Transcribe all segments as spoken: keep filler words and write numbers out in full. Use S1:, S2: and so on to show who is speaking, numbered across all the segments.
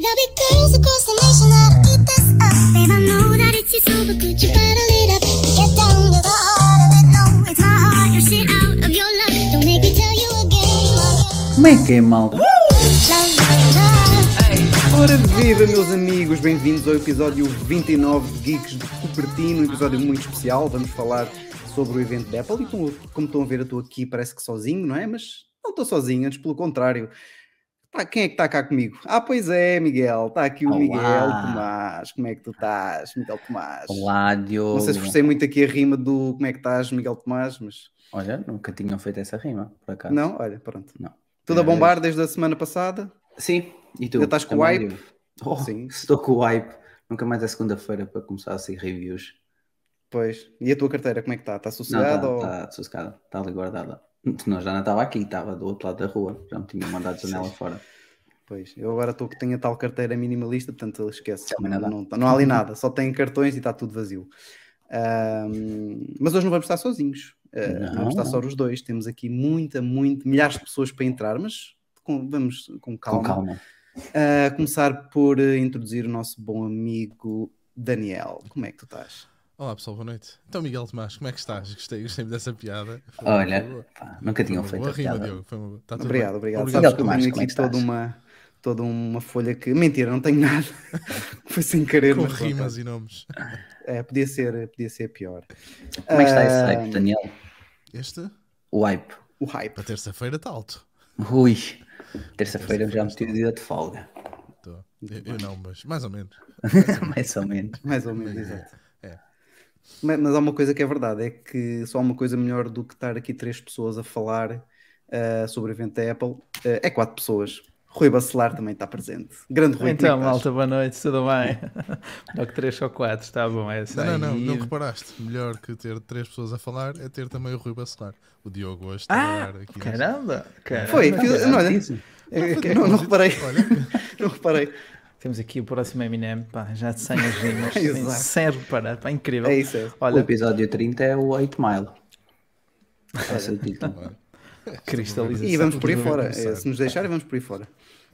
S1: got big girls across the nation that'll eat this up. Babe, I know that it's your soul, but could you bottle it up? Get down to the heart of it. No, it's my heart. You're shit out of your luck. Don't make me tell you again.
S2: Como é que é, malta?
S3: Ora viva, meus amigos, bem-vindos ao episódio vinte e nove de Geeks de Cupertino, um episódio muito especial. Vamos falar sobre o evento da Apple e como, como estão a ver, eu estou aqui, parece que sozinho, não é? Mas não estou sozinho, antes pelo contrário. Tá, quem é que está cá comigo? Ah, pois é, Miguel, está aqui o
S2: Olá.
S3: Miguel Tomás. Como é que tu estás, Miguel Tomás?
S2: Olá, Diogo.
S3: Não sei se forcei muito aqui a rima do como é que estás, Miguel Tomás, mas...
S2: Olha, nunca tinham feito essa rima, por acaso.
S3: Não? Olha, pronto.
S2: Não.
S3: Tudo a
S2: É,
S3: bombar desde a semana passada?
S2: Sim, e tu?
S3: Ainda estás com o
S2: Também,
S3: hype?
S2: Diogo? Oh,
S3: Sim.
S2: estou com o hype. Nunca mais é segunda-feira para começar a sair reviews.
S3: Pois. E a tua carteira, como é que está? Está
S2: Não,
S3: sossegada?
S2: está
S3: ou...
S2: tá sossegada, está ali guardada. Não, já não estava aqui, estava do outro lado da rua. Já me tinha mandado de janela fora.
S3: Pois, eu agora estou que tenho a tal carteira minimalista, portanto esquece,
S2: Também
S3: não,
S2: nada.
S3: não, não há ali nada, só tem cartões e está tudo vazio. Ahm, mas hoje não vamos estar sozinhos, uh, não,
S2: Não,
S3: vamos estar
S2: não.
S3: só os dois, temos aqui muita, muito, milhares de pessoas para entrar, mas com- vamos com calma.
S2: Com calma.
S3: A começar por uh, introduzir o nosso bom amigo Daniel. Como é que tu estás?
S4: Olá pessoal, boa noite. Então Miguel Tomás, como é que estás? Gostei, gostei dessa piada. Foi
S2: Olha,
S4: uma boa-
S2: pá, nunca
S4: foi
S2: tinham
S4: uma
S2: feito
S4: boa
S2: a
S4: rima,
S2: piada.
S4: Diogo. Foi uma... tá tudo
S3: Obrigado,
S4: bem.
S3: obrigado.
S4: Obrigado.
S3: Sabes que eu
S2: Tomás,
S3: tenho
S2: como é
S3: aqui
S2: que
S3: toda
S2: estás?
S3: uma, toda uma folha que... Mentira, não tenho nada. Foi sem querer.
S4: Com
S3: mas pronto.
S4: rimas e nomes.
S3: É, podia ser, podia ser pior.
S2: Como é que está esse
S3: Ah,
S2: hype, Daniel?
S4: Este,
S2: O hype.
S3: O hype.
S4: para terça-feira está alto.
S2: Ui, terça-feira já meti o dia de folga.
S4: Tô. Eu, eu não, mas mais ou menos.
S2: Mais ou menos.
S3: Mais ou menos, exato.
S4: É.
S3: Mas, mas há uma coisa que é verdade, é que só há uma coisa melhor do que estar aqui três pessoas a falar ah, sobre o evento da Apple, ah, é quatro pessoas. Rui Bacelar também está presente. Grande Rui.
S5: Então,
S3: como é que
S5: malta, boa noite, tudo bem? Melhor que três ou quatro, está bom. É
S4: Não, não, não,
S5: aí.
S4: não reparaste. Melhor que ter três pessoas a falar é ter também o Rui Bacelar. O Diogo hoje está
S5: Ah,
S4: a trabalhar aqui.
S5: caramba! caramba.
S3: Foi, fiz- não, olha,
S2: Isso.
S3: é que não, não reparei.
S4: Olha,
S3: Não reparei.
S5: Temos aqui o próximo Eminem, pá, já de sem as rimas, sem,
S3: Exato.
S5: sem reparar, pá, incrível.
S3: É isso, é.
S2: O
S5: Olha,
S2: episódio trinta é o oito Mile. Esse é o título.
S5: cristalização.
S3: E vamos por aí
S4: Tudo
S3: fora.
S4: bem começar.
S3: É, se nos deixarem, vamos por aí fora.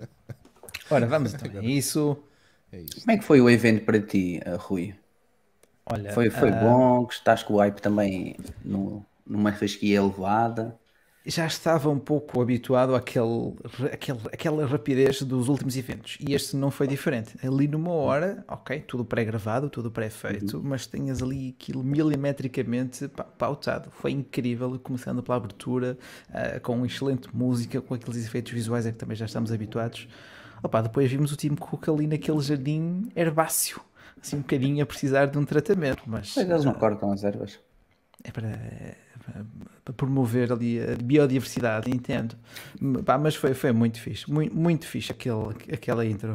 S5: Ora, vamos então. Isso,
S4: é isto.
S2: Como é que foi o evento para ti, uh, Rui?
S5: olha,
S2: Foi, foi
S5: ah,
S2: bom? Gostaste com o hype também no, numa fasquia elevada?
S5: já estava um pouco habituado àquele, àquele, àquela rapidez dos últimos eventos e este não foi diferente. Ali numa hora, ok, tudo pré-gravado, tudo pré-feito, mas tinhas ali aquilo milimetricamente pá, pautado. Foi incrível, começando pela abertura, ah, com excelente música, com aqueles efeitos visuais a que também já estamos habituados. Opa, depois vimos o Tim Cook ali naquele jardim herbáceo, assim um bocadinho a precisar de um tratamento, mas
S2: Pois eles não
S5: ah,
S2: cortam as ervas.
S5: é para, é para- para promover ali a biodiversidade, entendo. M- pá, mas foi, foi muito fixe, muito, muito fixe aquele, aquela intro.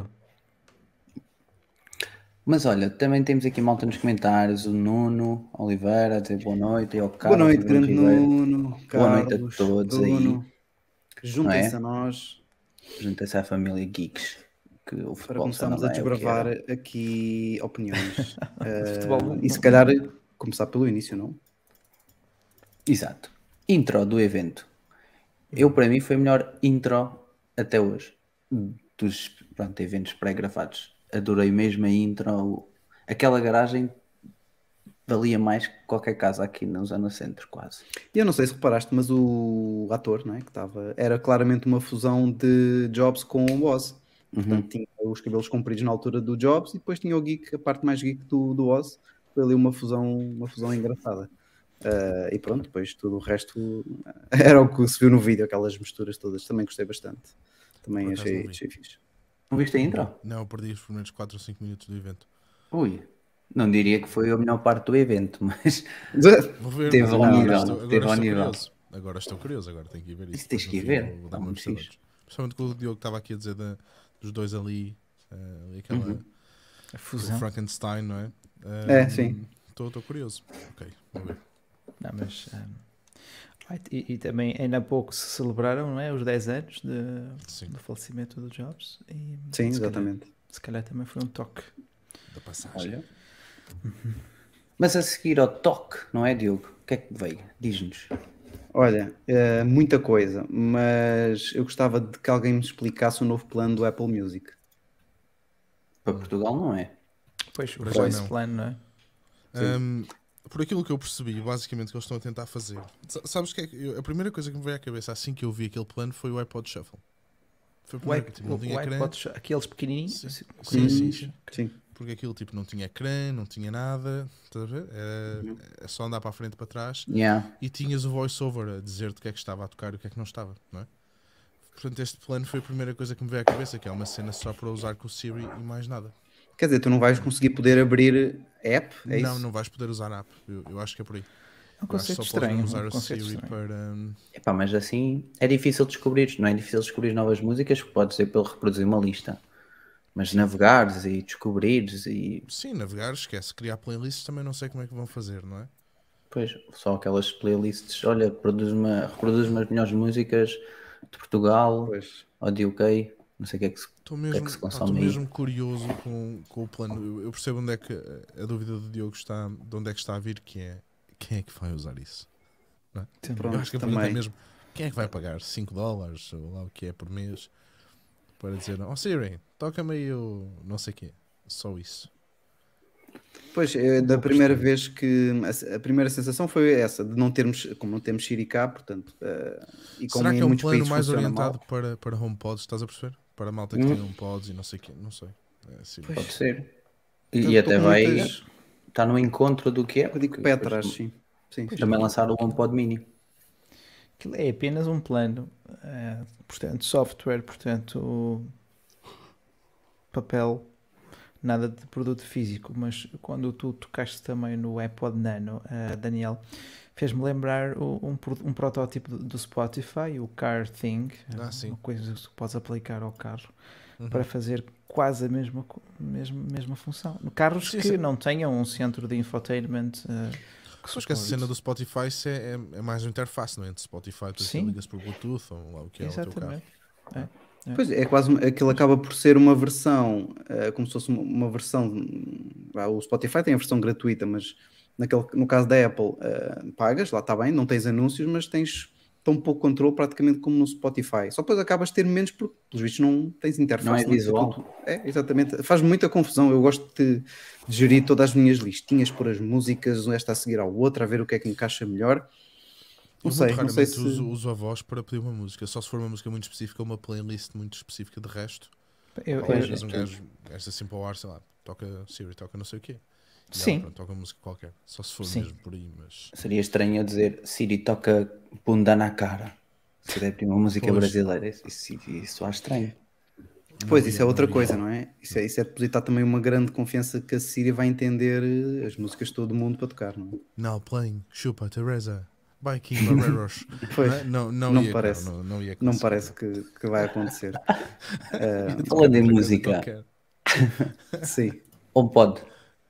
S2: Mas olha, também temos aqui malta nos comentários, o Nuno Oliveira a dizer boa noite, e ao Carlos
S3: Boa noite,
S2: Bruno
S3: grande
S2: Ribeiro.
S3: Nuno.
S2: Boa noite a
S3: Carlos,
S2: todos
S3: Bruno. Juntem-se
S2: Não é?
S3: a nós
S2: Junta-se à família Geeks, que o
S3: para
S2: futebol
S3: começarmos
S2: só
S3: a
S2: não é o que
S3: desbravar
S2: era.
S3: aqui opiniões. Eh,
S5: Futebol não-
S3: e se calhar começar pelo início, não?
S2: Exato. Intro do evento. Eu, para mim, foi a melhor intro até hoje. Dos pronto, eventos pré-gravados. Adorei mesmo a intro. Aquela garagem valia mais que qualquer casa aqui na Zona Centro, quase.
S3: E eu não sei se reparaste, mas o ator, não é, que estava, era claramente uma fusão de Jobs com o Oz. Portanto, tinha os cabelos compridos na altura do Jobs e depois tinha o geek, a parte mais geek do, do Oz. Foi ali uma fusão, uma fusão engraçada. Ah, e pronto, depois tudo o resto era o que se viu no vídeo, aquelas misturas todas. Também gostei bastante. Também
S4: Por acaso
S3: achei,
S4: não vi.
S3: achei fixe.
S2: Não viste a intro?
S4: Não, eu perdi os primeiros quatro ou cinco minutos do evento.
S2: Ui. Não diria que foi a melhor parte do evento, mas
S4: Vou ver,
S2: Teve
S4: mas
S2: ao
S4: agora
S2: nível,
S4: estou, agora
S2: teve ao
S4: estou
S2: nível.
S4: curioso. Agora estou curioso, agora tenho que ir ver isso.
S2: Isso tens
S4: Depois,
S2: que ir
S4: no
S2: ver,
S4: fim, vou- vou
S2: está
S4: dar uma
S2: muito
S4: vista de
S2: fixe.
S4: olhos. Principalmente com o Diogo que estava aqui a dizer da- dos dois ali, eh, ali aquela
S2: Uhum.
S5: A
S4: o
S5: fusão.
S4: Frankenstein, não é?
S3: É, sim.
S4: Estou estou curioso. Ok, vou ver.
S5: Não, mas, ah, vai, e, e também ainda há pouco se celebraram, não é, os dez anos de-
S4: Sim,
S5: do falecimento do Jobs. E,
S3: Sim,
S5: se calhar-
S3: exatamente.
S5: se calhar também foi um toque.
S4: da passagem.
S2: olha. Mas a seguir ao toque, não é, Diogo? O que é que veio? Diz-nos.
S3: Olha, eh, muita coisa, mas eu gostava de que alguém me explicasse o novo plano do Apple Music.
S2: Para Portugal não é.
S5: Pois, o
S4: Para já
S5: voice
S4: não.
S5: plan, não é?
S4: Um, por aquilo que eu percebi, basicamente, que eles estão a tentar fazer. Sa- Sabes que é que eu- a primeira coisa que me veio à cabeça assim que eu vi aquele plano foi o iPod Shuffle. Foi a
S5: O
S4: primeira
S5: iP-
S4: que tipo, não
S5: o
S4: tinha ecrã.
S5: iPod, aqueles pequenininhos.
S4: Sim,
S5: assim,
S4: sim, sim,
S3: Hum,
S4: sim.
S3: sim.
S4: Porque aquilo tipo não tinha ecrã, não tinha nada. Estás a ver? Era, é só andar para a frente e para trás.
S2: Yeah.
S4: E tinhas o voice-over a dizer-te o que é que estava a tocar e o que é que não estava, não é? Portanto, este plano foi a primeira coisa que me veio à cabeça, que é uma cena só para usar com o Siri e mais nada.
S3: Quer dizer, tu não vais conseguir poder abrir app? É
S4: não,
S3: isso?
S4: não vais poder usar a app. Eu, eu acho que é por aí.
S5: É um
S4: Eu acho que
S5: conceito
S4: só podes
S5: estranho.
S4: mesmo usar
S5: Um
S4: a
S5: conceito
S4: Siri
S5: estranho.
S4: para. hum,
S2: Epá, mas assim é difícil descobrir, não é difícil descobrir novas músicas, pode ser pelo reproduzir uma lista. Mas navegares e descobrires e
S4: Sim, navegar, esquece. Criar playlists também não sei como é que vão fazer, não é?
S2: pois só aquelas playlists, olha, produz-me, reproduz-me as melhores músicas de Portugal
S3: Pois.
S2: ou de U K, não sei o que é que se,
S4: Estou
S2: o que é
S4: mesmo,
S2: que se
S4: pá, estou
S2: consome aí.
S4: mesmo curioso com, com o plano. Eu, eu percebo onde é que a, a dúvida do Diogo está, de onde é que está a vir, que é quem é que vai usar isso? Não é?
S5: Também.
S3: Pronto,
S4: Eu acho que a pergunta é
S3: também.
S4: mesmo quem é que vai pagar cinco dólares ou lá o que é por mês para dizer, oh Siri, toca-me aí o não sei o quê. Só isso.
S3: Pois, é, da
S4: pouco
S3: primeira
S4: estranho.
S3: vez que a, a primeira sensação foi essa, de não termos, como não temos Siri cá, portanto, eh, e como
S4: Será
S3: em
S4: que é um
S3: muitos
S4: plano
S3: países
S4: mais
S3: funciona
S4: orientado
S3: mal,
S4: para, para HomePods, estás a perceber? Para a malta que
S2: Hum.
S4: tem HomePods e não sei o quê, não sei. É assim,
S2: Pode ser. E,
S3: Eu
S2: e
S3: estou
S2: até
S3: com
S2: vai
S3: muitas-
S2: está no encontro do que é.
S3: eu digo
S2: porque
S3: pé
S2: depois
S3: atrás, sim. Sim, sim.
S2: também lançaram o HomePod Mini.
S5: Aquilo é apenas um plano. eh, portanto, software, portanto, papel, nada de produto físico. Mas quando tu tocaste também no iPod Nano, eh, Daniel, fez-me lembrar o- um, pro- um protótipo do, do Spotify, o Car Thing,
S4: Ah,
S5: eh,
S4: sim.
S5: uma coisa que podes aplicar ao carro
S4: Uhum.
S5: para fazer quase a mesma, co- mesma, mesma função. Carros
S4: Sim,
S5: que
S4: sim.
S5: não tenham um centro de infotainment. eh, que
S4: Acho que essa
S5: suporte.
S4: cena do Spotify isso é, é, é mais uma interface, não é? Entre Spotify, tu
S5: Sim.
S4: ligas por Bluetooth ou lá o que é o teu carro.
S5: Exatamente.
S3: Pois é, quase uma- aquilo acaba por ser uma versão, eh, como se fosse uma, uma versão. ah, O Spotify tem a versão gratuita, mas naquele, no caso da Apple, eh, pagas, lá está bem, não tens anúncios, mas tens tão pouco controle praticamente como no Spotify. Só depois acabas de ter menos porque, pelos vistos, não tens interface.
S2: Não é
S3: tens
S2: visual.
S3: aquilo- É, exatamente. Faz muita confusão. Eu gosto de, de gerir todas as minhas listinhas, por as músicas, esta a seguir ao outra, a ver o que é que encaixa melhor. Não
S4: Eu
S3: sei,
S4: muito
S3: não sei
S4: raramente
S3: se.
S4: uso, uso a voz para pedir uma música, só se for uma música muito específica ou uma playlist muito específica de resto.
S5: Eu,
S2: Pois,
S5: eu-
S4: Mas um
S2: tu-
S4: gajo, gajo assim para o ar, sei lá, toca Siri, toca não sei o quê. E
S5: Sim.
S4: ela, pronto, toca música qualquer. Só se for
S5: Sim.
S4: mesmo por aí, mas.
S2: Seria estranho eu dizer Siri toca bunda na cara. Se der uma música
S4: Pois.
S2: brasileira, isso, isso, isso acho estranho.
S3: Depois,
S4: Não
S3: isso
S4: ia-
S3: é outra
S4: não ia.
S3: coisa, não é? Isso, é? isso é depositar também uma grande confiança que a Siri vai entender eh, as músicas de todo mundo para tocar, não é?
S4: Now playing Chupa Teresa by King Barreros.
S3: Pois,
S4: não, não,
S3: não
S4: ia,
S3: parece.
S4: Não, não ia
S3: não
S4: conseguir.
S3: parece que, que vai acontecer. Ah,
S2: Falando em
S4: Por acaso,
S2: música,
S4: qualquer.
S3: sim.
S2: HomePod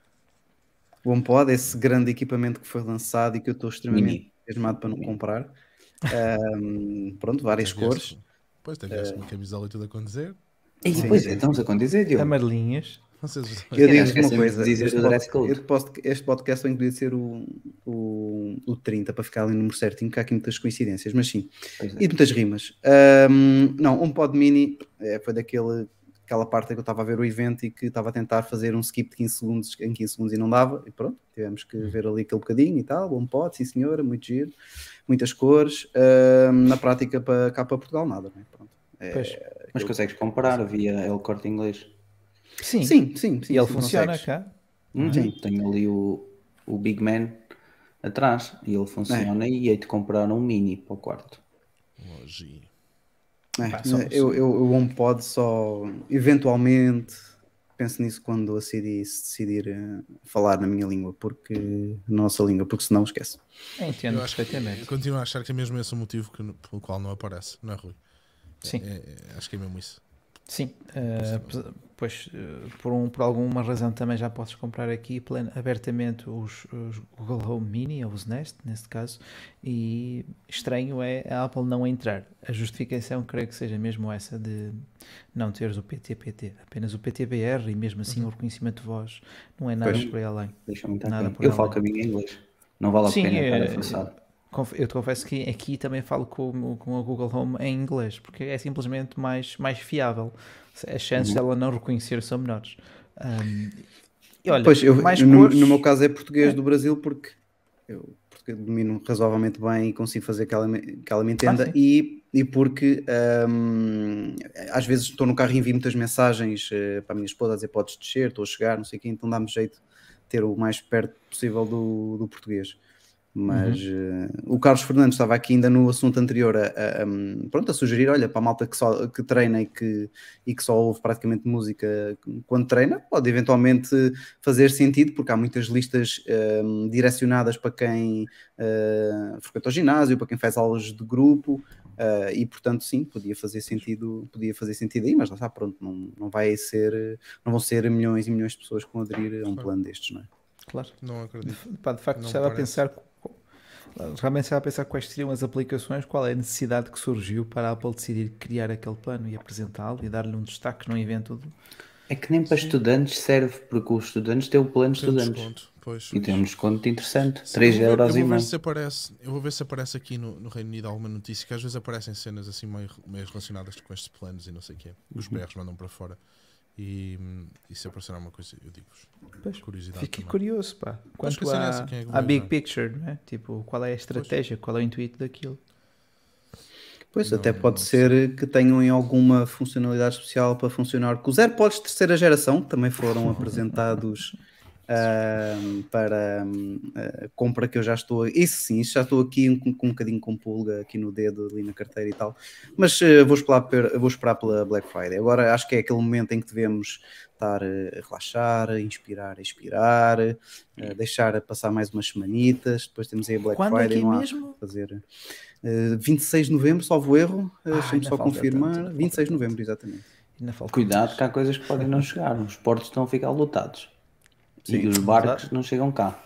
S3: O HomePod, esse grande equipamento que foi lançado e que eu estou extremamente
S2: Mini.
S3: entusiasmado para não
S2: Mini.
S3: comprar. Ahm, pronto, várias
S4: Até vieste-
S3: cores.
S4: Pois, até vieste uma camisola e tudo a acontecer.
S2: E
S3: Sim,
S2: depois,
S3: sim,
S2: estamos a condizer, Diogo.
S5: Amarelinhas.
S4: Vocês
S3: Eu
S2: calhar
S3: digo uma
S2: esquecemos
S3: coisa,
S2: de dizer
S3: este,
S2: do
S3: pod-
S2: dress code.
S3: este post- este podcast tem que ser o, o, o trinta para ficar ali no número certinho, porque há aqui muitas coincidências, mas sim.
S2: Pois é.
S3: E muitas rimas. Ahm, não, um pod mini eh, foi daquele, aquela parte em que eu estava a ver o evento e que estava a tentar fazer um skip de quinze segundos em quinze segundos e não dava, e pronto, tivemos que ver ali aquele bocadinho e tal, um pod, sim senhora, muito giro, muitas cores. Ahm, na prática, para cá para Portugal, nada, não é? Pronto. É,
S5: Pois.
S2: Mas consegues comparar via El Corte Inglês.
S5: Sim.
S3: sim, sim, sim.
S5: E ele
S3: sim,
S5: funciona
S3: consegues.
S5: cá.
S2: Uhum.
S3: Sim.
S2: Tenho ali o, o Big Man atrás e ele funciona e hei de comprar um mini para o quarto.
S4: Logi.
S3: É,
S5: Pá, só-
S3: eu, eu, o HomePod só eventualmente penso nisso quando a Siri se decidir eh, falar na minha língua, porque na nossa língua, porque senão esquece.
S5: Eu entendo
S4: Eu acho que
S5: perfeitamente.
S4: eu continuo a achar que é mesmo esse o motivo que, pelo qual não aparece, não é, Rui?
S5: Sim.
S4: É- é- acho que é mesmo isso.
S5: Sim, eh, apesar- pois eh, por, um, por alguma razão também já podes comprar aqui plen- abertamente os, os Google Home Mini, ou os Nest, neste caso, e estranho é a Apple não entrar. A justificação creio que seja mesmo essa de não teres o P T P T, apenas o P T B R e mesmo assim o reconhecimento de voz não é nada
S3: Pois.
S5: por aí além.
S2: Deixa-me estar
S5: Nada
S2: aqui.
S5: por
S2: Eu
S5: além.
S2: falo com a minha inglês. Não vale a
S5: Sim,
S2: pena estar
S5: é-
S2: a forçar.
S5: Conf- Eu te confesso que aqui também falo com, o- com a Google Home em inglês, porque é simplesmente mais, mais fiável. As chances dela não reconhecer são menores. Um, e olha,
S3: Pois, eu,
S5: mais
S3: no,
S5: cores...
S3: no meu caso é português do Brasil, porque eu porque domino razoavelmente bem e consigo fazer que ela, me- que ela me entenda,
S5: Ah, sim.
S3: e, e porque hum, às vezes estou no carro e envio muitas mensagens eh, para a minha esposa a dizer podes descer, estou a chegar, não sei o quê, então dá-me jeito de ter o mais perto possível do, do português. Mas eh, o Carlos Fernandes estava aqui ainda no assunto anterior a, a- a, hum, pronto, a sugerir, olha, para a malta que, só, que treina e que, e que só ouve praticamente música quando treina, pode eventualmente fazer sentido, porque há muitas listas hum, direcionadas para quem uh, frequenta o ginásio, para quem faz aulas de grupo, uh, e portanto sim, podia fazer sentido, podia fazer sentido aí, mas lá está, pronto, não, não vai ser, não vão ser milhões e milhões de pessoas que vão aderir a um plano destes, não é?
S5: Claro.
S4: Não acredito.
S5: Pá, de facto,
S4: Não
S5: estava a
S4: parece.
S5: pensar... Realmente estava a pensar quais seriam as aplicações, qual é a necessidade que surgiu para a Apple decidir criar aquele plano e apresentá-lo e dar-lhe um destaque num evento de...
S2: É que nem para estudantes serve, porque os estudantes têm o plano de
S4: Tem um
S2: estudantes.
S4: desconto. Pois.
S2: E tem um desconto interessante,
S4: Sim,
S2: três
S4: eu vou ver-
S2: euros
S4: eu
S2: e
S4: vou ver
S2: meio.
S4: se aparece, eu vou ver se aparece aqui no, no Reino Unido alguma notícia, que às vezes aparecem cenas assim meio, meio relacionadas com estes planos e não sei o quê. Os
S2: Uhum.
S4: B Rs mandam para fora. E, hum, e se aparecer alguma coisa, eu digo-vos.
S5: Pois,
S4: Curiosidade
S5: fiquei
S4: também.
S5: curioso, pá.
S4: Acho que
S5: Quanto
S4: a cena é
S5: à,
S4: essa, quem é que
S5: à
S4: vai
S5: big
S4: usar?
S5: picture, né? Tipo, qual é a estratégia, qual é o intuito daquilo?
S3: Pois,
S4: Não-
S3: até pode
S4: não
S3: ser que tenham em alguma funcionalidade especial para funcionar com os AirPods de terceira geração, que também foram apresentados ahm, para ahm, a compra, que eu já estou, isso sim, isso já estou aqui com, com um bocadinho com pulga aqui no dedo, ali na carteira e tal, mas eh, vou, esperar, per- vou esperar pela Black Friday. Agora acho que é aquele momento em que devemos estar eh, a relaxar, a inspirar, a expirar, a deixar passar mais umas semanitas, depois temos aí a Black
S5: Quando é
S3: Friday,
S5: que é
S3: não há
S5: mesmo?
S3: que fazer... Uh, vinte e seis de novembro, salvo erro, uh,
S5: Ah,
S3: deixa-me
S5: ainda
S3: só
S5: falta
S3: confirmar.
S5: tanto, ainda
S3: vinte e seis de
S5: falta
S3: novembro, exatamente.
S5: Ainda falta
S2: Cuidado
S5: mais.
S2: que há coisas que podem não chegar. Os portos estão a ficar lotados.
S3: Sim,
S2: E os barcos
S5: exato.
S2: não chegam cá.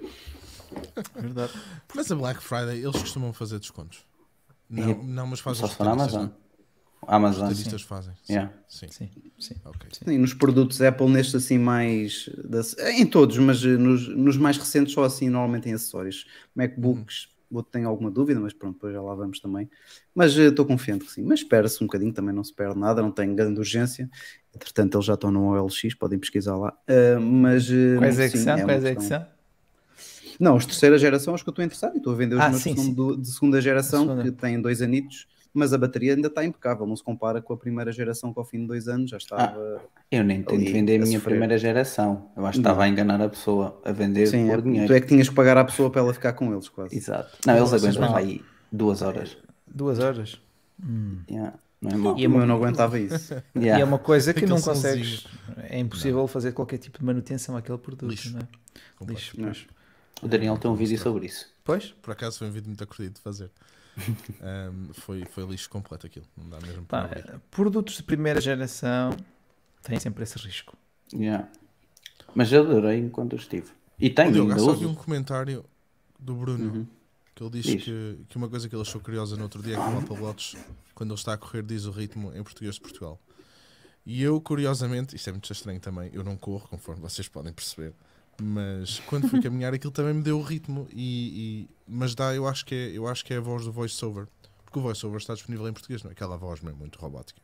S5: Verdade.
S4: Mas a Black Friday, eles costumam fazer descontos. Não,
S2: É,
S4: não mas fazem
S2: Só
S4: os
S2: se for na
S4: retalhistas,
S2: Amazon.
S4: não?
S2: A
S4: Os
S2: Amazon,
S4: retalhistas
S2: sim.
S4: fazem. Sim,
S2: Yeah.
S4: sim.
S5: Sim, sim.
S4: Ok.
S3: Sim, nos produtos Apple, nestes assim mais. das- em todos, mas uh, nos, nos mais recentes, só assim, normalmente em acessórios. MacBooks, vou ter alguma dúvida, mas pronto, depois já lá vamos também. Mas uh, estou confiante que sim. Mas espera-se um bocadinho, também não se perde nada, não tem grande urgência. Entretanto, eles já estão no O L X, podem pesquisar lá. Uh, mas uh,
S5: Quais é que
S3: sim,
S5: são?
S3: é uma
S5: Quais é que
S3: questão.
S5: são?
S3: Não, os de terceira geração acho que eu estou interessado e estou a vender os
S5: Ah,
S3: meus
S5: sim,
S3: que são
S5: sim.
S3: do- de segunda geração,
S5: segunda.
S3: que têm dois anitos, mas a bateria ainda está impecável, não se compara com a primeira geração que ao fim de dois anos já estava
S2: Eu nem tento
S3: ali
S2: vender a
S3: a
S2: minha
S3: sofrer.
S2: primeira geração. Eu acho que
S3: Não.
S2: estava a enganar a pessoa a vender
S3: Sim,
S2: por
S3: é,
S2: dinheiro.
S3: tu é que tinhas que pagar à pessoa para ela ficar com eles quase.
S2: Exato. Não, eles
S4: Vocês
S2: aguentam
S4: vão-
S2: para aí duas horas.
S5: Duas horas.
S2: Yeah, não é mau.
S5: E
S3: O meu não aguentava isso.
S2: Yeah.
S5: E é uma coisa que
S4: Aquele
S5: não
S4: sonzinho.
S5: consegues. É impossível fazer qualquer tipo de manutenção àquele produto,
S4: Lixo.
S5: não é?
S4: Completo.
S5: Lixo.
S3: Mas,
S2: O Daniel tem um vídeo sobre isso.
S5: Pois?
S4: Por acaso foi um vídeo muito acredito de fazer. Um, foi, foi lixo completo aquilo. Não dá mesmo
S5: Pá,
S4: para abrir.
S5: produtos de primeira geração têm sempre esse risco.
S2: Yeah. Mas eu adorei enquanto eu estive. E tenho,
S4: Ô, Diogo, há
S2: ainda
S4: só aqui um
S2: uso.
S4: comentário do Bruno
S3: Uhum.
S4: que ele diz,
S2: Diz.
S4: que, que uma coisa que ele achou curiosa no outro dia é que o Apple Watch, quando ele está a correr, diz o ritmo em português de Portugal. E eu, curiosamente, isto é muito estranho também, eu não corro, conforme vocês podem perceber, mas quando fui caminhar aquilo também me deu o ritmo. E, e- mas dá, eu acho, que é, eu acho que é a voz do voiceover, porque o voiceover está disponível em português, não é? Aquela voz mesmo muito robótica.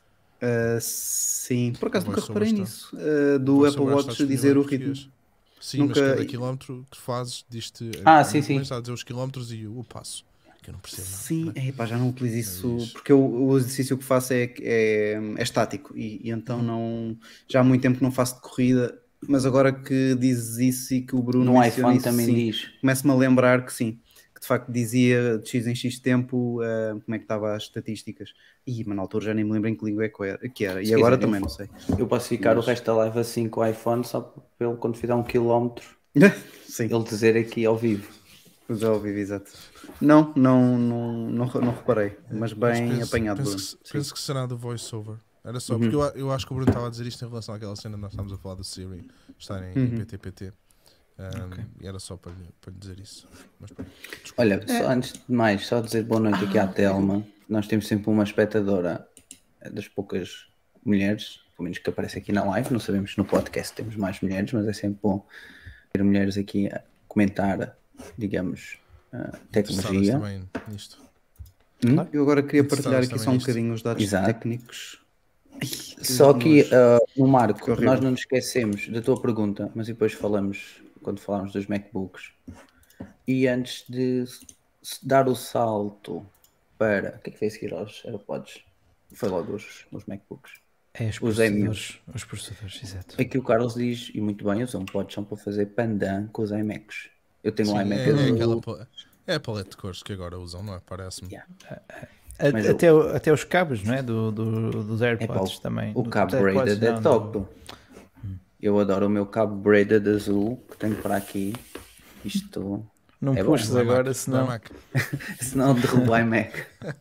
S3: uh, sim, por acaso
S4: O
S3: nunca
S4: voiceover
S3: reparei
S4: está.
S3: nisso. uh, do
S4: O
S3: Apple
S4: voiceover está
S3: Watch
S4: disponível
S3: dizer
S4: em
S3: o ritmo.
S4: português. Sim,
S3: Nunca-
S4: mas cada quilómetro que fazes diz-te.
S2: Ah,
S4: a-
S2: sim, sim.
S4: começa a dizer os quilómetros e o passo. Que eu não percebo nada.
S3: Sim, é, pá, já não utilizo isso,
S4: Mas-
S3: porque eu- o exercício que faço é, é, é estático e, e então não, já há muito tempo que não faço de corrida, mas agora que dizes isso e que o Bruno
S2: No
S3: menciona
S2: iPhone
S3: isso,
S2: também
S3: sim,
S2: diz.
S3: começo-me a lembrar que sim, que de facto dizia de X em X tempo uh, como é que estava as estatísticas. Ih, mas na altura já nem me lembro em que língua é que era, que era. e
S2: Se
S3: agora
S2: quiser,
S3: também
S2: eu-
S3: não sei.
S2: Eu posso ficar
S3: Mas-
S2: o resto da live assim com o iPhone só para ele quando fizer um quilómetro
S3: Sim,
S2: ele dizer aqui ao vivo.
S3: já ouvi, exato. Não, não, não, não, não reparei, mas bem
S4: Mas penso-
S3: apanhado,
S4: penso,
S3: Bruno.
S4: que,
S3: Sim.
S4: penso que será do voiceover. Era só
S2: Uhum.
S4: porque eu, eu acho que o Bruno estava a dizer isto em relação àquela cena que nós estávamos a falar do Siri estar em, em
S3: Uhum.
S4: P T P T. Um, E era só para lhe, para lhe dizer isso. Mas pronto. Desculpa.
S2: Olha, só, antes de mais, só dizer boa noite aqui à Telma. Nós temos sempre uma espectadora das poucas mulheres, pelo menos que aparece aqui na live. Não sabemos se no podcast temos mais mulheres, mas é sempre bom ter mulheres aqui a comentar, digamos, a
S4: Interessadas
S2: tecnologia.
S4: também nisto.
S3: Eu agora queria
S4: Interessadas
S3: partilhar aqui só um
S4: também nisto.
S3: bocadinho os dados
S2: Exato.
S3: técnicos.
S2: Só que,
S3: nojo.
S2: uh, no Marco,
S3: Que horrível.
S2: nós não nos esquecemos da tua pergunta, mas depois falamos, quando falarmos dos MacBooks. E antes de s- dar o salto para. O que é que foi a seguir aos AirPods? Foi logo os, os MacBooks.
S5: É os
S2: Os M um.
S5: processadores. Os processadores, exato.
S2: Aqui o Carlos diz, e muito bem, os HomePods são para fazer pandan com os iMacs. Eu tenho um
S4: Sim,
S2: iMac
S4: é, é,
S2: azul.
S4: aquela, pa- é a paleta de cores que agora usam, não é? Parece-me.
S2: Yeah.
S5: A-
S2: Mas eu-
S5: até, o- até os cabos, não é? Do, do- dos
S2: É pá,
S5: AirPods
S2: o-
S5: também.
S2: o
S5: Do-
S2: cabo
S5: dos AirPods,
S2: braided é
S5: não,
S2: top.
S5: do-
S2: Eu adoro o meu cabo braided azul que tenho para aqui. Isto.
S5: Não
S2: É bom,
S5: puxes
S2: não é,
S5: agora,
S4: Não é,
S5: senão.
S4: Mac?
S2: Senão derrubo o iMac.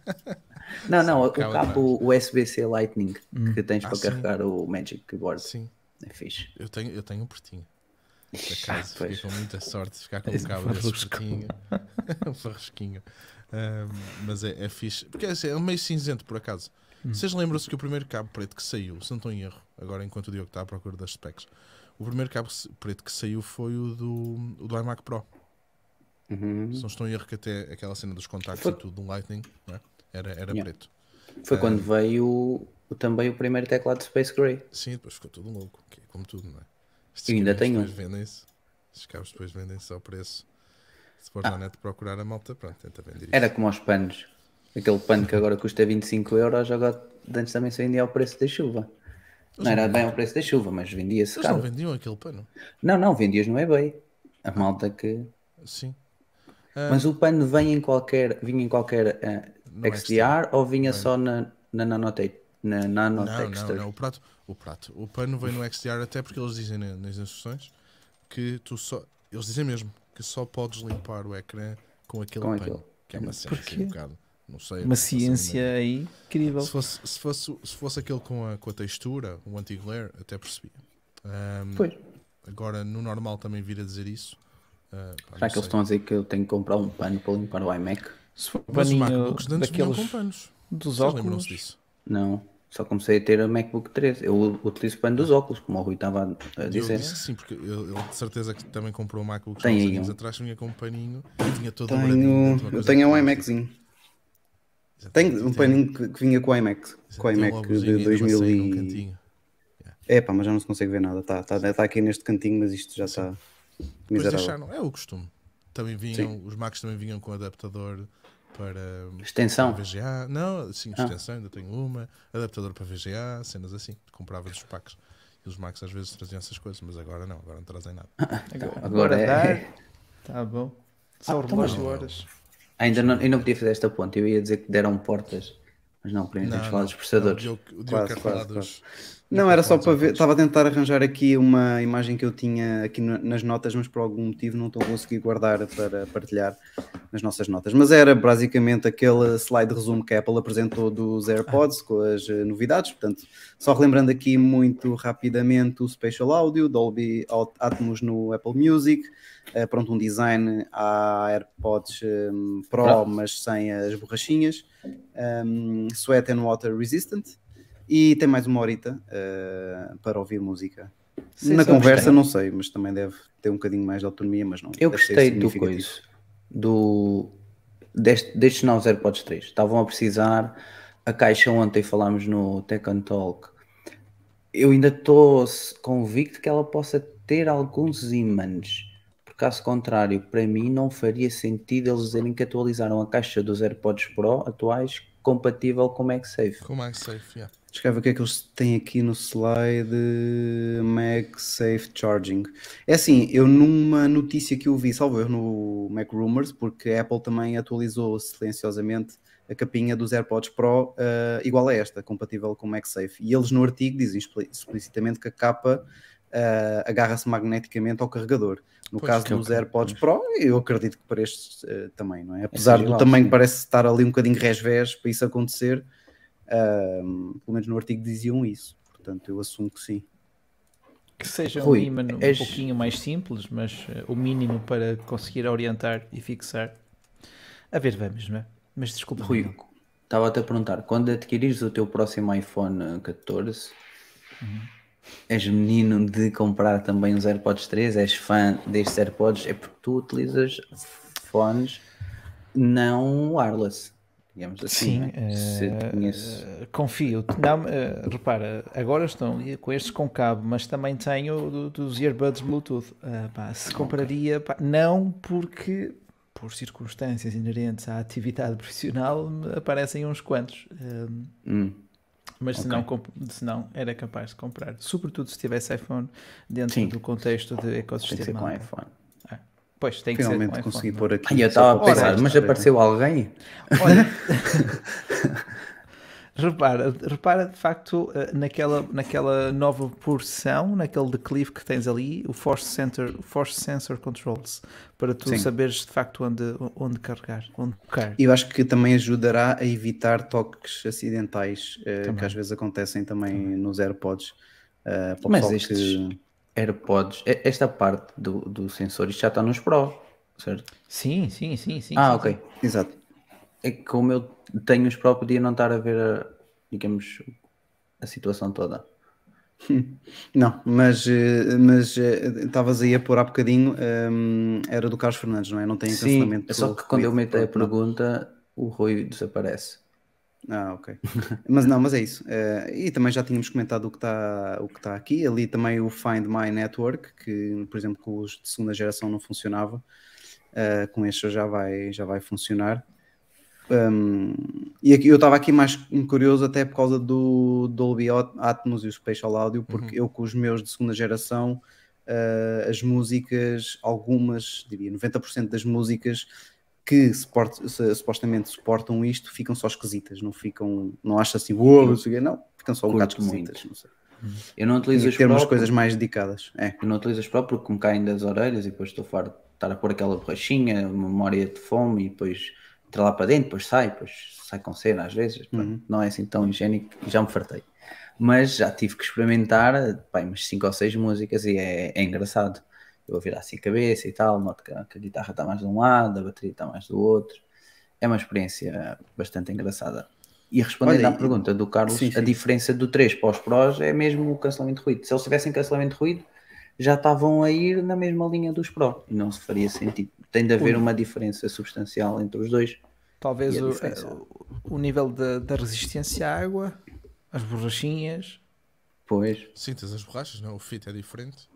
S2: Não, não, o
S4: cabo
S2: cabo U S B-C Lightning que tens
S4: Ah,
S2: para
S4: sim.
S2: carregar o Magic Keyboard.
S4: Sim,
S2: É fixe.
S4: eu tenho, eu tenho um pertinho. Por acaso,
S2: pois.
S4: fiquei com muita sorte de ficar com
S5: Esse
S4: um cabo desse
S5: farrusco.
S4: pertinho. um farrusquinho. Ahm, mas é, é fixe. Porque é, assim, é meio cinzento, por acaso. Vocês lembram-se que o primeiro cabo preto que saiu, se não estou em erro, agora enquanto o Diogo está à procura das specs, o primeiro cabo se- preto que saiu foi o do, o do iMac Pro.
S2: Uhum.
S4: Se não estou em erro, que até aquela cena dos contactos
S2: Foi-
S4: e tudo do Lightning, não é? era, era
S2: Yeah.
S4: preto.
S2: Foi quando veio o- o- também o primeiro teclado de Space Gray.
S4: Sim, depois ficou tudo louco, que é como tudo, não é? Estes
S2: Eu ainda
S4: cabos
S2: tenho um.
S4: depois vendem-se. Estes cabos depois vendem-se ao preço. Se fores na net procurar a malta, pronto, tenta vender isso.
S2: Ah. Era como aos panos. Aquele pano que agora custa vinte e cinco euros, agora antes também se vendia ao preço da chuva. Não era bem ao preço da chuva, mas vendia-se
S4: Eles não
S2: caro.
S4: vendiam aquele pano?
S2: Não, não, vendias no eBay. A malta que.
S4: Sim.
S2: Mas o pano vem em qualquer, vinha em qualquer eh,
S4: No
S2: X D R ou vinha só na, na Nanotape? Na
S4: Não, não,
S2: Nanotexture?
S4: não. O prato, o prato. O pano vem no X D R até porque eles dizem na- nas instruções que tu só. Eles dizem mesmo que só podes limpar o ecrã com aquele
S2: Com
S4: pano.
S2: aquele.
S4: Que é uma ciência
S5: Porquê?
S4: um bocado. Não sei.
S5: Uma
S4: não faço a mínima
S5: ciência
S4: ideia.
S5: aí incrível.
S4: Se fosse, se, fosse, se fosse aquele com a, com a textura, o anti-glare, até percebia. Ahm,
S2: Pois.
S4: Agora, no normal também vir a dizer isso. ah, pá,
S2: Será
S4: não
S2: que eles
S4: sei.
S2: estão a dizer que eu tenho que comprar um pano para limpar o iMac?
S5: Se for
S4: Mas os
S5: paninho
S4: MacBooks de antes vinham
S5: daqueles
S4: com panos.
S5: dos
S4: Vocês
S5: óculos.
S4: lembram-se disso?
S2: Não. Só comecei a ter a MacBook treze. Eu utilizo pano dos óculos, como o Rui estava a
S4: Eu
S2: dizer.
S4: disse que sim, porque ele, ele de certeza que também comprou um MacBook
S2: Tem
S4: uns
S2: aí
S4: anos
S2: um.
S4: atrás, vinha com um paninho e vinha todo dobradinho
S3: Tenho,
S4: dentro de uma
S3: eu
S4: coisa
S3: tenho um
S4: que-
S3: iMaczinho.
S4: Exatamente,
S3: Tenho um
S4: e tem-
S3: paninho que, que vinha com o iMac. Com o
S4: tem um
S3: iMac
S4: logozinho
S3: de
S4: ainda
S3: dois mil
S4: macio num
S3: e...
S4: cantinho.
S3: É pá, mas já não se consegue ver nada. Está tá, tá aqui neste cantinho, mas isto já está
S4: Depois
S3: miserável.
S4: deixaram, é o costume. Também vinham, os Macs também vinham com adaptador para
S2: Extensão.
S4: para V G A. Não, sim,
S2: Ah.
S4: extensão, ainda tenho uma. Adaptador para V G A, cenas assim. Comprava dos packs. E os Macs às vezes traziam essas coisas, mas agora não, agora não trazem nada.
S5: Agora,
S2: Agora é-
S5: Tá bom. Só o
S2: então
S5: relógio
S4: não.
S5: horas.
S2: Ainda não, eu não podia fazer esta ponte. Eu ia dizer que deram portas. Mas não, primeiro temos de falar dos processadores.
S4: Não, o Diogo, o Diogo
S3: Quase,
S4: quer
S3: quase,
S4: falar
S3: quase.
S4: dos.
S3: Não, era só para ver.
S4: Tá.
S3: Estava a tentar arranjar aqui uma imagem que eu tinha aqui na- nas notas, mas por algum motivo não estou a conseguir guardar para partilhar nas nossas notas. Mas era basicamente aquele slide de resumo que a Apple apresentou dos AirPods com as eh, novidades. Portanto, só relembrando aqui muito rapidamente o Spatial Audio, Dolby Atmos no Apple Music. eh, pronto, um design à AirPods um, Pro,
S2: Pronto.
S3: mas sem as borrachinhas. Um, Sweat and Water Resistant. E tem mais uma horita uh, para ouvir música.
S2: Sim,
S3: Na
S2: sim,
S3: conversa
S2: gostei.
S3: não sei, mas também deve ter um bocadinho mais de autonomia, mas não.
S2: Eu
S3: deve ser
S2: gostei do
S3: significativo.
S2: coisa. Do, deste, destes novos AirPods três. Estavam a precisar. A caixa ontem falámos no Tech and Talk. Eu ainda estou convicto que ela possa ter alguns ímãs. Por caso contrário, para mim não faria sentido eles dizerem que atualizaram a caixa dos AirPods Pro atuais compatível com o MagSafe.
S4: Com o MagSafe, yeah.
S3: Deixa eu ver o que é que eles têm aqui no slide. MagSafe Charging. É assim, eu numa notícia que eu vi, salvo erro, no Mac Rumors, porque a Apple também atualizou silenciosamente a capinha dos AirPods Pro uh, igual a esta, compatível com o MagSafe. E eles no artigo dizem expli- explicitamente que a capa uh, agarra-se magneticamente ao carregador. No
S4: Pois,
S3: caso
S4: que é o
S3: dos
S4: que-
S3: AirPods Pro, eu acredito que para estes uh, também, não é? Apesar do
S2: igual,
S3: tamanho
S2: sim.
S3: parece estar ali um bocadinho resvés para isso acontecer, uh, pelo menos no artigo diziam isso. Portanto, eu assumo que sim.
S5: Que seja
S2: Rui,
S5: um ímã um
S2: és-
S5: pouquinho mais simples, mas eh, o mínimo para conseguir orientar e fixar. A ver, vamos, não é? Mas desculpa.
S2: Rui,
S5: Miguel.
S2: estava-te a perguntar, quando adquirires o teu próximo iPhone catorze, és menino de comprar também os AirPods três? És fã destes AirPods? É porque tu utilizas fones não wireless. digamos assim.
S5: Sim,
S2: não é? Se
S5: eh,
S2: conheço.
S5: eh, confio. Não, eh, repara, agora estão com estes com cabo, mas também tenho do- dos earbuds Bluetooth. Ah, pá, se compraria, pá, não porque por circunstâncias inerentes à atividade profissional me aparecem uns quantos. Ah,
S2: Hum,
S5: mas se
S2: Ok.
S5: não, comp- se não, era capaz de comprar. Sobretudo se tivesse iPhone dentro
S2: Sim.
S5: do contexto de
S2: tem que ser
S5: ecossistema
S2: com
S5: Apple.
S2: iPhone.
S5: É. Pois, tem que ser
S3: Finalmente
S5: com iPhone.
S3: consegui
S5: não é?
S3: pôr aqui.
S2: Ai, eu
S3: só
S2: estava a
S3: para
S2: pensar,
S3: testar,
S2: mas
S3: então.
S2: apareceu alguém?
S5: Olha, repara, repara de facto eh, naquela, naquela nova porção, naquele declive que tens ali, o Force Sensor, Force Sensor Controls, para tu
S3: Sim.
S5: saberes de facto onde, onde carregar, onde tocar.
S3: E eu acho que também ajudará a evitar toques acidentais eh, que
S5: Também.
S3: às vezes acontecem também nos AirPods. eh, para o
S2: Mas
S3: pessoal
S2: estes
S3: que...
S2: AirPods, e- esta parte do, do sensor, isto já está nos Pro, certo?
S5: Sim, sim, sim, sim.
S2: Ah,
S5: sim,
S2: ok.
S5: sim.
S3: Exato.
S2: É que como eu tenho os Pro, podia não estar a ver, a, digamos, a situação toda.
S3: Não, mas eh, mas eh, estavas aí a pôr há bocadinho, hum, era do Carlos Fernandes, não é? Não tem
S2: Sim,
S3: cancelamento.
S2: é só que quando eu
S3: ruído,
S2: meto a
S3: pronto, não.
S2: pergunta, o Rui desaparece.
S3: Ah, ok. Mas não, mas é isso. Eh, e também já tínhamos comentado o que está o que está aqui. Ali também o Find My Network, que por exemplo com os de segunda geração não funcionava. Eh, com este já vai, já vai funcionar. Um, e aqui, eu estava aqui mais curioso até por causa do Dolby Atmos e o Spatial Audio, porque eu com os meus de segunda geração, uh, as músicas, algumas, diria noventa por cento das músicas que suport, se- supostamente suportam isto, ficam só esquisitas, não ficam, não acho assim, uou, não sei o quê, não, ficam só um bocado
S2: Curto
S3: esquisitas,
S2: muito.
S3: não sei.
S2: Eu não utilizo
S3: Tinha
S2: os
S3: que ter umas
S2: Pro
S3: coisas
S2: porque-
S3: mais dedicadas. É.
S2: Eu não utilizo as Pro porque me caem das orelhas e depois estou farto de estar a pôr aquela borrachinha, memória de fome e depois entra lá para dentro, depois sai, depois sai com cena às vezes. Pronto, não é assim tão higiênico e já me fartei. Mas já tive que experimentar pá, umas cinco ou seis músicas e é, é engraçado. Eu vou virar assim a cabeça e tal, noto que a, que a guitarra está mais de um lado, a bateria está mais do outro. É uma experiência bastante engraçada. E respondendo
S3: Olha,
S2: à
S3: e-
S2: pergunta do Carlos,
S3: sim,
S2: a
S3: sim.
S2: diferença do três para os Pros é mesmo o cancelamento de ruído. Se eles tivessem cancelamento de ruído, já estavam a ir na mesma linha dos Pro e não se faria sentido. Tem de haver uma diferença substancial entre os dois.
S5: Talvez
S2: E a
S5: o,
S2: diferença?
S5: o- o nível da da resistência à água, as borrachinhas.
S2: Pois,
S4: Sim, tens as borrachas, não? O fit é diferente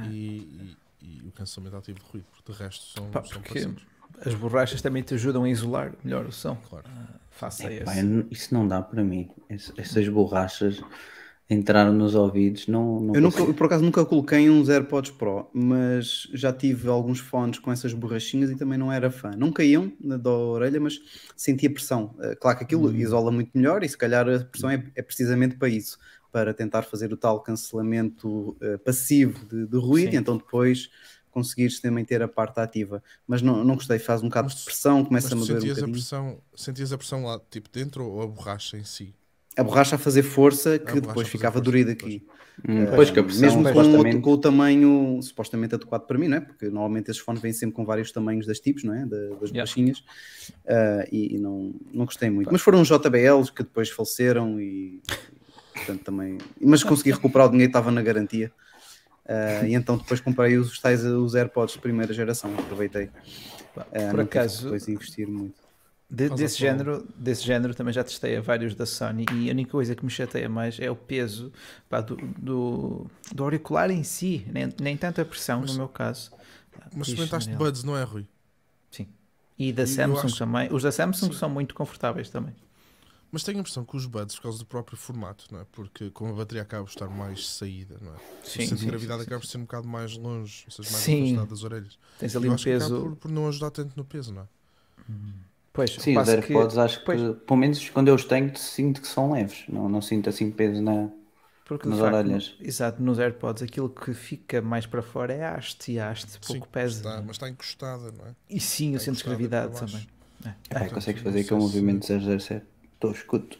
S4: e, e- e o cancelamento ativo de ruído, porque de resto são,
S5: Pá,
S4: são
S5: porque
S4: parecidos.
S5: as borrachas também te ajudam a isolar melhor o som.
S4: Claro.
S5: Faça
S2: pá,
S5: esse.
S2: eu não- isso não dá para mim. Es- Essas borrachas entraram nos ouvidos, não, não
S3: Eu, nunca,
S2: consigo.
S3: eu, por acaso nunca coloquei uns AirPods Pro, mas já tive alguns fones com essas borrachinhas e também não era fã. Não caíam na- da orelha, mas sentia pressão. Eh, Claro que aquilo isola muito melhor e se calhar a pressão é, é precisamente para isso, para tentar fazer o tal cancelamento eh, passivo de, de ruído
S5: Sim.
S3: e então depois conseguires também ter a parte ativa. Mas não, não gostei, faz um bocado
S4: Mas
S3: de
S4: tu-
S3: pressão,
S4: Mas
S3: começa a
S4: tu
S3: mover um
S4: sentias a
S3: bocadinho.
S4: pressão, sentias a pressão lá, tipo, dentro ou a borracha em si?
S3: A borracha a fazer força que
S4: borracha a
S3: depois
S4: fazer
S3: ficava
S4: força,
S3: dorida
S4: pois.
S3: aqui.
S2: Hum, pois que a
S3: Uh,
S2: pressão,
S3: mesmo com,
S2: supostamente,
S3: o, com o tamanho supostamente adequado para mim, não é? Porque normalmente esses fones vêm sempre com vários tamanhos das tipos, não é? Da- das
S5: Yeah.
S3: borrachinhas. Uh, e, e não, não gostei muito. Mas foram os J B Ls que depois faleceram e, portanto, também. Mas consegui recuperar o dinheiro, estava na garantia. Uh, e então depois comprei os tais os AirPods de primeira geração, aproveitei.
S5: Pá,
S3: Uh,
S5: Por
S3: não tive que
S5: acaso,
S3: depois investir muito.
S5: de-
S4: Causa
S5: desse,
S4: só-
S5: género, desse género também já testei a vários da Sony e a única coisa que me chateia mais é o peso pá, do, do, do auricular em si, nem, nem tanto a pressão no meu caso.
S4: Mas
S5: Ixi,
S4: experimentaste
S5: Manel.
S4: Buds, não é, Rui?
S5: Sim. E da
S4: Eu- eu
S5: Samsung
S4: acho-
S5: também. Os da Samsung
S4: Sim.
S5: são muito confortáveis também.
S4: Mas tenho a impressão que os Buds, por causa do próprio formato, não é? Porque como a bateria acaba por estar mais saída, não é?
S5: Sim,
S4: o centro
S5: sim,
S4: de gravidade
S5: sim, sim,
S4: acaba por ser um bocado mais longe, ou seja, mais
S5: Sim.
S4: afastado das orelhas.
S5: Tens ali
S4: Eu
S5: um
S4: acho que acaba
S5: peso.
S4: por, por não ajudar tanto no peso, não é?
S5: Pois,
S2: sim,
S5: ao
S2: os
S5: passo
S2: AirPods acho
S5: pois,
S2: que, pelo menos quando eu os tenho, sinto que são leves. Não, não sinto assim peso na.
S5: porque
S2: nas
S5: de facto,
S2: orelhas.
S5: no- exato, nos AirPods aquilo que fica mais para fora é a haste e a haste pouco
S4: Sim,
S5: pesa.
S4: está, mas está encostada, não é?
S5: E sim, o
S4: está
S5: centro de
S4: encostada
S5: gravidade
S4: para baixo.
S5: também. É.
S2: Epá,
S4: Portanto,
S2: consegues
S4: não
S2: fazer aquele
S4: sei se-
S2: movimento zero zero sete? Estou escuto.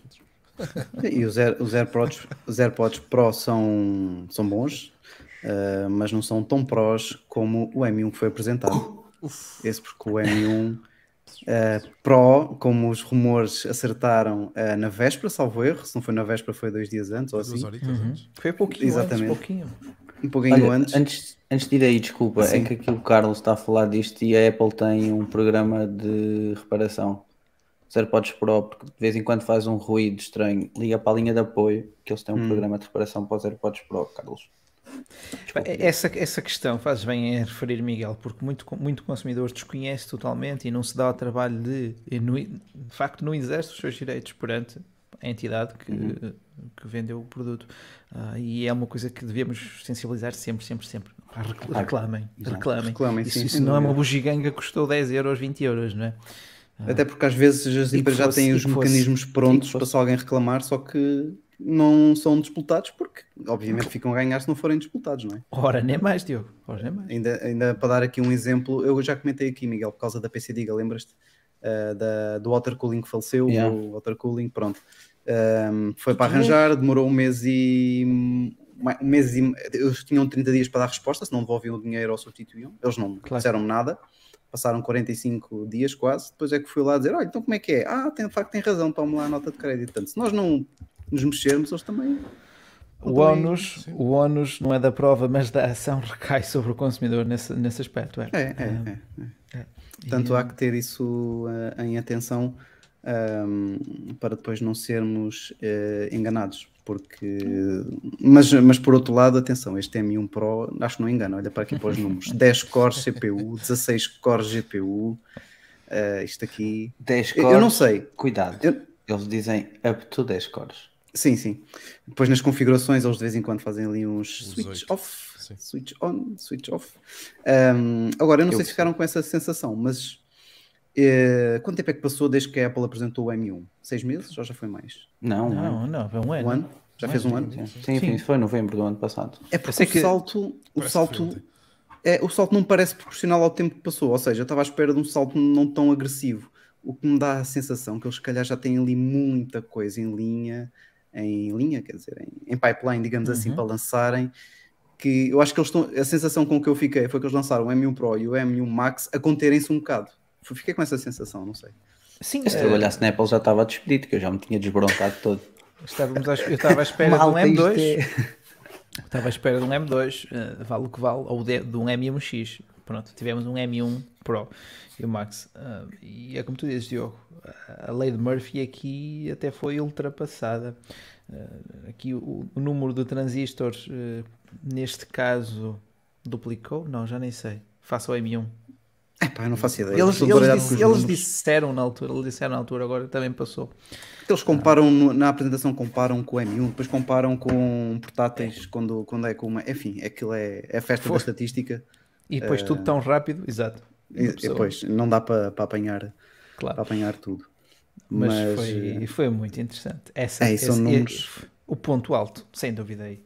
S3: E os, Air, os, AirPods, os AirPods Pro são, são bons, uh, mas não são tão prós como o M um que foi apresentado.
S4: Uf,
S3: Esse porque o M um uh, Pro, como os rumores acertaram uh, na véspera, salvo erro, se não foi na véspera foi dois dias antes ou
S4: duas
S3: assim,
S4: horitas
S5: Uhum.
S4: antes.
S5: Foi pouquinho
S3: Exatamente.
S5: antes, pouquinho.
S3: um pouquinho
S2: Olha,
S3: antes.
S2: antes, antes de ir aí, desculpa,
S3: Sim.
S2: é que aqui o Carlos está a falar disto e a Apple tem um programa de reparação. os AirPods Pro, porque de vez em quando faz um ruído estranho, liga para a linha de apoio, que eles têm um programa de reparação para os AirPods Pro, Carlos.
S5: Pá, Essa, essa questão fazes bem em referir, Miguel, porque muito, muito consumidor desconhece totalmente e não se dá ao trabalho de, e no- de facto, não exerce os seus direitos perante a entidade que, que vendeu o produto. Ah, e é uma coisa que devemos sensibilizar sempre, sempre, sempre. Pá, rec- reclamem, reclamem.
S3: Reclamem,
S5: Isso,
S3: sim,
S5: isso
S3: sem
S5: não é uma
S3: dúvida.
S5: bugiganga que custou dez euros, vinte euros, não é?
S3: Até porque às vezes as
S5: E que
S3: empresas já
S5: fosse-
S3: têm
S5: e
S3: os
S5: que fosse-
S3: mecanismos
S2: e que
S3: prontos
S2: fosse-
S3: para se alguém reclamar, só que não são disputados porque obviamente ficam a ganhar se não forem disputados, não é?
S5: Ora, nem mais, Diogo. Ora, nem mais.
S3: Ainda, ainda para dar aqui um exemplo, eu já comentei aqui, Miguel, por causa da P C Diga, lembras-te? Uh, da, do water cooling que faleceu,
S2: Yeah.
S3: o water cooling, pronto. Um, foi para arranjar, demorou um mês e um mês e eles tinham trinta dias para dar resposta, se não devolviam o dinheiro ou substituíam, eles não
S5: Claro.
S3: disseram nada, passaram quarenta e cinco dias quase, depois é que fui lá dizer, olha, então como é que é? Ah, tem, de facto tem razão, toma lá a nota de crédito. Portanto, se nós não nos mexermos, eles também...
S5: O ónus, o ónus não é da prova, mas da ação recai sobre o consumidor nesse, nesse aspecto. É,
S3: É, é, é. é.
S5: é.
S3: Portanto,
S5: E,
S3: há que ter isso uh, em atenção um, para depois não sermos uh, enganados. Porque, mas, mas por outro lado, atenção, este M um Pro, acho que não engana, olha para aqui para os números: dez cores C P U, dezasseis cores G P U, uh, isto aqui.
S2: dez
S3: Eu-
S2: cores,
S3: eu não sei.
S2: Cuidado,
S3: Eu-
S2: eles dizem up to dez cores.
S3: Sim, sim. Depois nas configurações eles de vez em quando fazem ali uns
S4: Os
S3: switch
S4: oito,
S3: off,
S4: sim.
S3: switch on, switch off. Um, agora, eu não
S2: Eu
S3: sei se ficaram com essa sensação, mas eh, quanto tempo é que passou desde que a Apple apresentou o M um? Seis meses ou já foi mais?
S2: Não, não.
S5: não, não, é um
S3: Um
S5: ano.
S3: ano? Já
S5: Um
S3: fez um ano?
S2: Sim, sim,
S5: Sim.
S2: foi em novembro do ano passado.
S3: É porque
S5: sei
S3: o
S5: que-
S3: salto, o
S4: Parece que foi
S3: salto,
S4: ontem.
S3: é, o salto não parece proporcional ao tempo que passou, ou seja, eu estava à espera de um salto não tão agressivo, o que me dá a sensação que eles se calhar já têm ali muita coisa em linha, em linha, quer dizer, em, em pipeline, digamos assim, para lançarem, que eu acho que eles estão, a sensação com que eu fiquei foi que eles lançaram o M um Pro e o M um Max a conterem-se um bocado. Fiquei com essa sensação, não sei.
S5: Sim,
S2: Se
S5: eh,
S2: trabalhasse na Apple já estava despedido, que eu já me tinha desbroncado todo.
S5: estávamos à, eu estava à espera de um
S2: Malta,
S5: M
S2: isto
S5: dois.
S2: é-
S5: Estava à espera de um M dois, eh, vale o que vale, ou de, de um M um X. Pronto, tivemos um M um Pro e o Max. Ah, e é como tu dizes, Diogo, a lei de Murphy aqui até foi ultrapassada. Ah, aqui o, o número de transistores, eh, neste caso, duplicou? Não, já nem sei. Faça o M um.
S3: Epá, eu não faço ideia.
S5: Eles,
S3: Estou
S5: eles,
S3: baralhado
S5: disse-
S3: com os
S5: eles
S3: números.
S5: disseram na altura, eles disseram na altura, agora também passou.
S3: Eles comparam, no- na apresentação comparam com o M um, depois comparam com portáteis, quando, quando é com uma... Enfim, aquilo é, é a festa
S5: Foi.
S3: da estatística.
S5: E depois tudo tão rápido, exato.
S3: E, e depois, não dá para para apanhar,
S5: Claro.
S3: para apanhar tudo.
S5: Mas,
S3: Mas,
S5: foi,
S3: eh,
S5: foi muito interessante. Essa,
S3: É, e são
S5: esse-
S3: números-
S5: é- o ponto alto, sem dúvida aí.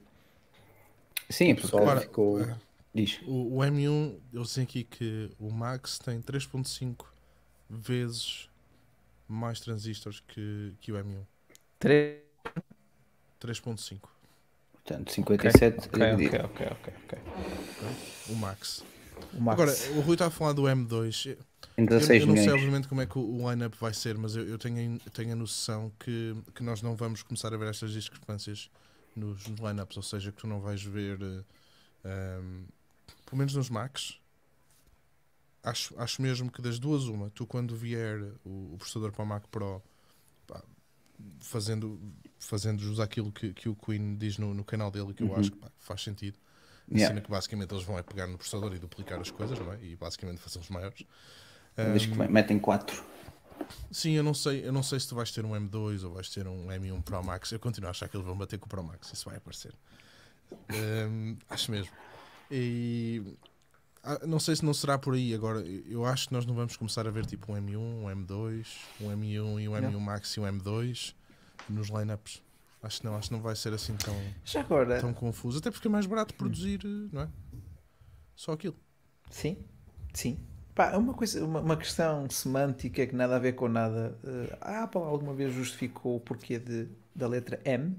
S2: Sim,
S3: o
S2: porque
S3: pessoal
S4: Ora,
S3: ficou...
S4: eh,
S2: diz.
S4: O, o M um, eles dizem aqui que o Max tem três ponto cinco vezes mais transistores que, que o M um.
S5: Três.
S4: três ponto cinco.
S2: Portanto, cinquenta e sete
S5: Ok, ok,
S2: dividido.
S5: ok, ok, ok.
S4: O Max.
S5: O Max.
S4: Agora, o Rui está a falar do M dois. Eu,
S2: Em
S4: eu
S2: dezasseis
S4: não sei,
S2: milhões.
S4: obviamente, como é que o, o line-up vai ser, mas eu, eu tenho, a- tenho a noção que, que nós não vamos começar a ver estas discrepâncias nos, nos line-ups, ou seja, que tu não vais ver, eh, ehm, pelo menos nos Macs. Acho, acho mesmo que das duas, uma, tu quando vier o, o processador para o Mac Pro, pá, fazendo, fazendo jus àquilo que, que o Queen diz no, no canal dele, que eu acho que pá, faz sentido.
S2: Yeah.
S4: Ensina que basicamente eles vão é pegar no processador e duplicar as coisas, não é? E basicamente fazê-los maiores.
S2: Diz que metem quatro.
S4: Sim, eu não sei, eu não sei se tu vais ter um M dois ou vais ter um M um Pro Max. Eu continuo a achar que eles vão bater com o Pro Max, isso vai aparecer. Hum, acho mesmo. E ah, não sei se não será por aí agora. Eu acho que nós não vamos começar a ver tipo um M um, um M dois, um M um e um M um Max e um M dois nos lineups. Acho que não, acho que não vai ser assim tão,
S5: Já agora,
S4: tão confuso. Até porque é mais barato produzir, não é? Só aquilo.
S5: sim, sim. Pá, uma, coisa, uma, uma questão semântica que nada a ver com nada. Eh, a Apple alguma vez justificou o porquê de, da letra M?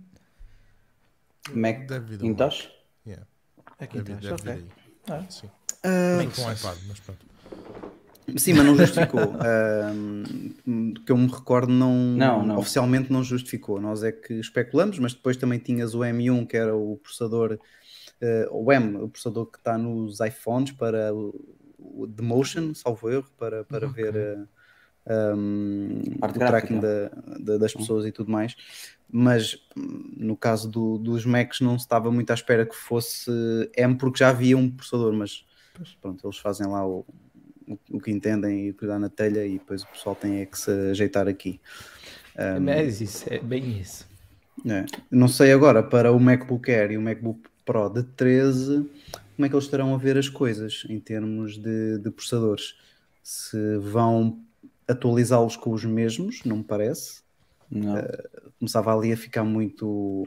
S2: Mac
S4: Deve vir do
S2: Macintosh?
S4: Yeah,
S5: Aqui
S4: deve,
S5: está,
S4: deve vir
S5: ok.
S4: aí.
S5: Ah,
S4: Sim.
S3: Ah,
S4: Com o iPad, mas pronto.
S3: sim, mas não justificou. Ahm, que eu me recordo, não,
S2: Não, não.
S3: oficialmente não justificou. Nós é que especulamos, mas depois também tinhas o M um, que era o processador, eh, o M, o processador que está nos iPhones para o, o The Motion, salvo erro, para, para ver, eh, um,
S2: Parte
S3: o
S2: gráfica.
S3: tracking da, da- das pessoas e tudo mais, mas hum, no caso do- dos Macs não se estava muito à espera que fosse M, porque já havia um processador, mas pronto, eles fazem lá o, o, o que entendem e cuidar na telha, e depois o pessoal tem é que se ajeitar aqui.
S5: Mas isso é bem isso.
S3: É. Não sei agora para o MacBook Air e o MacBook Pro de treze como é que eles estarão a ver as coisas em termos de, de processadores. Se vão atualizá-los com os mesmos, não me parece.
S2: Não.
S3: Começava ali a ficar muito...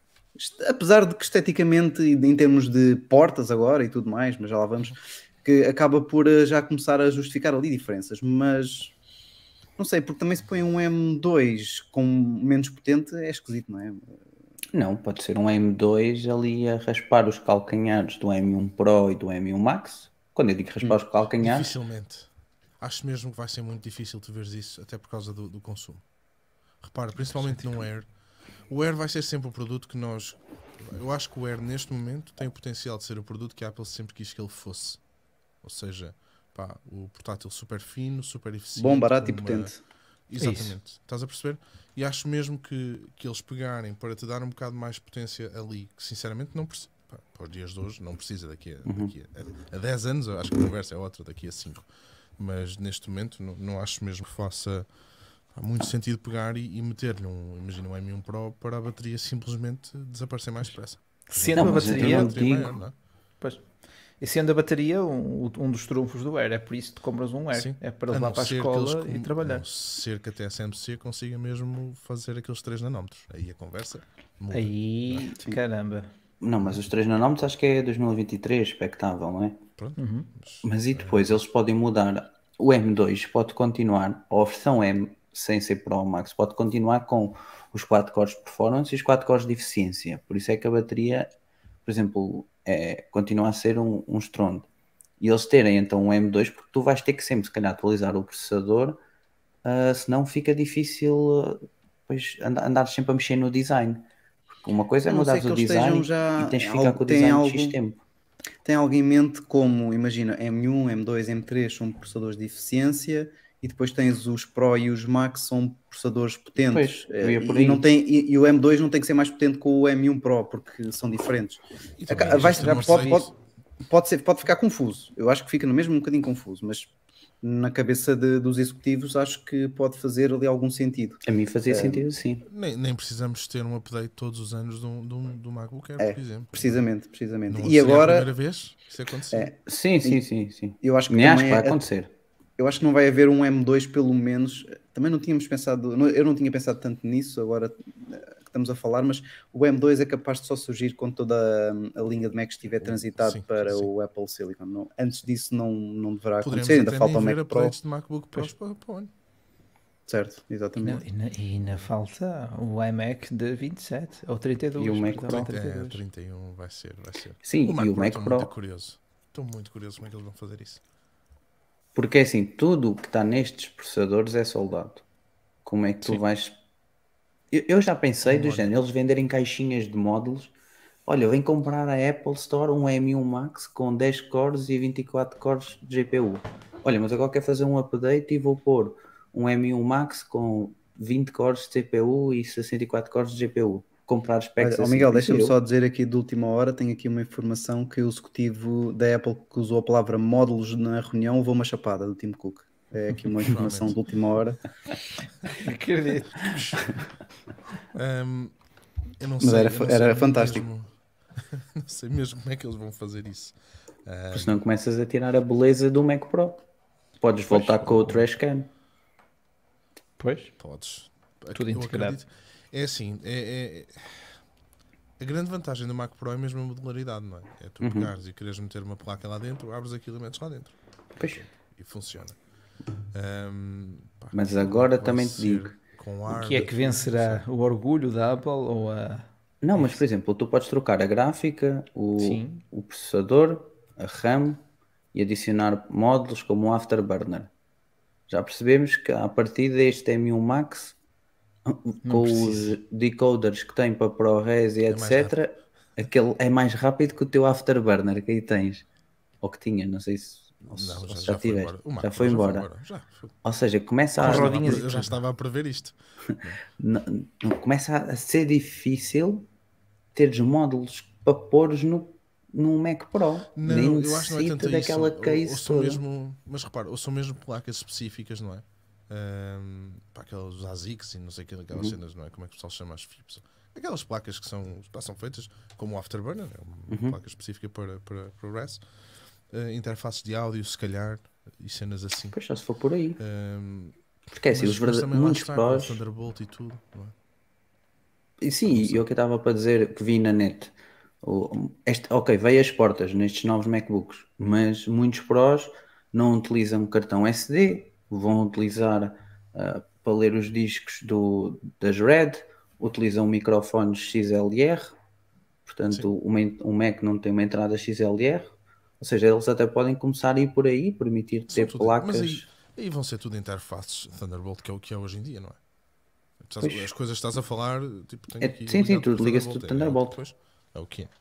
S3: Apesar de que esteticamente, e em termos de portas agora e tudo mais, mas já lá vamos, que acaba por eh, já começar a justificar ali diferenças, mas... Não sei, porque também se põe um M dois com menos potente é esquisito, não é?
S2: Não, pode ser um M dois ali a raspar os calcanhares do M um Pro e do M um Max. Quando eu digo raspar os calcanhares,
S4: Dificilmente. Acho mesmo que vai ser muito difícil tu veres isso, até por causa do, do consumo. Repara, principalmente no Air. O Air vai ser sempre o produto que nós... Eu acho que o Air, neste momento, tem o potencial de ser o produto que a Apple sempre quis que ele fosse. Ou seja, pá, o portátil super fino, super eficiente.
S3: Bom, barato e
S4: com uma-
S3: potente.
S4: Exatamente. Estás a perceber? E acho mesmo que, que eles pegarem para te dar um bocado mais potência ali, que sinceramente não precisa. Para, para os dias de hoje, não precisa daqui a, daqui a, a dez anos. Eu acho que a conversa é outra, daqui a cinco. Mas neste momento, não, não acho mesmo que faça há muito sentido pegar e, e meter-lhe um, imagina um M um Pro para a bateria simplesmente desaparecer mais depressa.
S5: Sendo
S2: Não,
S5: a
S2: mas eu
S5: bateria,
S2: não digo-
S4: maior, não é?
S5: pois, e sendo a bateria um, um dos trunfos do Air, é por isso que tu compras um Air,
S4: Sim.
S5: é para
S4: A
S5: levar
S4: não
S5: para a
S4: ser que eles
S5: escola
S4: com-
S5: e
S4: a
S5: trabalhar.
S4: não ser que a T S M C consiga mesmo fazer aqueles três nanómetros. Aí a conversa muda.
S5: Aí, caramba.
S2: não, mas os três nanómetros acho que é dois mil e vinte e três, expectável, não é?
S4: Pronto. Mas,
S2: Mas e depois eles podem mudar. O M dois pode continuar, ou a versão M sem ser Pro ou Max, pode continuar com os quatro cores de performance e os quatro cores de eficiência. Por isso é que a bateria, por exemplo, é, continua a ser um, um estrondo. E eles terem então um M dois, porque tu vais ter que sempre, se calhar, atualizar o processador, ah, senão fica difícil ah, depois and- andar sempre a mexer no design. Porque uma coisa é
S3: A não ser
S2: mudar
S3: que
S2: o
S3: eles estejam
S2: design
S3: já
S2: e tens de
S3: em
S2: ficar
S3: algo-
S2: com o
S3: têm
S2: design de
S3: algo-
S2: X tempo.
S3: Tem algo em mente como, imagina, M um, M dois, M três são processadores de eficiência e depois tens os Pro e os Max são processadores potentes.
S2: Pois, eu ia
S3: Eh,
S2: por
S3: e,
S2: aí.
S3: não tem, e, e o M dois não tem que ser mais potente que o M um Pro porque são diferentes.
S4: E também
S3: Aca- vai-
S4: existe
S3: já
S4: uma
S3: pode,
S4: percebi-
S3: pode, pode, ser, pode ficar confuso. Eu acho que fica no mesmo um bocadinho confuso, mas na cabeça de- dos executivos acho que pode fazer ali algum sentido.
S2: A mim fazia sentido assim.
S4: nem, nem precisamos ter um update todos os anos do, do, do MacBook Air,
S3: É,
S4: por exemplo.
S3: precisamente, precisamente.
S4: Não
S3: E
S4: seria a
S3: agora,
S4: primeira vez que isso acontecia.
S3: É,
S2: Sim, sim, sim, sim.
S3: eu acho que
S2: Nem acho que
S3: também
S2: vai
S3: é-
S2: acontecer.
S3: eu acho que não vai haver um M dois pelo menos. Também não tínhamos pensado, não- eu não tinha pensado tanto nisso agora eh, que estamos a falar, mas o M dois é capaz de só surgir quando toda a, a linha de Macs estiver transitado
S4: Sim,
S3: para
S4: sim.
S3: o Apple Silicon. Não- antes disso não, não deverá
S4: Poderemos
S3: acontecer, ainda
S4: até
S3: falta o
S4: nem ver
S3: Mac Pro.
S4: updates de MacBook Pros para, para o ano.
S3: Certo,
S5: E ainda,
S3: exatamente.
S5: e ainda- e ainda falta o iMac de vinte e sete ou trinta e dois.
S2: E o Mac
S5: perdão,
S2: Pro.
S5: trinta e
S4: É,
S5: dois.
S4: trinta e um vai ser, vai ser.
S2: Sim, e o Mac
S4: estou
S2: Pro.
S4: muito curioso. Estou muito curioso como é que eles vão fazer isso.
S2: Porque é assim, tudo o que está nestes processadores é soldado. Como é que tu
S4: Sim.
S2: vais. Eu, eu já pensei do
S4: Olha.
S2: género, eles venderem caixinhas de módulos. Olha, vem comprar a Apple Store um M um Max com dez cores e vinte e quatro cores de G P U. Olha, mas agora quero fazer um update e vou pôr um M um Max com vinte cores de C P U e sessenta e quatro cores de G P U. Comprar specs
S3: Olha, ó
S2: assim.
S3: Miguel,
S2: Por isso
S3: deixa-me
S2: eu-
S3: só dizer aqui de última hora, tenho aqui uma informação que o executivo da Apple que usou a palavra módulos na reunião levou uma chapada do Tim Cook. É aqui uma informação de última hora.
S5: Acredito.
S4: Ahm, eu não
S3: Mas
S4: sei,
S3: era
S4: eu
S3: fa-
S4: não sei
S3: era
S4: mesmo-
S3: fantástico.
S4: não sei mesmo como é que eles vão fazer isso. Ahm,
S2: Porque senão começas a tirar a beleza do Mac Pro. Podes voltar com o trash can.
S5: Pois.
S4: Podes.
S5: Tudo
S4: Eu
S5: integrado.
S4: acredito. É assim, é, é- a grande vantagem do Mac Pro é mesmo a modularidade, não é? É tu pegares e queres meter uma placa lá dentro, abres aquilo e metes lá dentro.
S2: Pois.
S4: E funciona. Ahm, pá,
S2: Mas agora
S4: vai
S2: também te
S4: ser
S2: digo.
S4: com
S5: O
S4: ar,
S5: que é que vencerá? O orgulho da Apple ou a.
S2: Não, mas por exemplo, tu podes trocar a gráfica, o,
S5: Sim.
S2: o processador, a RAM e adicionar módulos como o Afterburner. Já percebemos que a partir deste M um Max, com os decoders que tem para ProRes e
S4: mais
S2: etcétera, aquele é mais rápido que o teu Afterburner que aí tens. Ou que tinha, não sei se Ou se,
S4: Não,
S2: ou
S4: já,
S2: se
S4: já
S2: já
S4: foi
S2: tiveste.
S4: embora. O Mac
S2: Já
S4: Pro
S2: foi embora.
S4: Já foi.
S2: Ou seja, começa
S5: Com
S2: a,
S5: as
S4: Eu
S5: rodinhas
S4: já-
S5: e
S4: eu já
S5: tudo.
S4: estava a prever isto.
S2: n- n- começa a ser difícil teres módulos para pôres no, no Mac Pro. Nem
S4: Não, eu acho que não é
S2: necessita
S4: tanto
S2: daquela
S4: isso. Ou,
S2: case
S4: ou são
S2: toda.
S4: mesmo, mas repara, ou são mesmo placas específicas, não é? Um, para aqueles ASICs e não sei o que, aquelas cenas, não é? Como é que o pessoal chama as F I Ps? Aquelas placas que são, são feitas como o Afterburner, é uma placa específica para, para, para o R A S. Uh, interfaces de áudio, se calhar, e cenas assim.
S2: Pois só se for por aí.
S4: Um,
S2: Porque é assim,
S4: mas,
S2: os
S4: mas
S2: verda-
S4: também lá
S2: muitos
S4: está, com o
S2: prós.
S4: Thunderbolt e tudo, não é?
S2: E sim, eu que estava para dizer que vi na net. O- este, ok, veio as portas nestes novos MacBooks, mas muitos prós não utilizam cartão S D, vão utilizar ah, para ler os discos do, das RAID, utilizam microfones X L R, portanto uma, um Mac não tem uma entrada X L R, ou seja, eles até podem começar a ir por aí, permitir
S4: São
S2: ter
S4: tudo- mas aí,
S2: placas.
S4: aí vão ser tudo interfaces Thunderbolt, que é o que é hoje em dia, não é? Estás-
S2: Pois.
S4: As coisas que estás a falar, tipo, tenho
S2: É,
S4: aqui
S2: sim, sim,
S4: ligado
S2: tudo
S4: por
S2: liga-se tudo
S4: é-
S2: Thunderbolt.
S4: É, pois, é o que é.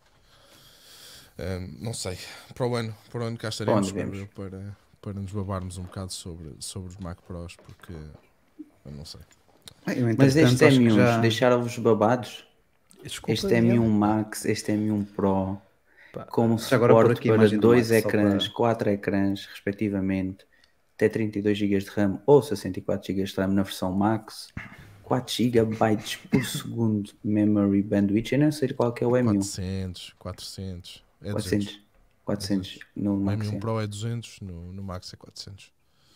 S4: Ahm, não sei. Para o ano, para o ano cá
S2: Para
S4: estaremos
S2: onde vemos?
S4: para, para, para nos babarmos um bocado sobre, sobre os Mac Pros, porque eu não sei.
S3: Ah, eu,
S2: Mas
S3: entretanto,
S2: este
S3: acho que
S2: M um,
S3: já-
S2: deixaram-vos babados?
S5: Desculpa,
S2: Este M um
S5: Diego.
S2: Max, este M um Pro,
S5: Pá,
S2: com
S3: já agora por
S2: suporte
S3: aqui a
S2: para
S3: imagem do
S2: dois
S3: Max, só
S2: ecrãs,
S3: para-
S2: quatro ecrãs, respectivamente, até trinta e dois gigas de RAM ou sessenta e quatro gigas de RAM na versão Max, quatro gigabytes por segundo de memory bandwidth. Eu não sei qual que é o M um.
S4: quatrocentos, quatrocentos. É duzentos.
S2: quatrocentos, quatrocentos no
S4: O
S2: Max.
S4: M um
S2: é.
S4: Pro é duzentos, no, no Max é quatrocentos.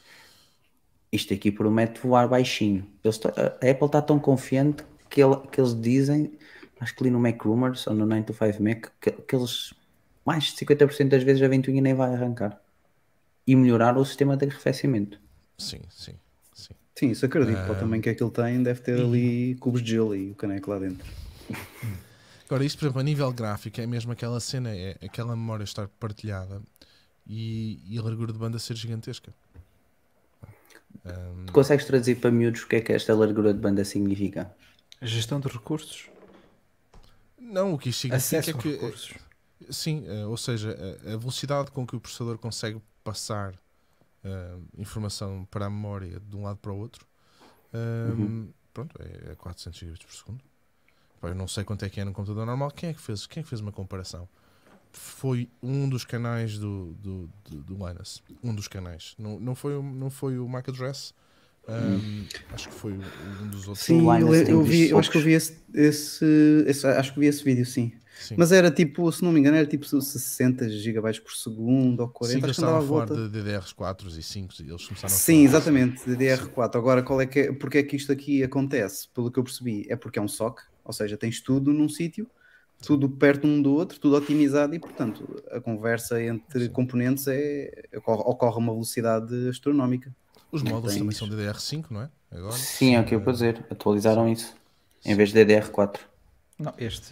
S2: Isto aqui promete voar baixinho. Eles tá- a Apple está tão confiante que, ele- que eles dizem, acho que li no Mac Rumors ou no nine to five Mac, que, que eles mais de cinquenta por cento das vezes a ventoinha nem vai arrancar. E melhorar o sistema de arrefecimento.
S4: Sim, sim, sim.
S3: Sim, isso acredito. Para o
S2: Ah,
S3: tamanho que aquilo tem, deve ter ali cubos de gelo e o caneco lá dentro.
S4: Agora, isto, por exemplo, a nível gráfico, é mesmo aquela cena, é aquela memória estar partilhada e, e a largura de banda ser gigantesca. Ahm,
S2: Tu consegues traduzir para miúdos o que é que esta largura de banda significa?
S5: Gestão de recursos,
S4: não, o que isto significa
S5: acesso
S4: é
S5: a
S4: que.
S5: recursos.
S4: Sim, eh, ou seja, a, a velocidade com que o processador consegue passar eh, informação para a memória de um lado para o outro, ehm, pronto, é, é quatrocentos gigabits por segundo. Pá, eu não sei quanto é que é no computador normal. Quem é que fez, quem é que fez uma comparação? Foi um dos canais do, do, do, do Linus. Um dos canais. Não, não, foi, o- não foi o Mac Address. Ehm, Acho que foi o- um dos outros.
S3: Sim,
S2: O
S3: eu,
S2: Linus tem
S3: eu vi,
S2: visto
S3: eu acho que eu vi
S2: poucos.
S3: esse, esse, esse- acho que vi esse vídeo, sim.
S4: Sim.
S3: Mas era tipo, se não me engano, era tipo sessenta gigabytes por segundo ou
S4: Sim,
S3: quarenta,
S4: que eles
S3: acho que andava
S4: estavam
S3: à
S4: a falar
S3: volta.
S4: de D D R quatro e cinco e eles começaram a
S3: Sim,
S4: falar
S3: exatamente, D D R quatro. Agora, qual é que é, porque é que isto aqui acontece? Pelo que eu percebi, é porque é um S O C, ou seja, tens tudo num sítio, tudo perto um do outro, tudo otimizado e, portanto, a conversa entre
S4: Sim.
S3: componentes é, ocorre, ocorre a uma velocidade astronómica.
S4: Os
S3: Não
S4: módulos também
S3: tens-
S4: são D D R cinco, não é? Agora.
S2: Sim, é o que eu
S4: Eh,
S2: vou dizer. Atualizaram isso. Em vez de D D R quatro.
S5: Não, este.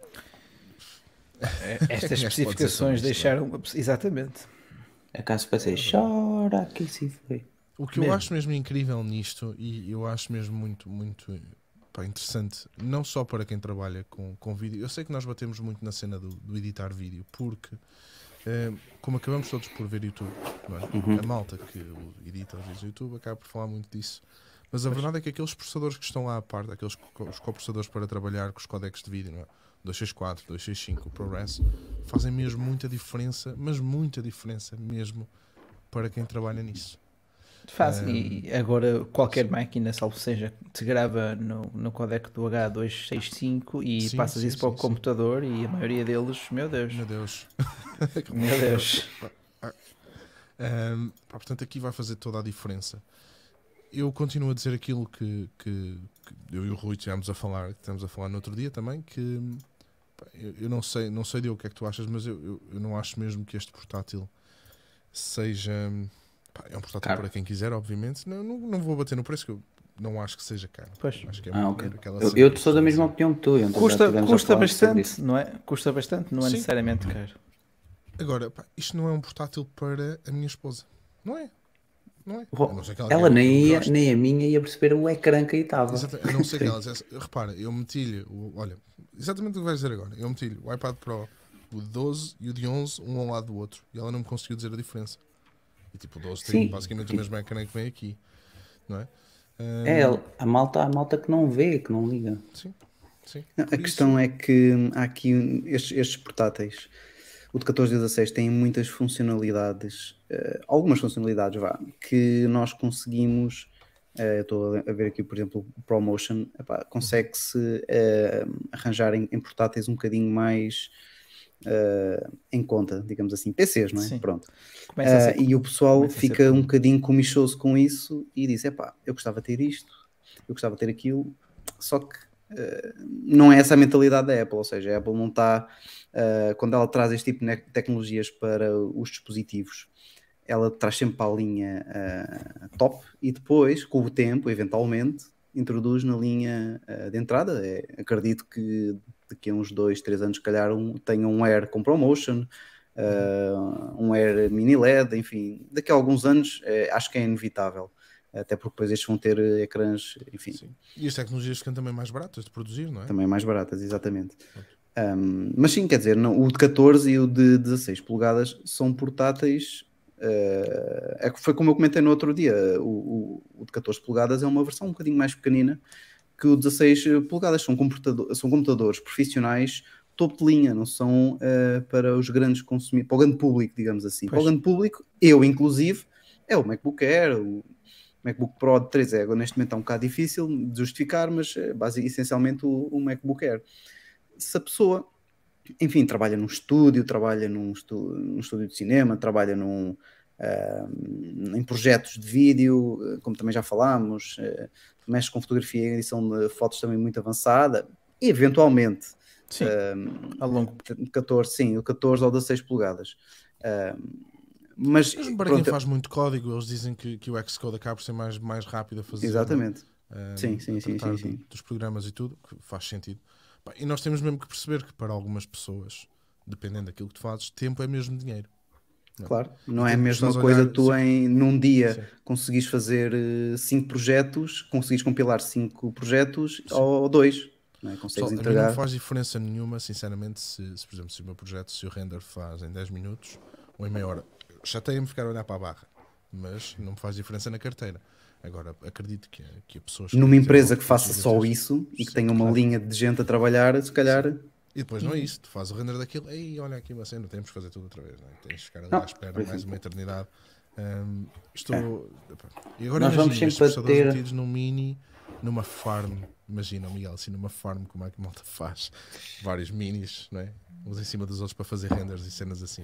S5: eh, Estas
S4: Pode ser só
S5: especificações
S4: isto, não é?
S5: deixaram. Exatamente.
S2: Acaso passei, chora que se foi.
S4: O que eu
S5: Mesmo.
S4: acho mesmo incrível nisto, e eu acho mesmo muito, muito pá, interessante, não só para quem trabalha com, com vídeo, eu sei que nós batemos muito na cena do, do editar vídeo, porque eh, como acabamos todos por ver YouTube, não é? A malta que edita os vídeos do YouTube acaba por falar muito disso. Mas a verdade é que aqueles processadores que estão lá à parte, aqueles co- os coprocessadores para trabalhar com os codecs de vídeo, não é? dois sessenta e quatro, dois sessenta e cinco, o ProRes, fazem mesmo muita diferença, mas muita diferença mesmo para quem trabalha nisso.
S5: Faz, e agora qualquer máquina, salvo seja, te grava no, no codec do H duzentos e sessenta e cinco e
S4: Sim,
S5: passas
S4: sim,
S5: isso para o
S4: sim, sim.
S5: computador e a maioria deles, meu Deus,
S4: Meu Deus.
S5: meu Deus.
S4: Um, pá, portanto, aqui vai fazer toda a diferença. Eu continuo a dizer aquilo que, que, que eu e o Rui estivemos a falar, que estamos a falar no outro dia também, que pá, eu, eu não sei, não sei de o que é que tu achas, mas eu, eu, eu não acho mesmo que este portátil seja. Pá, é um portátil
S2: Caro.
S4: para quem quiser, obviamente. Não, não, não vou bater no preço, que eu não acho que seja caro.
S5: Pois.
S4: Acho que é
S2: Ah,
S4: muito
S2: ok.
S4: dinheiro, aquela
S2: Eu,
S4: cena
S2: eu
S4: que
S2: sou da
S4: eu
S2: mesma
S4: dizer.
S2: opinião que tu. Então já
S5: Custa,
S2: tivemos a
S5: custa
S2: falar sobre
S5: bastante,
S2: isso.
S5: não é? Custa bastante, não é
S4: Sim.
S5: necessariamente caro.
S4: Agora, pá, isto não é um portátil para a minha esposa. Não é? Não é?
S2: Bom,
S4: A não ser que
S2: ela
S4: queira
S2: nem,
S4: que eu
S2: ia,
S4: goste.
S2: nem a minha ia perceber o ecrã que aí estava.
S4: Exatamente, a não ser que ela dissesse, repara, eu meti-lhe, o- olha, exatamente o que vais dizer agora, eu meti-lhe o iPad Pro, o de doze e o de onze, um ao lado do outro, e ela não me conseguiu dizer a diferença. E tipo, o doze tem
S2: Sim,
S4: basicamente
S2: tipo-
S4: o mesmo ecrã que vem aqui, não é? Ah,
S2: É, a malta, a malta que não vê, que não liga.
S4: Sim, sim.
S3: Não,
S4: Por
S3: a
S4: isso-
S3: questão é que há aqui um- estes, estes portáteis, o de catorze e o dezasseis, têm muitas funcionalidades, eh, algumas funcionalidades, vá, que nós conseguimos. eh, eu estou a ver aqui, por exemplo, o ProMotion, epá, consegue-se eh, arranjar em, em portáteis um bocadinho mais eh, em conta, digamos assim, P Cs, não é?
S5: Sim.
S3: Pronto.
S5: Começa a ser
S3: Ah, e o pessoal
S5: começa a ser
S3: fica um
S5: comum.
S3: bocadinho comichoso com isso e diz: epá, eu gostava de ter isto, eu gostava de ter aquilo, só que ah, não é essa a mentalidade da Apple, ou seja, a Apple não está, ah, quando ela traz este tipo de ne- tecnologias para os dispositivos, ela traz sempre para a linha ah, top e depois, com o tempo, eventualmente, introduz na linha ah, de entrada. É, acredito que daqui a uns dois, três anos, se calhar, um, tenha um Air com ProMotion, uh, um Air Mini L E D, enfim, daqui a alguns anos eh, acho que é inevitável, até porque depois estes vão ter eh, ecrãs, enfim,
S4: Sim. E as tecnologias ficam também mais baratas de produzir, não é?
S3: também mais baratas, exatamente. Um, mas sim, quer dizer, não, o de catorze e o de dezasseis polegadas são portáteis. Uh, é que foi como eu comentei no outro dia, o, o, o de catorze polegadas é uma versão um bocadinho mais pequenina que o dezasseis polegadas. São, computador, são computadores profissionais topo de linha, não são uh, para os grandes consumidores, para o grande público, digamos assim.
S5: Pois.
S3: Para o grande público, eu inclusive, é o MacBook Air, o MacBook Pro de três é, neste momento é um bocado difícil de justificar, mas basicamente, essencialmente o, o MacBook Air. Se a pessoa, enfim, trabalha num estúdio, trabalha num, estu, num estúdio de cinema, trabalha num, uh, em projetos de vídeo, como também já falámos, uh, mexe com fotografia e edição de fotos também muito avançada, e eventualmente
S5: Sim,
S3: uh,
S5: a longo.
S3: catorze, sim, o catorze ou dezasseis polegadas. Uh, mas
S4: Mesmo para
S3: pronto,
S4: quem faz muito código, eles dizem que, que o Xcode acaba por ser mais, mais rápido a fazer.
S3: exatamente.
S4: Um,
S3: Sim, sim,
S4: a
S3: sim,
S4: tratar
S3: sim, sim.
S4: de- dos programas e tudo, que faz sentido. Pá, e nós temos mesmo que perceber que para algumas pessoas, dependendo daquilo que tu fazes, tempo é mesmo dinheiro.
S3: Claro, não
S4: E
S3: é a
S4: quando
S3: mesma
S4: estás a
S3: coisa
S4: olhar-
S3: tu
S4: sim.
S3: em, num dia
S4: Sim.
S3: conseguires fazer eh, cinco projetos, conseguires compilar cinco projetos
S4: Sim.
S3: ou dois, não é? Consegues
S4: Pessoal, a mim não
S3: entregar.
S4: me faz diferença nenhuma, sinceramente, se, se, por exemplo, se o meu projeto, se o render faz em dez minutos ou em meia hora. Chateia-me ficar a olhar para a barra, mas não me faz diferença na carteira. Agora, acredito que, que a pessoas que
S3: Numa empresa que
S4: desenvolvem
S3: faça só
S4: gigantescos-
S3: isso e que
S4: Sim,
S3: tenha uma
S4: claro.
S3: linha de gente a trabalhar, se calhar.
S4: E depois não é isso, tu fazes o render daquilo, ei, olha aqui uma cena, temos que fazer tudo outra vez, não é? Tens de ficar ali
S2: Não,
S4: à espera
S2: por
S4: mais
S2: exemplo.
S4: uma eternidade. Hum, estou. E agora
S2: Nós vamos
S4: imagina, estes
S2: sempre a
S4: processadores
S2: ter-
S4: metidos num mini, numa farm. Imagina, Miguel, assim, numa farm, como é que a malta faz? Vários minis, não é? Uns em cima dos outros para fazer renders e cenas assim.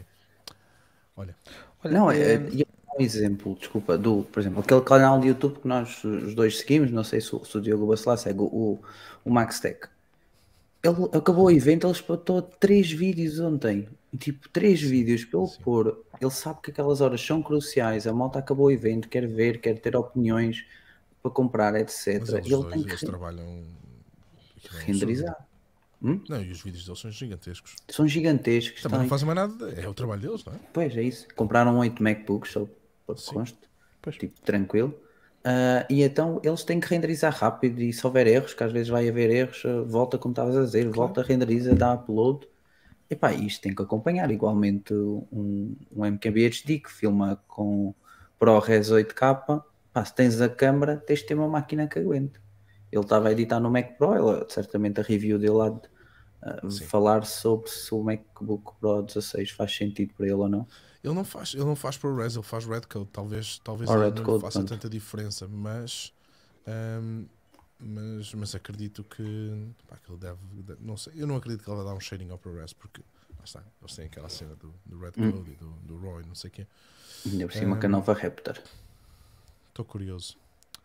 S4: Olha,
S5: Olha,
S2: Não, é,
S5: eh,
S2: é, e é um exemplo, desculpa, do, por exemplo, aquele canal de YouTube que nós os dois seguimos, não sei se o, se o Diogo Bacelar segue o, o, o Max Tech. Ele acabou o evento, ele espetou três vídeos ontem. E, Tipo, três vídeos pelo
S4: sim.
S2: pôr. Ele sabe que aquelas horas são cruciais. A malta acabou o evento, quer ver, quer ter opiniões para comprar, etcétera.
S4: mas eles
S2: Ele
S4: dois,
S2: tem que
S4: eles
S2: re-
S4: trabalham. aquilo é um
S2: renderizar.
S4: absurdo.
S2: Hum?
S4: Não, e os vídeos deles são gigantescos.
S2: São gigantescos.
S4: Também
S2: têm-
S4: não fazem mais nada, é o trabalho deles, não é?
S2: Pois é isso. Compraram oito MacBooks, só para que
S4: Sim.
S2: conste.
S5: Pois.
S2: Tipo, tranquilo. Ah, e então eles têm que renderizar rápido e se houver erros, que às vezes vai haver erros, ah, volta como estavas a dizer, volta, renderiza, dá upload. Epá, isto tem que acompanhar. Igualmente um, um M K B H D que filma com ProRes oito K, pá, se tens a câmera, tens de ter uma máquina que aguente. Ele estava a editar no Mac Pro, ele, certamente a review dele há de ah,
S4: Sim.
S2: falar sobre se o MacBook Pro dezasseis faz sentido para ele ou não.
S4: Ele não faz, ele não faz ProRes, ele faz Redcode. Talvez, talvez
S2: Ou
S4: aí
S2: Red
S4: não lhe
S2: Code,
S4: faça
S2: pronto.
S4: tanta diferença, mas, hum, mas, mas acredito que, pá, que ele deve, de- não sei, eu não acredito que ele vai dar um shading ao ProRes, porque lá está, eles têm aquela cena do, do Redcode
S2: Hum.
S4: e do, do Roy, não sei o quê.
S2: Ainda por cima
S4: Um,
S2: com a nova Raptor.
S4: Estou curioso.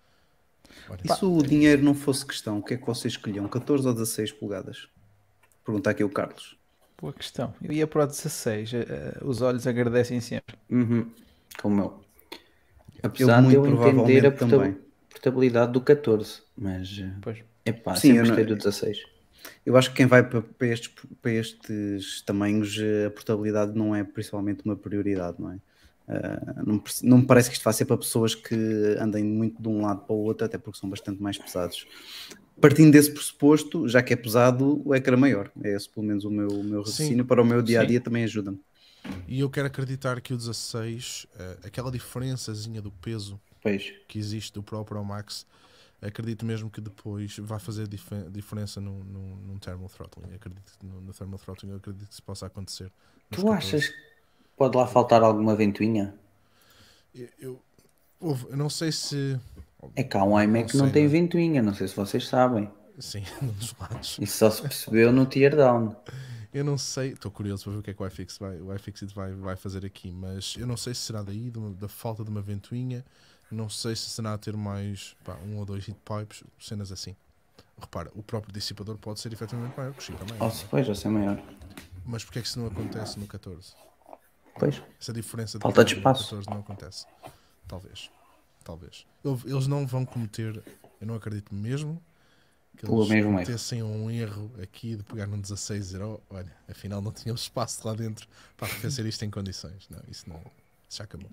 S4: Olha,
S3: E se o dinheiro não fosse questão, o que é que vocês escolhiam? catorze ou dezasseis polegadas? Pergunta aqui o Carlos.
S5: boa questão. Eu ia para o dezasseis, eh, eh, os olhos agradecem sempre.
S2: Uhum. Como eu. Apesar
S3: muito
S2: de eu entender a
S3: provavelmente
S2: porta-
S3: também.
S2: portabilidade do catorze, mas
S5: Pois.
S2: é pá,
S3: Sim,
S2: sempre
S3: eu não-
S2: gostei do dezasseis.
S3: Eu acho que quem vai para, para estes, para estes tamanhos, eh, a portabilidade não é principalmente uma prioridade, não é? Ah, não, me parece- não me parece que isto vai ser para pessoas que andem muito de um lado para o outro, até porque são bastante mais pesados. Partindo desse pressuposto, já que é pesado, o ecrã maior. É esse pelo menos o meu, o meu raciocínio. Para o meu dia a dia também ajuda-me.
S4: E eu quero acreditar que o dezasseis, uh, aquela diferençazinha do peso
S2: Pois.
S4: que existe do Pro Pro Max, acredito mesmo que depois vai fazer dif diferença no, no, no thermal throttling. Acredito que no, no thermal throttling, eu acredito que isso possa acontecer. nos
S2: Tu
S4: catorze.
S2: achas que pode lá faltar alguma ventoinha?
S4: Eu, eu, ouve, eu não sei se.
S2: É que há um iMac que não
S4: sei,
S2: tem
S4: não é?
S2: ventoinha, não sei se vocês sabem.
S4: Sim, num dos lados.
S2: Isso só se percebeu no teardown.
S4: Eu não sei, estou curioso para ver o que é que o iFixit vai, o iFixit vai, vai fazer aqui, mas eu não sei se será daí, de uma- da falta de uma ventoinha, não sei se será a ter mais pá, um ou dois heat pipes, cenas assim. Repara, o próprio dissipador pode ser efetivamente maior que o Chico também,
S2: Ou se pois, ou se é maior.
S4: mas porque é que isso não acontece no catorze?
S2: Pois.
S4: Essa diferença de
S2: Falta de
S4: volume
S2: espaço.
S4: no catorze não acontece. Talvez. Talvez. Eu- Eles não vão cometer, eu não acredito mesmo, que
S2: O
S4: eles
S2: mesmo erro.
S4: cometessem um erro aqui de pegar num dezasseis e dizer, oh, olha, afinal não tínhamos espaço lá dentro para arrefecer isto em condições. Não, isso não. Isso já acabou.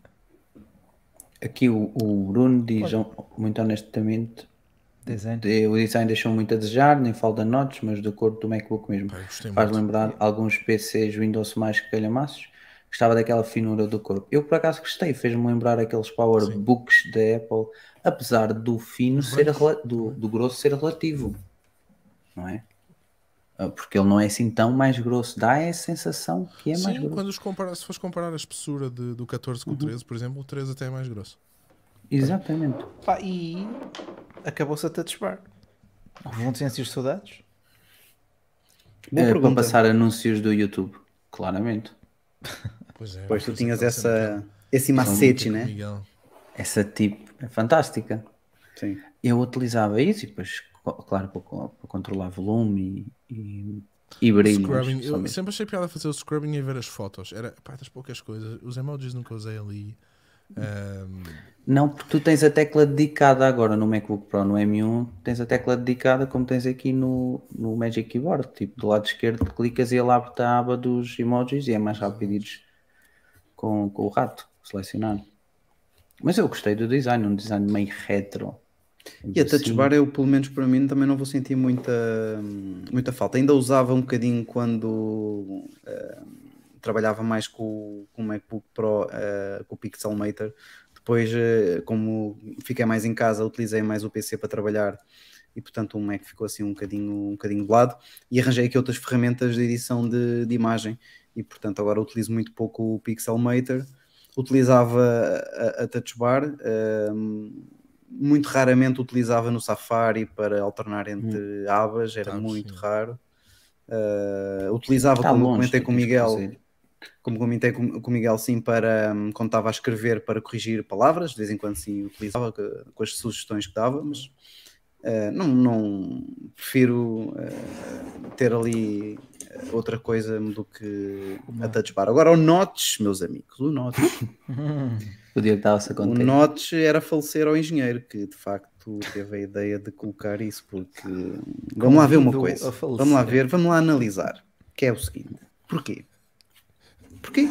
S2: Aqui o, o Bruno diz, muito honestamente,
S5: Design.
S2: de- o design deixou muito a desejar, nem falta notes, mas de acordo do MacBook mesmo.
S4: Pá, eu gostei
S2: Faz
S4: muito.
S2: lembrar alguns P Cs Windows mais calhamaços. Gostava daquela finura do corpo. Eu por acaso gostei, fez-me lembrar aqueles PowerBooks da Apple, apesar do fino
S4: Os
S2: ser
S4: brancos
S2: rela- do, do grosso ser relativo, não é? Ah, porque ele não é assim tão mais grosso, dá a sensação que é mais
S4: Sim,
S2: grosso.
S4: quando os compara, se fores comparar a espessura de- do catorze com o treze, por exemplo, o treze até é mais grosso.
S2: Exatamente.
S5: Pá, e acabou-se a touch bar. Vão ter de saudades?
S3: Boa
S2: Eh, para
S3: pergunta.
S2: passar anúncios do YouTube, claramente.
S4: Pois é.
S3: Pois tu
S4: mas
S3: tinhas
S4: aquela cena
S3: essa,
S4: que
S3: esse
S4: eu-
S3: macete,
S4: com o
S3: né?
S4: Miguel.
S2: Essa tipo é fantástica.
S3: Sim.
S2: Eu utilizava isso e depois, co- claro, para, co- para controlar volume e, e, e brilho. mas
S4: Scrubbing,
S2: só
S4: eu
S2: mesmo.
S4: sempre achei piada fazer o scrubbing e ver as fotos. Era pá, das poucas coisas. Os emojis nunca usei ali. Ahm,
S2: Não, porque tu tens a tecla dedicada agora no MacBook Pro, no M um, tens a tecla dedicada como tens aqui no, no Magic Keyboard. Tipo, do lado esquerdo clicas e ele abre-te a aba dos emojis e é mais rápido ires com, com o rato selecionar. Mas eu gostei do design, um design meio retro.
S3: E a touch bar eu, pelo menos para mim, também não vou sentir muita, muita falta. Ainda usava um bocadinho quando eh, trabalhava mais com, com o MacBook Pro, eh, com o Pixelmator. Depois, eh, como fiquei mais em casa, utilizei mais o P C para trabalhar e, portanto, o Mac ficou assim um bocadinho, um bocadinho de lado. E arranjei aqui outras ferramentas de edição de, de imagem e, portanto, agora utilizo muito pouco o Pixelmator. Utilizava a, a touch bar, eh, muito raramente utilizava no Safari para alternar entre abas, era
S4: Tabs,
S3: muito
S4: sim.
S3: raro. Uh, utilizava,
S2: Está
S3: como
S2: longe,
S3: comentei
S2: tu
S3: com o
S2: tens que
S3: Miguel,
S2: fazer.
S3: como comentei com, com o Miguel, sim, para hum, quando estava a escrever para corrigir palavras, de vez em quando sim utilizava com, com as sugestões que dava, mas uh, não, não prefiro uh, ter ali outra coisa do que a touch bar. Agora o Notch, meus amigos, o Notch.
S2: O dia que estava-se a
S3: O
S2: contar.
S3: Notch era falecer ao engenheiro que de facto teve a ideia de colocar isso, porque vamos lá ver uma
S5: Convido
S3: coisa,
S5: a falecer.
S3: vamos lá ver, vamos lá analisar, que é o seguinte, porquê? Porquê?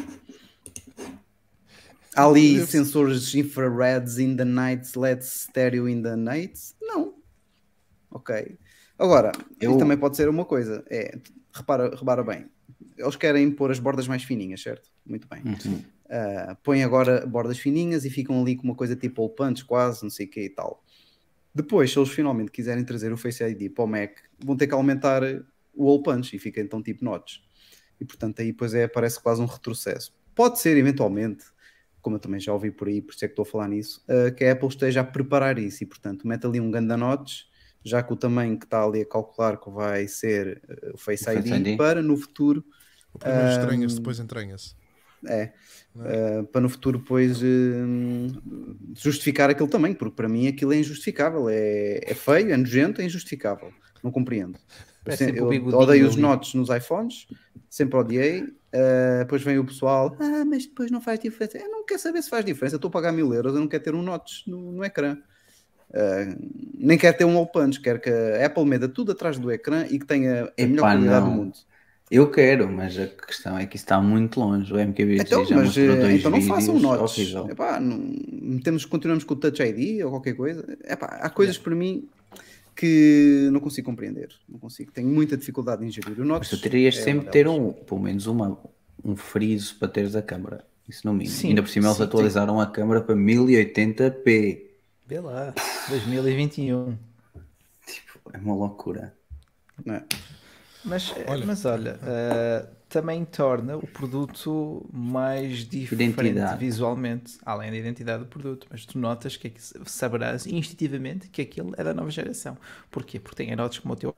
S3: Há ali
S4: Eu-
S3: sensores infrareds in the night, L E D stereo in the night? Não. Ok. Agora,
S2: Eu-
S3: isso também pode ser uma coisa, é, repara, repara bem, eles querem pôr as bordas mais fininhas, certo? Muito bem.
S2: Uhum.
S3: Uh, põem agora bordas fininhas e ficam ali com uma coisa tipo all punch quase, não sei o que e tal. Depois, se eles finalmente quiserem trazer o Face I D para o Mac, vão ter que aumentar o all punch e fica então tipo notch. E portanto aí depois é, parece quase um retrocesso. Pode ser eventualmente, como eu também já ouvi por aí, por isso é que estou a falar nisso, uh, que a Apple esteja a preparar isso e portanto mete ali um ganda notch, já que o tamanho que está ali a calcular que vai ser uh, o Face,
S2: O
S3: I,
S2: Face
S3: D,
S2: I D.
S3: para no futuro
S4: O primeiro
S3: Um,
S4: estranha-se, depois entranha-se.
S3: é,
S4: Não é?
S3: uh, para no futuro depois uh, justificar aquilo também, porque para mim aquilo é injustificável, é, é feio, é nojento, é injustificável, não compreendo.
S5: É sempre o
S3: Eu
S5: bigodinho
S3: odeio os
S5: ali.
S3: notches nos iPhones, sempre odiei, uh, depois vem o pessoal, ah, mas depois não faz diferença. Eu não quero saber se faz diferença, eu estou a pagar mil euros, eu não quero ter um notch no, no ecrã. Uh, nem quero ter um all punch, quero que a Apple meta tudo atrás do ecrã e que tenha a
S2: Epá,
S3: melhor qualidade
S2: não.
S3: do mundo.
S2: Eu quero, mas a questão é que isso está muito longe. O M K B
S3: Então,
S2: já
S3: mas
S2: mostrou
S3: eh,
S2: dois
S3: então não façam
S2: vídeos,
S3: notch.
S2: horrível.
S3: Epá, não, metemos, continuamos com o Touch I D ou qualquer coisa. Epá, há coisas para mim que não consigo compreender. Não consigo. Tenho muita dificuldade em gerir o notch.
S2: Mas tu terias
S3: é
S2: sempre
S3: uma
S2: ter
S3: delas.
S2: um, pelo menos uma, um friso para teres a câmara. Isso no mínimo.
S5: Sim,
S2: Ainda por cima eles
S5: sim,
S2: atualizaram a câmara para mil e oitenta p.
S5: Vê lá, dois mil e vinte e um.
S2: Tipo, é uma loucura.
S3: Não é?
S5: Mas
S4: Olha.
S5: olha, mas olha eh, também torna o produto mais diferente
S2: Identidade.
S5: visualmente, além da identidade do produto. Mas tu notas que é que saberás instintivamente que aquilo é da nova geração. Porquê? Porque tem anotes como o teu.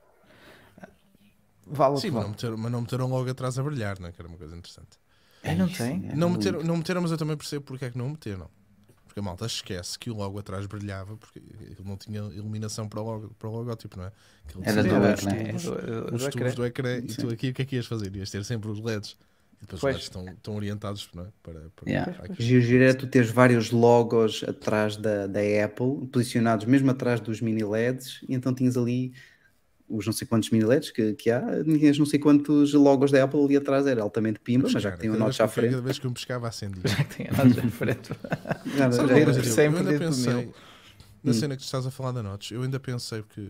S5: Vale o
S4: Sim,
S5: que
S4: mas
S5: vale.
S4: não, meteram, mas não meteram logo atrás a brilhar, não é? Que era uma coisa interessante.
S5: Ah, não
S2: Isso,
S5: tem?
S2: é
S4: Não
S2: lindo.
S4: meteram, não meteram, mas eu também percebo porque é que não meteram. Porque a malta esquece que o logo atrás brilhava porque ele não tinha iluminação para o, logo, para o logótipo, não é? Aquilo
S2: Era
S4: tinha
S2: do
S4: os
S2: ecrã.
S4: tubos,
S5: É, do- do
S4: os
S5: ecrã.
S4: tubos do ecrã e tu aqui o que é que ias fazer? Ias ter sempre os L E Ds. E depois
S5: Pois.
S4: os L E Ds estão, estão orientados, não é? Para, para,
S2: Yeah.
S4: para aquilo.
S3: Giro, giro é tu teres vários logos atrás da, da Apple, posicionados mesmo atrás dos mini L E Ds, e então tinhas ali os não sei quantos mini L E Ds que, que há, tinhas não sei quantos logos da Apple ali atrás, era altamente pimba, mas já que tem um
S4: Cada
S3: notch
S4: vez
S3: à
S4: que eu- Cada
S3: frente.
S4: vez que eu me pescava, acendia.
S5: Já que tem anotes à frente.
S3: Já,
S4: Sabe
S3: já
S4: uma
S3: era.
S4: coisa,
S5: por
S4: Diogo?
S5: cem
S4: eu
S5: por
S4: ainda
S5: dentro do
S4: pensei,
S5: mil.
S4: na
S3: Hum.
S4: cena que tu estás a falar da Notch, eu ainda pensei que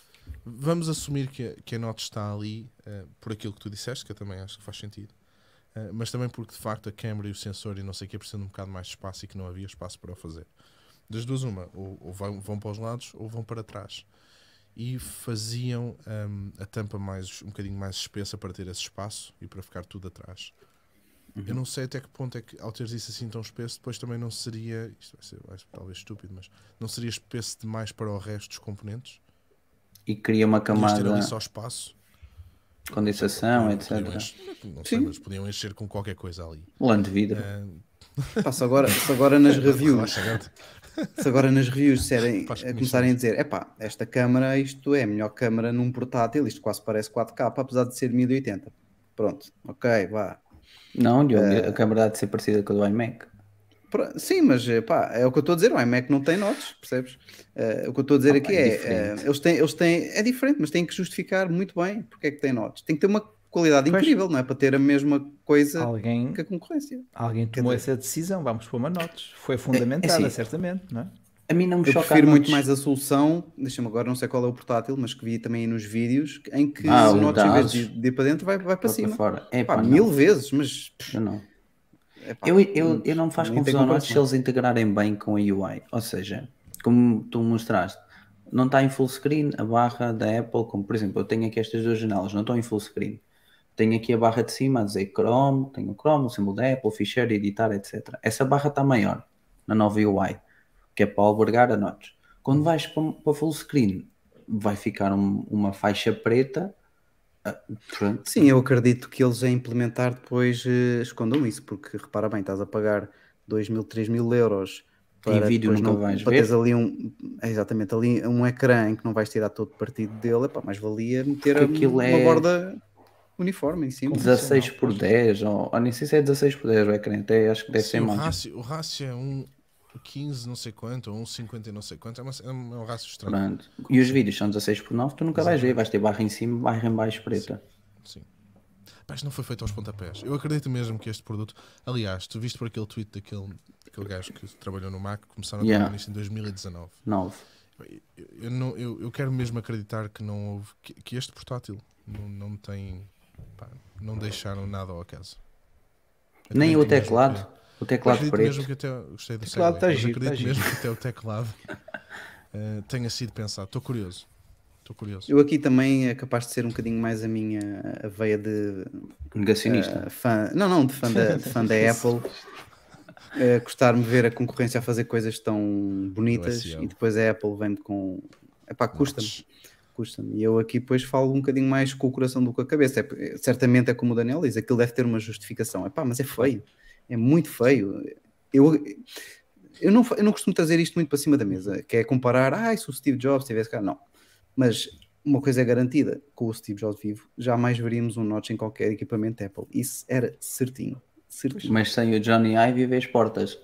S4: vamos assumir que, a- que a Notch está ali eh, por aquilo que tu disseste, que eu também acho que faz sentido, Eh, mas também porque de facto a câmera e o sensor e não sei o que precisam de um bocado mais de espaço e que não havia espaço para o fazer. Das duas, uma, ou, ou vão, vão para os lados ou vão para trás. E faziam hum, a tampa mais, um bocadinho mais espessa para ter esse espaço e para ficar tudo atrás. Eu não sei até que ponto é que, ao teres isso assim tão espesso, depois também não seria, isto vai ser, vai ser talvez estúpido, mas não seria espesso demais para o resto dos componentes?
S2: E cria uma
S4: Podias ter
S2: camada
S4: ali
S2: de
S4: só espaço?
S2: condensação,
S4: Podiam-
S2: etcétera.
S4: podiam encher- não sei, mas podiam encher com qualquer coisa ali.
S2: Lã de vidro.
S4: Ah,
S3: Pá, se agora, se agora nas reviews,
S4: relaxa, gato.
S3: se agora nas reviews disserem,
S4: Faz
S3: eh, começarem a dizer, epá, esta câmara, isto é a melhor câmara num portátil, isto quase parece quatro K, apesar de ser mil e oitenta. Pronto, ok, vá.
S2: Não, Diogo,
S3: Eh,
S2: a câmera há de ser parecida com a do iMac.
S3: Pro- Sim, mas eh, pá, é o que eu estou a dizer, o iMac não tem notes, percebes? Eh, o que eu estou a dizer
S2: Ah,
S3: aqui
S2: pá, é
S3: é,
S2: diferente.
S3: eh, eles têm, eles têm, é diferente, mas têm que justificar muito bem porque é que tem notes. Tem que ter uma qualidade
S5: Pois.
S3: incrível, não é? Para ter a mesma coisa
S5: Alguém,
S3: que a concorrência.
S5: alguém tomou
S3: dizer-
S5: essa decisão, vamos pôr uma notes. Foi fundamentada,
S2: assim,
S5: certamente, não é?
S2: A mim não me
S3: Eu
S2: choca
S3: prefiro
S2: a
S3: muito
S2: notes.
S3: mais a solução, deixa-me agora, não sei qual é o portátil, mas que vi também aí nos vídeos, em que
S2: Ah,
S3: o
S2: o
S3: notes em vez
S2: Asus.
S3: de, de ir para dentro vai, vai para
S2: Vai para
S3: cima.
S2: fora. É
S3: Pá,
S2: pá,
S3: mil
S2: não.
S3: vezes, mas pff,
S2: Eu não.
S3: epá,
S2: Eu, eu, eu não me faz
S3: nem tem
S2: confusão a notes se
S3: comparação.
S2: eles integrarem bem com a U I. Ou seja, como tu mostraste, não está em full screen a barra da Apple, como por exemplo, eu tenho aqui estas duas janelas, não estão em full screen. Tenho aqui a barra de cima a dizer Chrome, tenho o Chrome, o símbolo da Apple, ficheiro, editar, etcétera. Essa barra está maior na nova U I, que é para albergar a notes. Quando vais para, para full screen, vai ficar um- uma faixa preta. ah, Pronto.
S3: Sim, eu acredito que eles a implementar depois eh, escondam isso, porque repara bem, estás a pagar dois mil, três mil euros
S2: Em
S3: para
S2: vídeo
S3: depois
S2: nunca
S3: não,
S2: vais
S3: para
S2: ver.
S3: teres ali um, é exatamente ali um ecrã em que não vais tirar todo partido dele, epá, mais valia meter
S2: Porque
S3: a-
S2: aquilo
S3: uma
S2: é-
S3: borda uniforme em cima.
S2: dezasseis por dez, ou, ou nem sei se é dezasseis por dez o ecrã, até acho que deve
S4: Sim,
S2: ser
S4: o
S2: mais.
S4: rácio, o rácio é um quinze não sei quanto, ou um cinquenta e não sei quanto, é, uma, é um é um rácio estranho.
S2: Pronto. E os vídeos são dezasseis por nove, tu nunca vais ver, vais ter barra em cima, barra em baixo preta.
S4: Sim. Pá, isto não foi feito aos pontapés. Eu acredito mesmo que este produto. Aliás, tu viste por aquele tweet daquele, daquele gajo que trabalhou no Mac, começaram a
S2: Yeah.
S4: trabalhar nisto em dois mil e dezanove.
S2: nove.
S4: Eu, eu, não, eu, eu quero mesmo acreditar que não houve. Que, que este portátil não, não tem. Pá, não deixaram nada ao acaso.
S2: Nem o
S4: Acredito mesmo
S2: teclado.
S4: que-
S2: O teclado
S4: acredito
S2: preto.
S4: mesmo que até. Gostei do
S5: Teclado
S4: segue,
S5: tá
S4: mas
S5: giro,
S4: acredito
S5: tá giro.
S4: mesmo que até o teclado eh, tenha sido pensado. Estou curioso. Estou curioso.
S3: Eu aqui também é capaz de ser um bocadinho mais a minha a veia de
S2: Negacionista.
S3: eh, fã, não, não, de fã da, de fã da Apple. Eh, Gostar-me de ver a concorrência a fazer coisas tão bonitas
S4: S E O.
S3: e depois a Apple vem-me com. Epá, custa-me. Custa-me. E eu aqui depois falo um bocadinho mais com o coração do que com a cabeça. É, certamente é como o Daniel diz, aquilo deve ter uma justificação. Epá, mas é feio. É muito feio. Eu, eu, não, eu não costumo trazer isto muito para cima da mesa, que é comparar, ah, se o Steve Jobs tivesse cá. Não. Mas uma coisa é garantida, com o Steve Jobs vivo, jamais veríamos um notch em qualquer equipamento Apple. Isso era certinho. certinho.
S2: Mas sem o Johnny Ive vês portas.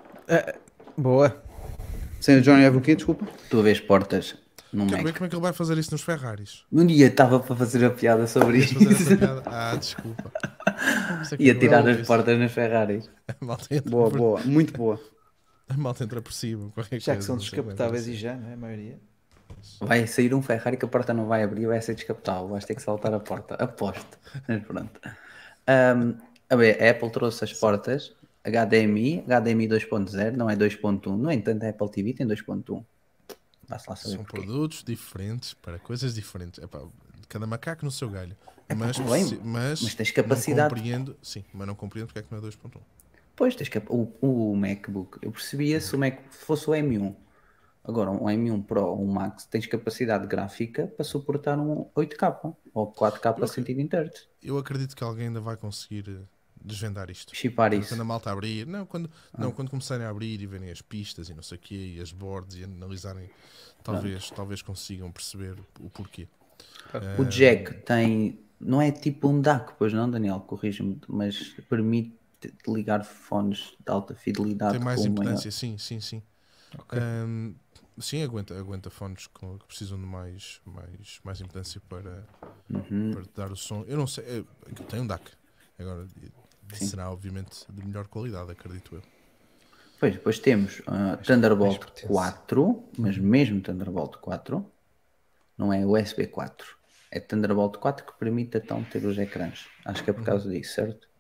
S5: Boa.
S3: Sem o Johnny Ive o quê? Desculpa.
S2: Tu vês portas num
S4: Quero ver
S2: Mac.
S4: como é que ele vai fazer isso nos Ferraris.
S2: Um dia estava para fazer a piada sobre
S4: Ias
S2: isso.
S4: fazer essa piada? Ah, desculpa. Isso é que
S2: Ia
S4: eu
S2: tirar
S4: não
S2: as
S4: disse.
S2: portas nas Ferraris.
S4: A malta entra,
S3: Boa,
S4: por,
S3: boa. Muito boa.
S4: a malta entra por cima. Qualquer
S5: Já que
S4: coisa,
S5: são
S4: não sei, vai
S5: descapotáveis e
S4: acontecer.
S5: já, não é? A maioria.
S2: Vai sair um Ferrari que a porta não vai abrir, vai ser descapotável. Vais ter que saltar a porta. Aposto. Mas pronto. Ahm, A ver, a Apple trouxe as portas H D M I, H D M I dois ponto zero, não é dois ponto um. No entanto, a Apple T V tem dois ponto um. Vai-se lá saber
S4: São
S2: porquê.
S4: produtos diferentes para coisas diferentes. Epá, cada macaco no seu galho. Mas,
S2: tá bem,
S4: preci- mas,
S2: mas tens capacidade.
S4: Não compreendo, sim, mas não compreendo porque é que não é dois ponto um.
S2: Pois, tens que, o, o MacBook, eu percebia se o Mac fosse o M um. Agora, um M um Pro ou um Max, tens capacidade gráfica para suportar um oito K ou quatro K a cento e vinte hertz.
S4: Eu acredito que alguém ainda vai conseguir eh, desvendar isto.
S2: Chipar
S4: Quando-
S2: isso.
S4: Quando a malta abrir, não, quando, não, quando começarem a abrir e verem as pistas e não sei o quê, e as boards e analisarem, talvez, talvez consigam perceber o porquê.
S2: O jack tem, não é tipo um D A C, pois não, Daniel, corrige-me, mas permite ligar fones de alta fidelidade
S4: Tem mais
S2: com maior.
S4: impedância, sim, sim, sim. Ahm, sim, aguenta, aguenta fones com- que precisam de mais, mais, mais impedância para,
S2: Uhum.
S4: para te dar o som. Eu não sei, é, aquilo tem um D A C. Agora,
S2: Sim.
S4: será obviamente de melhor qualidade, acredito eu.
S2: Pois, depois temos ah, Thunderbolt quatro, mas mesmo Thunderbolt quatro, não é U S B quatro, é Thunderbolt quatro que permite então ter os ecrãs. Acho que é por causa disso, certo?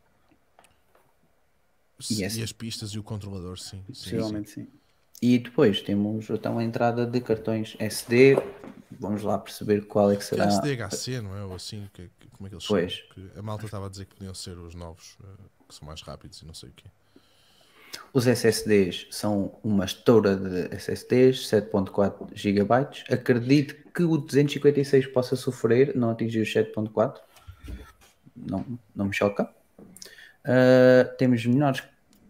S4: E,
S2: essa-
S4: as pistas e o controlador, sim. sim, sim.
S3: Possivelmente sim.
S2: E depois temos então a entrada de cartões S D. Vamos lá perceber qual é que
S4: Que
S2: será.
S4: é S D H C, não é? Ou assim, que, que- como é que eles
S2: Pois.
S4: chamam? Que a malta estava a dizer que podiam ser os novos, eh, que são mais rápidos e não sei o quê.
S2: Os S S Ds são uma estoura de S S Ds, sete ponto quatro gigabytes. Acredito que o duzentos e cinquenta e seis possa sofrer, não atingir os sete ponto quatro. Não, não me choca. Uh, temos melhores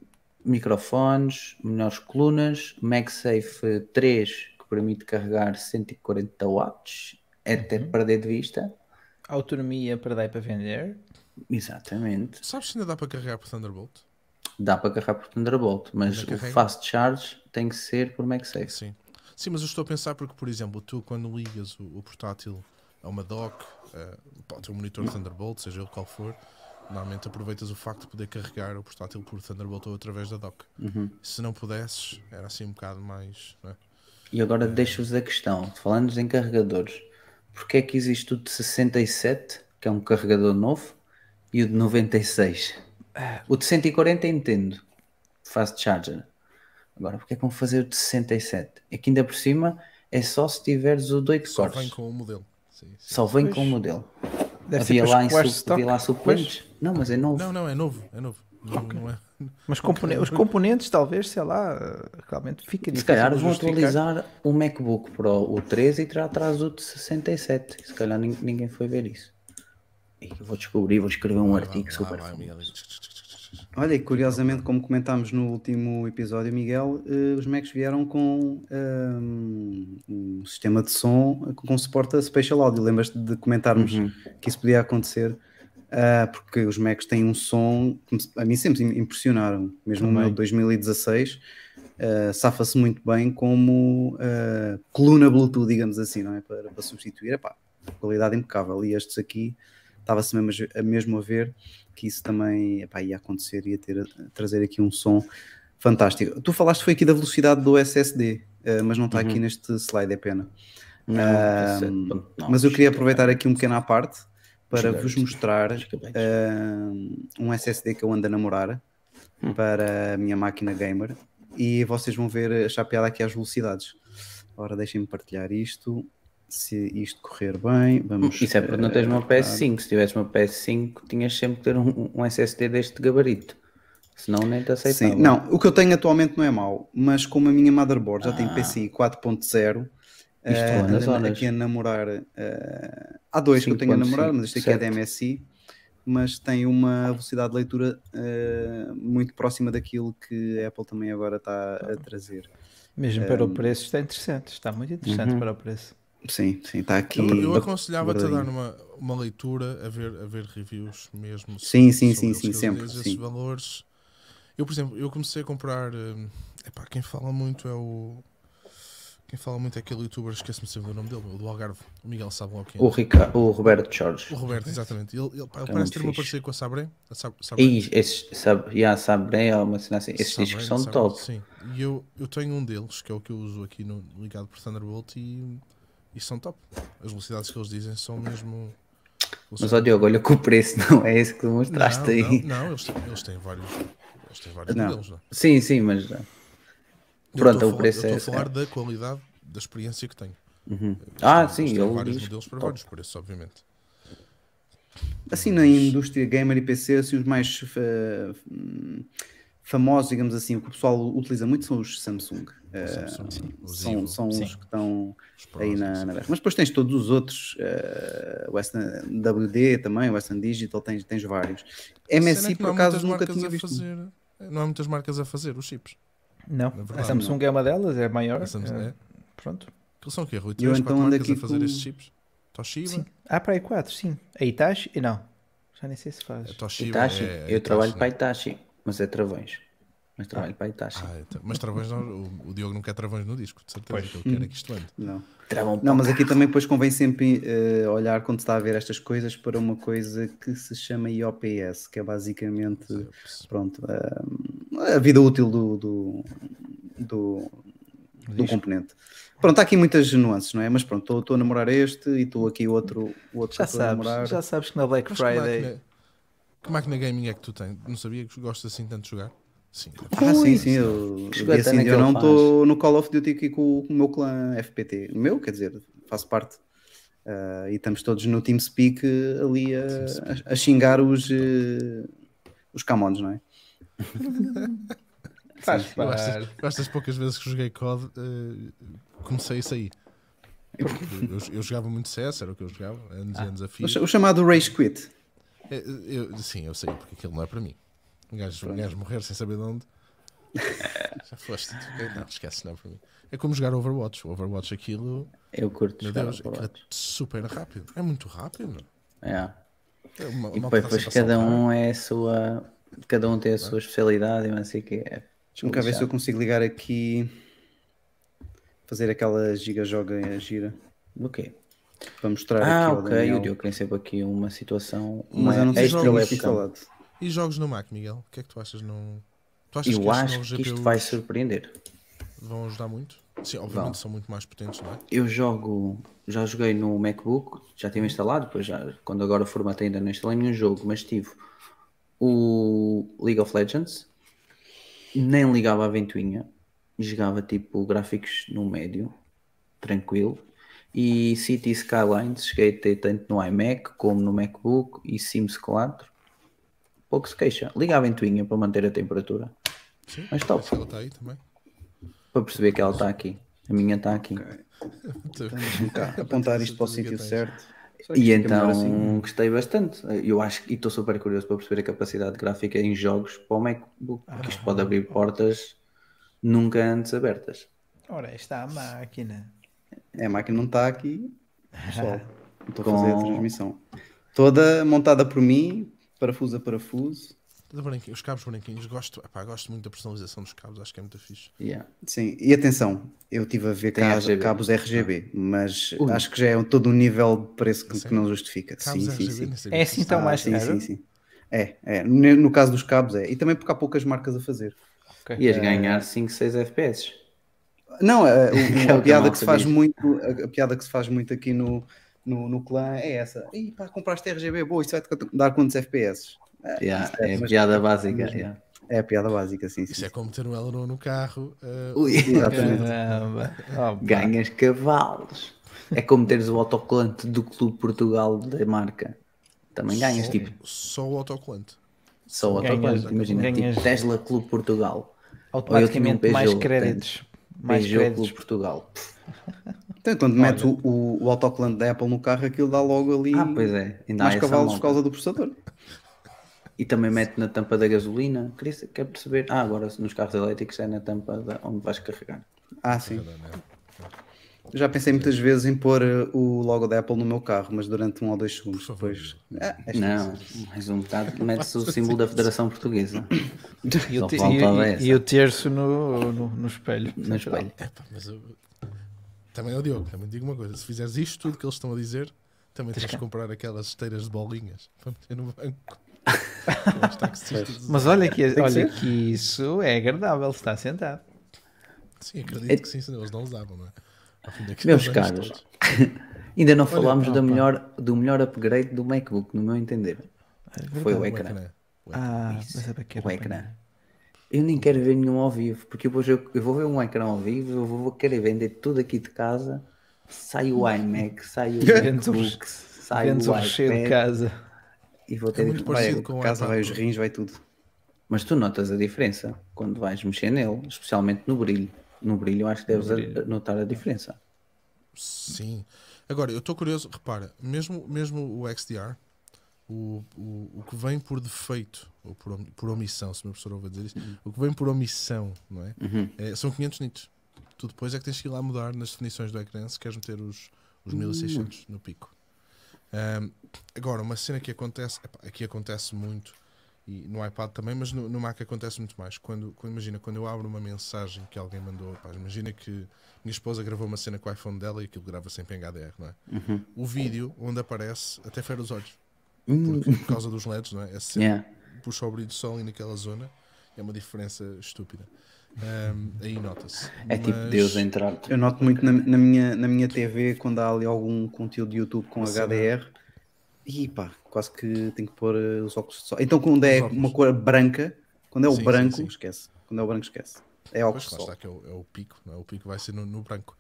S2: microfones, melhores colunas, MagSafe três que permite carregar cento e quarenta watts até perder de vista.
S5: Autonomia para dar e para vender.
S2: Exatamente.
S4: Sabes se ainda dá para carregar por Thunderbolt?
S2: Dá para carregar por Thunderbolt, mas
S4: Ainda
S2: o
S4: carrega?
S2: fast charge tem que ser por MagSafe.
S4: Sim. Sim, mas eu estou a pensar porque, por exemplo, tu quando ligas o, o portátil a uma dock, uh, ao teu monitor Thunderbolt, seja ele qual for, normalmente aproveitas o facto de poder carregar o portátil por Thunderbolt ou através da dock. Se não pudesses, era assim um bocado mais... Não é?
S2: E agora deixo-vos a questão, falando em carregadores, porque é que existe o de sessenta e sete, que é um carregador novo, e o de noventa e seis? O de cento e quarenta entendo, fast charger. Agora, porque é que vão fazer o de sessenta e sete? É que ainda por cima é só se tiveres o de oito
S4: Só
S2: cores.
S4: vem com o modelo. Sim, sim.
S2: Só vem
S5: Pois.
S2: com o modelo.
S5: Deve
S2: Havia
S5: ser
S2: lá,
S5: para
S2: em
S5: escoar
S2: su-
S5: stock.
S2: havia lá suplentes. Não, mas é novo.
S4: Não, não, é novo, é novo. Não, não é...
S5: Mas compone- os componentes, talvez, sei lá, eh, realmente fica
S2: Se
S5: difícil
S2: calhar
S5: de
S2: vão
S5: justificar.
S2: atualizar o MacBook Pro, o treze, e terá atrás o de sessenta e sete. Se calhar nin- ninguém foi ver isso. E eu vou descobrir, vou escrever um
S4: Vai,
S2: artigo
S4: vai,
S2: super
S4: vai, Miguel.
S2: famoso.
S3: Olha, e curiosamente, como comentámos no último episódio, Miguel, eh, os Macs vieram com ehm, um sistema de som com suporte a Spatial Audio. Lembras-te de comentarmos que isso podia acontecer? Ah, porque os Macs têm um som que me- a mim sempre me impressionaram. Mesmo o
S5: Também.
S3: meu de dois mil e dezasseis ah, safa-se muito bem como ah, coluna Bluetooth, digamos assim, não é? Para, para substituir. Epá, qualidade impecável. E estes aqui estava-se mesmo, a- mesmo a ver que isso também epá, ia acontecer, ia ter a, a trazer aqui um som fantástico. Tu falaste foi aqui da velocidade do S S D, ah, mas não está aqui neste slide, é pena.
S2: Não,
S3: Ah,
S2: dezessete ponto nove
S3: mas eu queria
S2: gigabytes.
S3: aproveitar aqui um pequeno à parte para
S2: Gigabytes.
S3: vos mostrar
S2: Gigabytes.
S3: ah, um S S D que eu ando a namorar para a minha máquina gamer e vocês vão ver, achar piada aqui às velocidades. Ora, deixem-me partilhar isto. Se isto correr bem, vamos.
S2: Isso é porque não tens uma
S3: ah,
S2: P S cinco. Se tivesse uma P S cinco, tinhas sempre que ter um, um S S D deste gabarito. Senão nem te aceitava.
S3: Sim, não, o que eu tenho atualmente não é mau, mas como a minha motherboard já tem P C I quatro ponto zero,
S2: Ah. Isto
S3: eh,
S2: anda nas
S3: ando
S2: horas.
S3: aqui a namorar. eh, há dois que eu tenho a
S2: cinco ponto
S3: namorar,
S2: cinco,
S3: mas este aqui é da
S2: certo.
S3: M S I, mas tem uma velocidade de leitura eh, muito próxima daquilo que a Apple também agora está a trazer.
S5: Mesmo para o preço está interessante, está muito interessante para o preço.
S3: Sim, sim, está aqui.
S4: Eu, eu aconselhava-te a dar
S3: guardadinho.
S4: uma, uma leitura, a ver, a ver reviews mesmo.
S3: Sim,
S4: sobre-
S3: sim,
S4: sobre
S3: sim,
S4: eles,
S3: sim,
S4: que eles
S3: sempre,
S4: dizem
S3: sim.
S4: esses valores. Eu, por exemplo, eu comecei a comprar. hum, Epá, quem fala muito é o. Quem fala muito é aquele youtuber, esquece-me sempre do nome dele, o do Algarve. O Miguel sabe lá o que é.
S2: O, Rica, o Roberto Jorge.
S4: O Roberto, exatamente. Ele, ele, pá, ele
S2: É
S4: parece
S2: muito
S4: ter uma
S2: fixe.
S4: parceria com a Sabré. A Sab- Sabré.
S2: E esses, sabe, já sabe bem, é uma cena assim. Esses
S4: Sabré,
S2: discos são
S4: Sabré,
S2: top.
S4: Sim. E eu, eu tenho um deles, que é o que eu uso aqui no, ligado por Thunderbolt, e, e são top. As velocidades que eles dizem são mesmo.
S2: Mas ó Diogo, olha que o preço não é esse que tu mostraste
S4: Não,
S2: aí.
S4: não, não, eles têm, eles têm vários, eles têm vários
S3: Não.
S4: modelos, não é?
S2: Sim, sim, mas já.
S4: Eu
S2: Pronto,
S4: estou a
S2: o
S4: falar-
S2: preço
S4: eu
S2: é.
S4: estou a falar da qualidade da experiência que tenho. Eles
S2: Ah,
S4: têm-
S2: sim,
S4: eles têm
S2: ele
S4: vários
S2: diz
S4: modelos para
S2: top.
S4: vários preços, obviamente.
S3: Assim, na indústria gamer e P C, assim, os mais fa- hum, famosos, digamos assim, o que o pessoal utiliza muito são os Samsung. Eh,
S4: Samsung, os
S3: são
S4: Evo,
S3: são
S5: Sim.
S3: os que estão
S4: os Pros,
S3: aí
S4: não
S3: na,
S4: sei
S3: na
S4: o
S3: berra.
S4: quê.
S3: Mas depois tens todos os outros, eh, Western W D também, Western Digital, tens, tens vários.
S4: A cena é
S3: M S I,
S4: que não
S3: por
S4: há
S3: acaso,
S4: muitas
S3: nunca
S4: marcas
S3: tinha
S4: a
S3: visto.
S4: fazer. Não há muitas marcas a fazer os chips.
S5: Não,
S4: Na
S5: a
S4: verdade,
S5: Samsung é uma delas, é a maior.
S4: A Samsung-
S5: eh,
S4: é.
S5: Pronto.
S4: Aqueles são o quê, Rui?
S3: Eu
S4: Três,
S3: então
S4: quatro
S3: ando
S4: marcas a
S3: aqui
S4: fazer
S3: com-
S4: estes chips? Toshiba?
S5: Sim. Há para aí quatro, sim. A Hitachi, e não. Já nem sei se faz.
S4: A Toshiba
S2: Itachi.
S4: é, é
S2: Eu trabalho
S4: Hitachi,
S2: para a
S4: né?
S2: Itachi, mas é travões. Mas trabalho para a Itachi.
S4: Ah, então- mas travões não, o, o Diogo não quer travões no disco, de certeza.
S5: Pois.
S4: Que ele quer é que isto ande.
S3: Não.
S2: Travão
S3: Não,
S2: para
S3: mas
S2: o
S3: aqui também depois convém sempre eh, olhar quando se está a ver estas coisas para uma coisa que se chama I O P S, que é basicamente
S4: Ups.
S3: pronto, eh, a vida útil do, do, do, do
S5: disco.
S3: componente. Pronto, há aqui muitas nuances, não é? Mas pronto, estou a namorar este e estou aqui o outro, o outro
S5: Já
S3: que estou a
S5: sabes,
S3: namorar.
S5: já sabes que na Black
S4: Mas que
S5: Friday.
S4: máquina, que máquina gaming é que tu tens? Não sabia que gostas assim tanto de jogar? Sim.
S3: Ah, sim,
S2: Ui,
S3: sim, eu,
S2: que
S3: dia
S2: esgotamento
S3: sim,
S2: que
S3: eu
S2: ele
S3: não
S2: faz.
S3: estou no Call of Duty aqui com, com o meu clã F P T. O meu, quer dizer, faço parte. Ah, e estamos todos no TeamSpeak eh, ali a,
S4: TeamSpeak.
S3: a, a xingar os, eh, os camões, não é?
S5: Faz
S4: Eu acho,
S5: parte.
S4: eu acho que as poucas vezes que joguei C O D, eh, comecei a sair. Eu, eu- eu jogava muito C S, era o que eu jogava, anos e anos a
S3: O,
S4: fio.
S3: cha- o chamado Rage Quit.
S4: É, eu- sim, eu sei, porque aquilo não é para mim. Um gajo, um gajo morrer sem saber de onde. Já foste. Não, esquece, não é para mim. É como jogar Overwatch. O Overwatch, aquilo,
S2: Eu curto
S4: meu
S2: jogar
S4: Deus, aquilo é
S2: Overwatch.
S4: super rápido. É muito rápido.
S2: É.
S4: É uma,
S2: E
S4: uma
S2: depois,
S4: malta
S2: depois
S4: está sempre a
S2: cada
S4: saltar.
S2: um é a sua. Cada um tem a sua especialidade e não sei o que é.
S3: Deixa-me cá ver se eu consigo ligar aqui. Fazer aquela giga joga gira.
S2: Do quê?
S3: Para mostrar
S2: Ah,
S3: aqui ao
S2: ok.
S3: Daniel.
S2: O Diogo tem sempre aqui uma situação.
S3: Mas
S2: Uma
S3: eu não sei se
S4: extra
S3: tenho
S2: extra
S3: isto
S2: webcam.
S3: instalado.
S4: E jogos no Mac, Miguel? O que é que tu achas? Não... Tu achas que
S2: Eu
S4: estes
S2: acho
S4: novos
S2: que
S4: G P
S2: isto
S4: Us
S2: vai surpreender.
S4: vão ajudar muito? Sim, obviamente
S2: Vão.
S4: são muito mais potentes, não é?
S2: Eu jogo, já joguei no MacBook, já tive instalado, depois já, quando agora formatei ainda não instalei nenhum jogo, mas tive o League of Legends, nem ligava a ventoinha, jogava tipo gráficos no médio, tranquilo, e City Skylines, cheguei a ter tanto no iMac como no MacBook e Sims quatro, pouco se queixa, liga a ventoinha para manter a temperatura,
S4: Sim,
S2: mas top,
S4: ela está aí também.
S2: para perceber que ela está aqui, a minha está aqui.
S3: Deixa-me cá apontar isto para o sítio certo. Só que
S2: E
S3: isto fica melhor
S2: então
S3: assim.
S2: gostei bastante. Eu acho que e estou super curioso para perceber a capacidade gráfica em jogos para o MacBook, porque isto pode abrir portas nunca antes abertas.
S5: Ora, está a máquina.
S3: É, a máquina não está aqui. Pessoal, não estou a
S2: Com-
S3: fazer a transmissão. Toda montada por mim, parafuso a parafuso.
S4: De branquinho- Os cabos branquinhos, gosto, epá, gosto muito da personalização dos cabos, acho que é muito fixe.
S2: Yeah.
S3: Sim, e atenção, eu estive a ver
S2: Tem
S3: cá-
S2: R G B.
S3: cabos R G B, mas
S2: Ui.
S3: acho que já é todo um nível de preço que,
S4: Sério?
S3: que não justifica.
S4: Cabos
S3: sim,
S4: R
S3: sim,
S4: G B,
S3: sim.
S4: nem sabia
S5: É
S4: que
S5: assim
S4: isso
S5: tão
S3: Ah,
S5: mais
S3: sim,
S5: caro?
S3: sim, sim. É, é. No no caso dos cabos é. E também porque há poucas marcas a fazer.
S5: Ok.
S2: Ias ganhar cinco, seis F P S.
S3: Não, a, o-
S2: É
S3: a
S2: o que a
S3: piada
S2: malta
S3: que se faz
S2: diz.
S3: muito, a, a piada que se faz muito aqui no, no, no clã é essa. Ih, pá, compraste R G B, boa, isto vai-te dar quantos F P S?
S2: Yeah,
S3: é,
S2: é a
S3: mas-
S2: piada básica.
S3: mesmo.
S2: yeah.
S3: É a piada básica, sim, sim.
S4: Isso é como ter um Eleanor no carro. eh,
S2: Ui.
S3: Exatamente.
S5: Caramba. Oh, pá.
S2: Ganhas cavalos. É como teres o autocolante do Clube Portugal da marca. Também ganhas,
S4: só,
S2: tipo,
S4: só o autocolante.
S2: só o
S5: Ganhas-
S2: autocolante. Imagina,
S5: ganhas-
S2: tipo Tesla Clube Portugal.
S5: Automaticamente
S2: Ou eu tinha um
S5: mais
S2: Peugeot,
S5: créditos. Mais
S2: Peugeot
S5: créditos.
S2: Clube Portugal.
S3: Então, quando metes o, o, o autocolante da Apple no carro, aquilo dá logo ali
S2: Ah, pois é. Ainda há
S3: mais
S2: essa
S3: cavalos por
S2: malta.
S3: causa do processador.
S2: E também mete na tampa da gasolina. Queria, quer perceber? Ah, agora nos carros elétricos é na tampa da, onde vais carregar.
S3: Ah, sim.
S4: Não, não.
S3: Já pensei muitas vezes em pôr uh, o logo da Apple no meu carro, mas durante um ou dois segundos
S4: Por favor.
S3: depois. Ah, é
S2: Não, mais um bocado. Metes o símbolo da Federação Portuguesa.
S5: E o,
S2: Só
S5: te-
S2: faltava
S5: e- e-
S2: essa.
S5: e o terço no, no, no espelho.
S2: No espelho.
S4: Epá, mas eu... Também é o Diogo, também digo uma coisa. Se fizeres isto tudo que eles estão a dizer, também tens de comprar aquelas esteiras de bolinhas para meter no banco. Aquelas taxistas.
S5: Mas olha que,
S3: que
S5: olha
S3: ser.
S5: que isso é agradável, está sentado.
S4: Sim, acredito
S2: É-
S4: que sim, senão eles não usavam, não é? Ao fim daqueles
S2: Meus
S4: anos
S2: caros,
S4: todos.
S2: Ainda não
S4: Olha,
S2: falámos da
S5: opa.
S2: melhor, do melhor upgrade do MacBook, no meu entender. Foi o
S4: O
S2: ecrã.
S4: ecrã. O ecrã.
S5: Ah,
S2: Isso,
S5: mas é que
S2: o ecrã. Eu nem quero ver nenhum ao vivo, porque depois eu, eu vou ver um ecrã ao vivo, eu vou querer vender tudo aqui de casa. Sai o iMac, sai o
S5: Vendes o,
S2: MacBook, sai
S5: vendes
S2: o
S5: o recheio de
S2: iPad
S5: casa.
S2: e vou
S4: É
S2: ter
S4: muito
S2: de...
S3: Vai
S4: parecido
S3: a
S4: com o
S3: casa,
S4: iPad
S3: vai os
S4: Pro.
S3: rins, vai tudo.
S2: Mas tu notas a diferença quando vais mexer nele, especialmente no brilho. No brilho eu acho que deves a-
S5: brilho.
S2: notar a diferença.
S4: Sim. Agora, eu estou curioso, repara, mesmo, mesmo o X D R, o, o, o que vem por defeito, ou por, om- por omissão, se o meu professor ouve dizer isso, o que vem por omissão, não é? É, são quinhentos nits. Tu depois é que tens que ir lá mudar nas definições do ecrã se queres meter os, os mil e seiscentos no pico. Ahm, agora, uma cena que acontece, epá, aqui acontece muito, e no iPad também, mas no, no Mac acontece muito mais. Quando, quando, imagina, quando eu abro uma mensagem que alguém mandou, pá, imagina que minha esposa gravou uma cena com o iPhone dela e aquilo grava sempre em H D R, não é? O vídeo onde aparece até fere os olhos. Porque, por causa dos L E Ds, não é? Essa cena
S2: Yeah.
S4: puxa o brilho do sol e naquela zona é uma diferença estúpida. Ahm, aí nota-se.
S2: É tipo
S4: Mas-
S2: Deus entrar.
S3: Eu noto muito na, na minha, na minha T V quando há ali algum conteúdo de YouTube com
S4: Cena-
S3: H D R. E pá, quase que tenho que pôr eh, os óculos de sol. Então quando é
S4: Os óculos.
S3: uma cor branca, quando é o
S4: Sim, sim,
S3: branco,
S4: sim.
S3: esquece. Quando é o branco, esquece. É
S4: Pois,
S3: óculos de
S4: lá
S3: sol.
S4: está, que é o, é o pico, não é? O pico vai ser no, no branco.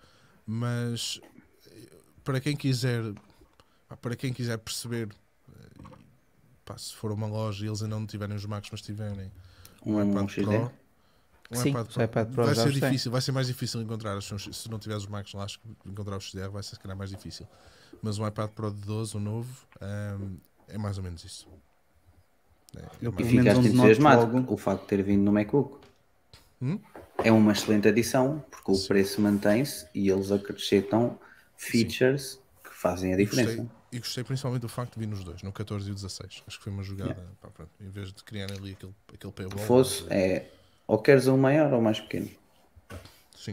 S4: Mas eh, para quem quiser, pá, para quem quiser perceber, eh, pá, se for uma loja e eles ainda não tiverem os Macs, mas tiverem um,
S2: Um
S4: iPad
S2: X D?
S4: Pro, um
S5: Sim,
S4: iPad
S5: os
S4: Pro,
S5: iPad Pro
S4: vai
S5: já
S4: ser
S5: os têm.
S4: difícil, vai ser mais difícil encontrar. Acho que se não tiveres os Macs lá, acho que encontrar o X D R vai ser se calhar mais difícil. Mas um iPad Pro de doze, o novo, ahm, é mais ou menos isso. É, é
S3: Eu,
S2: E
S4: mais-
S3: pelo menos,
S2: ficaste
S3: onde noto
S2: entusiasmado
S3: logo-
S2: com o facto de ter vindo no MacBook.
S4: Hum?
S2: É uma excelente adição, porque o
S4: Sim.
S2: preço mantém-se e eles acrescentam features que fazem a
S4: E gostei,
S2: diferença.
S4: e gostei principalmente do facto de vir nos dois, no catorze e o dezasseis. Acho que foi uma jogada, pá, pronto, em vez de criarem ali aquele, aquele paywall.
S2: Se fosse,
S4: de-
S2: é ou queres um maior ou mais pequeno.
S4: Sim.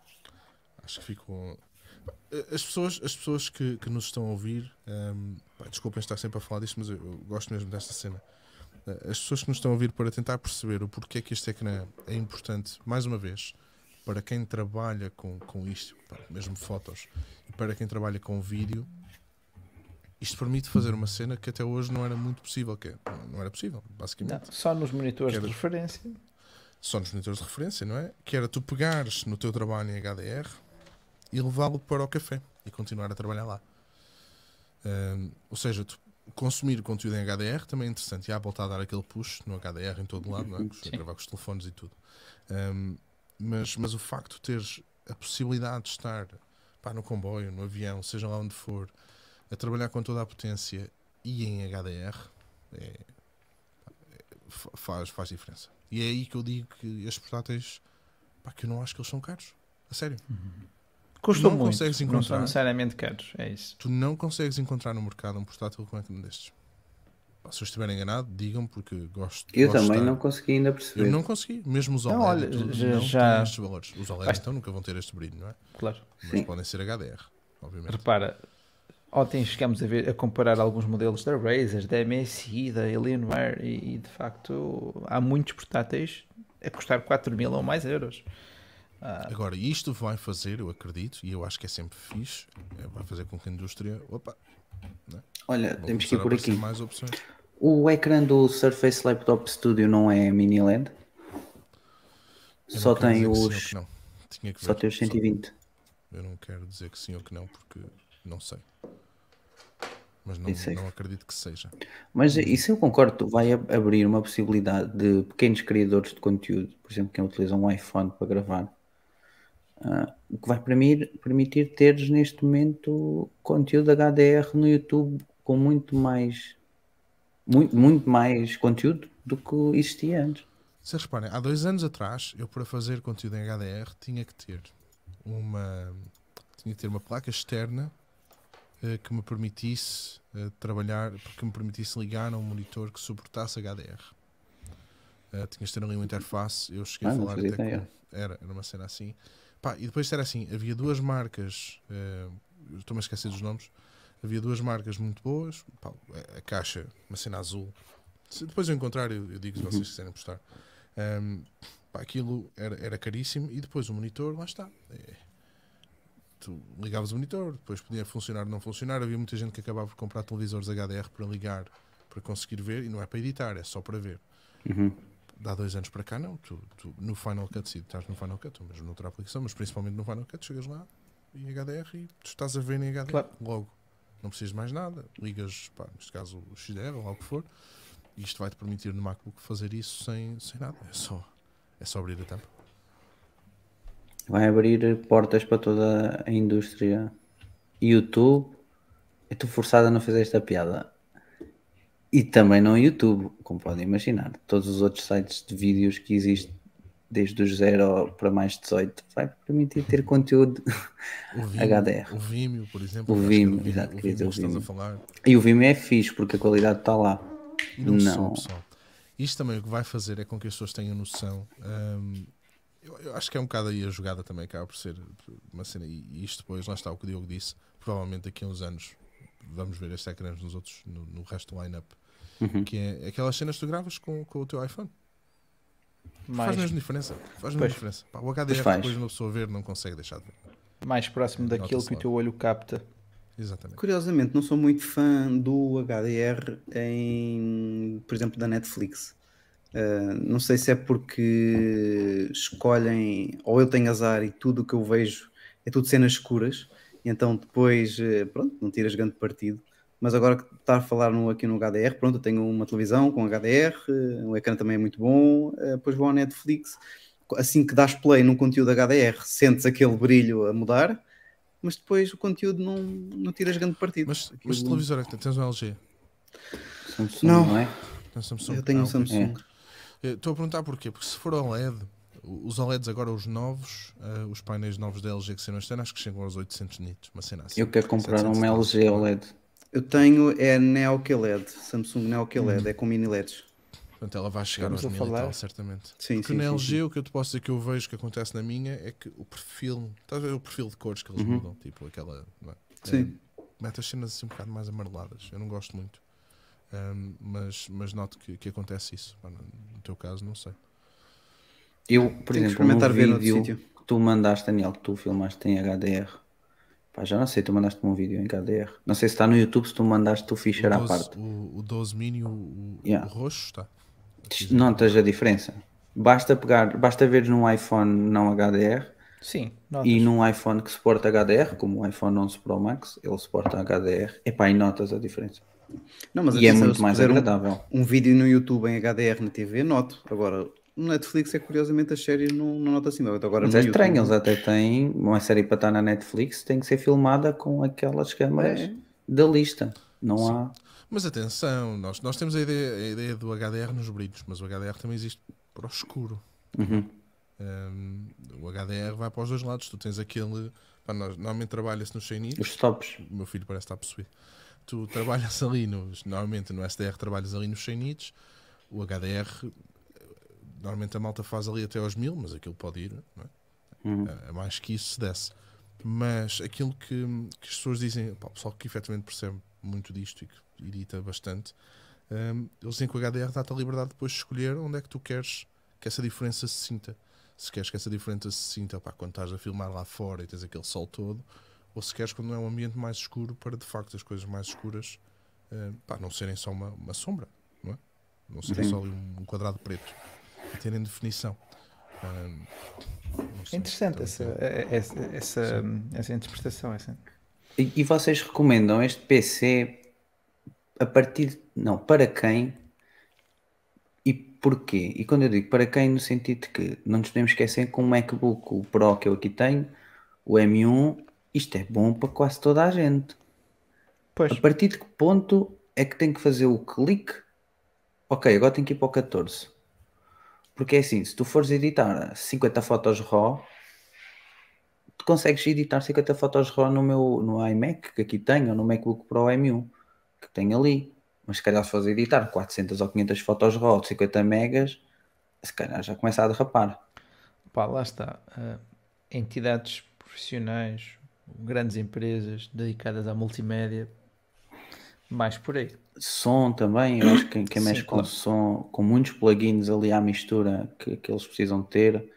S4: Acho que ficou. As pessoas, as pessoas que, que nos estão a ouvir, hum, pá, desculpem estar sempre a falar disto, mas eu, eu gosto mesmo desta cena. Uh, As pessoas que nos estão a ouvir para tentar perceber o porquê que este ecrã é importante, mais uma vez, para quem trabalha com, com isto, pá, mesmo fotos, e para quem trabalha com vídeo, isto permite fazer uma cena que até hoje não era muito possível, que é- não era possível, basicamente.
S5: Não, só nos monitores
S4: Quero-
S5: de referência.
S4: Só nos monitores de referência, não é? Que era tu pegares no teu trabalho em H D R e levá-lo para o café e continuar a trabalhar lá. Hum, ou seja, tu consumir conteúdo em H D R também é interessante. E a Apple está a dar aquele push no H D R em todo lado, não é?
S5: Sim.
S4: Gravar com os telefones e tudo. Hum, mas, mas o facto de teres a possibilidade de estar pá, no comboio, no avião, seja lá onde for, a trabalhar com toda a potência e em H D R, é, é, fa- faz, faz diferença. E é aí que eu digo que estes portáteis, pá, que eu não acho que eles são caros. A sério.
S5: Custam
S4: não
S5: muito,
S4: consegues
S5: não são
S4: encontrar.
S5: necessariamente caros, é isso.
S4: Tu não consegues encontrar no mercado um portátil com um destes. Pá, se eu estiver enganado, digam, porque gosto
S2: Eu
S4: gosto de
S2: também
S4: estar-
S2: não consegui ainda perceber.
S4: Eu não consegui. Mesmo os
S5: Não,
S4: OLED
S5: olha,
S4: e tudo,
S5: já-
S4: não
S5: já-
S4: têm estes valores. Os OLEDs
S5: Vai-
S4: então nunca vão ter este brilho, não é?
S5: Claro.
S4: Mas
S2: Sim.
S4: podem ser H D R, obviamente.
S5: Repara, ontem chegámos a, ver, a comparar alguns modelos da Razer, da M S I, da Alienware e, e de facto há muitos portáteis a custar quatro mil ou mais euros. Ah,
S4: Agora, isto vai fazer, eu acredito, e eu acho que é sempre fixe, é, vai fazer com que a indústria, opa,
S2: Olha,
S4: vão
S2: temos que ir
S4: começar a
S2: por
S4: aparecer
S2: aqui.
S4: mais opções.
S2: O ecrã do Surface Laptop Studio não é mini L E D?
S4: Eu
S2: Só
S4: não quero
S2: tem
S4: dizer que sim ou
S2: os
S4: que não. Tinha que
S2: só
S4: ver.
S2: tem os cento e vinte.
S4: Eu não quero dizer que sim ou que não, porque não sei. Mas não,
S2: Isso é.
S4: não acredito que seja.
S2: Mas isso eu concordo, tu vai ab- abrir uma possibilidade de pequenos criadores de conteúdo, por exemplo, quem utiliza um iPhone para gravar, ah, o que vai permitir, permitir teres neste momento conteúdo H D R no YouTube com muito mais muito, muito mais conteúdo do que existia antes.
S4: Vocês reparem, há dois anos atrás, eu para fazer conteúdo em H D R tinha que ter uma, tinha que ter uma placa externa eh, que me permitisse eh, trabalhar, que me permitisse ligar a um monitor que suportasse H D R. Eh, tinhas de ter ali uma interface, eu cheguei
S2: Ah,
S4: a
S2: não
S4: falar
S2: fazia
S4: até
S2: ideia.
S4: com... Era, era uma cena assim. Pá, e depois era assim, havia duas marcas, eh, eu estou-me a esquecer dos nomes, havia duas marcas muito boas, pá, a, a caixa, uma cena azul. Se depois eu encontrar, eu, eu digo se vocês quiserem postar. Um, pá, aquilo era, era caríssimo e depois o monitor, lá está. É, tu ligavas o monitor, depois podia funcionar ou não funcionar. Havia muita gente que acabava por comprar televisores H D R para ligar, para conseguir ver, e não é para editar, é só para ver.
S2: Uhum.
S4: Há dois anos para cá, não. Tu, tu, no Final Cut, sim, estás no Final Cut, ou mesmo noutra aplicação, mas principalmente no Final Cut, chegas lá em H D R e tu estás a ver em H D R
S5: Claro.
S4: logo. Não precisas de mais nada. Ligas, pá, neste caso, o X D R ou lá o que for, e isto vai-te permitir no MacBook fazer isso sem, sem nada. É só, é só abrir a tampa.
S2: Vai abrir portas para toda a indústria. YouTube, eu estou forçado a não fazer esta piada. E também não YouTube, como podem imaginar. Todos os outros sites de vídeos que existem, desde os zero para mais de dezoito, vai permitir ter conteúdo
S4: O Vimeo,
S2: H D R.
S4: o Vimeo, por exemplo.
S2: O
S4: acho que é do
S2: Vimeo, exato,
S4: o
S2: queria dizer
S4: Vimeo
S2: o
S4: que estás a
S2: Vimeo.
S4: falar.
S2: E o Vimeo é fixe, porque a qualidade está lá.
S4: E não, só,
S2: Não.
S4: pessoal. Isto também o que vai fazer é com que as pessoas tenham noção. hum, eu, eu acho que é um bocado aí a jogada também, acaba por ser uma cena. E, e isto depois, lá está o que o Diogo disse. Provavelmente daqui a uns anos vamos ver estes ecrãs nos outros, no, no resto do line-up.
S2: Uhum.
S4: Que é aquelas cenas que tu gravas com, com o teu iPhone. Faz
S5: Mais,
S4: mesmo diferença. Faz mesmo
S5: Pois.
S4: diferença. Pá, o H D R
S2: Pois faz.
S4: depois uma pessoa ver não consegue deixar de ver.
S5: mais próximo daquilo
S4: Nota-se
S5: que o
S4: logo.
S5: teu olho capta.
S4: Exatamente.
S3: Curiosamente, não sou muito fã do H D R em, por exemplo, da Netflix. Uh, não sei se é porque escolhem, ou eu tenho azar e tudo o que eu vejo é tudo cenas escuras, e então depois, uh, pronto, não tiras grande partido. Mas agora que está a falar no, aqui no H D R, pronto, eu tenho uma televisão com H D R, uh, o ecrã também é muito bom, uh, depois vou à Netflix, assim que dás play num conteúdo H D R, sentes aquele brilho a mudar, mas depois o conteúdo não, não tiras grande partido.
S4: Mas,
S3: Aquilo-
S4: mas televisor é que tens um L G?
S2: Samsung,
S3: Não.
S2: não é?
S4: Tens Samsung?
S3: eu tenho
S4: Ah,
S3: um
S4: ok.
S3: Samsung.
S4: Eh, Estou a perguntar porquê, porque se for O L E D, o- os O L E Ds agora, os novos, eh, os painéis novos da L G que saíram este ano, acho que chegam aos oitocentos nits, uma cena assim.
S2: Eu quero comprar um
S4: setecentos e
S2: L
S4: tal.
S2: G O L E D.
S3: Eu tenho é Neo Q L E D, Samsung Neo Q L E D, é com mini L E Ds.
S4: Portanto, ela vai chegar
S5: Estamos
S4: aos
S5: a
S4: mil e
S5: falar?
S4: tal, certamente.
S3: Sim,
S4: Porque
S3: sim,
S4: na
S3: sim,
S4: L G
S3: sim.
S4: o que eu te posso dizer que eu vejo que acontece na minha é que o perfil, estás a ver o perfil de cores que eles mudam, tipo aquela, não é?
S3: Sim.
S4: É, mete as cenas assim um bocado mais amareladas, eu não gosto muito. Ahm, mas, mas noto que, que acontece isso. Pá, no no teu caso, não sei.
S2: Eu, por
S3: Tenho que
S2: exemplo,
S3: experimentar
S2: no
S3: ver noutro
S2: vídeo
S3: sítio.
S2: que tu mandaste, Daniel, que tu filmaste em H D R. Pá, já não sei, tu mandaste-me um vídeo em H D R. Não sei se está no YouTube, se tu mandaste o ficheiro
S4: O
S2: à
S4: doze,
S2: parte.
S4: o, o doze mini, o, o,
S2: Yeah.
S4: o roxo, está.
S2: Notas a diferença. Basta pegar, basta ver num iPhone não H D R
S5: Sim,
S2: e
S5: notas.
S2: num iPhone que suporta H D R, como o iPhone onze Pro Max, ele suporta H D R. Epá, e notas a diferença.
S3: Não, mas
S2: E é
S3: atenção,
S2: muito
S3: se
S2: mais
S3: puser um-
S2: agradável.
S3: Um, vídeo no YouTube em H D R na T V, noto. Agora, no Netflix é que, curiosamente as séries não, não noto assim. Agora,
S2: Mas
S3: no
S2: é estranho,
S3: YouTube,
S2: eles até têm uma série para estar na Netflix, tem que ser filmada com aquelas câmaras
S3: É.
S2: da lista. Não há.
S4: Mas atenção, nós, nós temos a ideia, a ideia do H D R nos brilhos, mas o H D R também existe para o escuro.
S2: Uhum.
S4: Um, o H D R vai para os dois lados. Tu tens aquele. Pá, nós, normalmente trabalha-se nos cem nits.
S2: Os tops.
S4: O meu filho parece estar a possuir. Tu trabalhas ali, nos, normalmente no S D R trabalhas ali nos cem nits. O H D R, normalmente a malta faz ali até aos mil, mas aquilo pode ir, não é?
S2: Uhum.
S4: É mais que isso se desce. Mas aquilo que, que as pessoas dizem, pá, o pessoal que efetivamente percebe muito disto e que edita bastante, um, eles dizem que o H D R dá-te a liberdade depois de escolher onde é que tu queres que essa diferença se sinta. Se queres que essa diferença se sinta, pá, quando estás a filmar lá fora e tens aquele sol todo, ou se queres quando é um ambiente mais escuro, para de facto as coisas mais escuras uh, pá, não serem só uma, uma sombra, não é? Não serem
S2: Sim.
S4: só ali um quadrado preto, e terem definição. Um, não
S5: É
S4: sei,
S5: interessante
S4: então,
S5: essa, essa, essa, essa interpretação. Essa.
S2: E, e vocês recomendam este P C a partir de, não, para quem e porquê? E quando eu digo para quem, no sentido de que não nos podemos esquecer que o MacBook, o Pro que eu aqui tenho, o M um, isto é bom para quase toda a gente.
S5: Pois,
S2: A partir de que ponto é que tem que fazer o clique? Ok, agora tenho que ir para o catorze. Porque é assim, se tu fores editar cinquenta fotos RAW, tu consegues editar cinquenta fotos RAW no meu no iMac que aqui tenho, ou no MacBook Pro M um que tenho ali. Mas se calhar se fores editar quatrocentas ou quinhentas fotos RAW de cinquenta megas, se calhar já começa a derrapar.
S5: pá, lá está. Ah, entidades profissionais, grandes empresas dedicadas à multimédia, mais por aí.
S2: Som também, eu acho que quem, quem
S5: Sim,
S2: mexe com
S5: claro.
S2: som, com muitos plugins ali à mistura que, que eles precisam ter,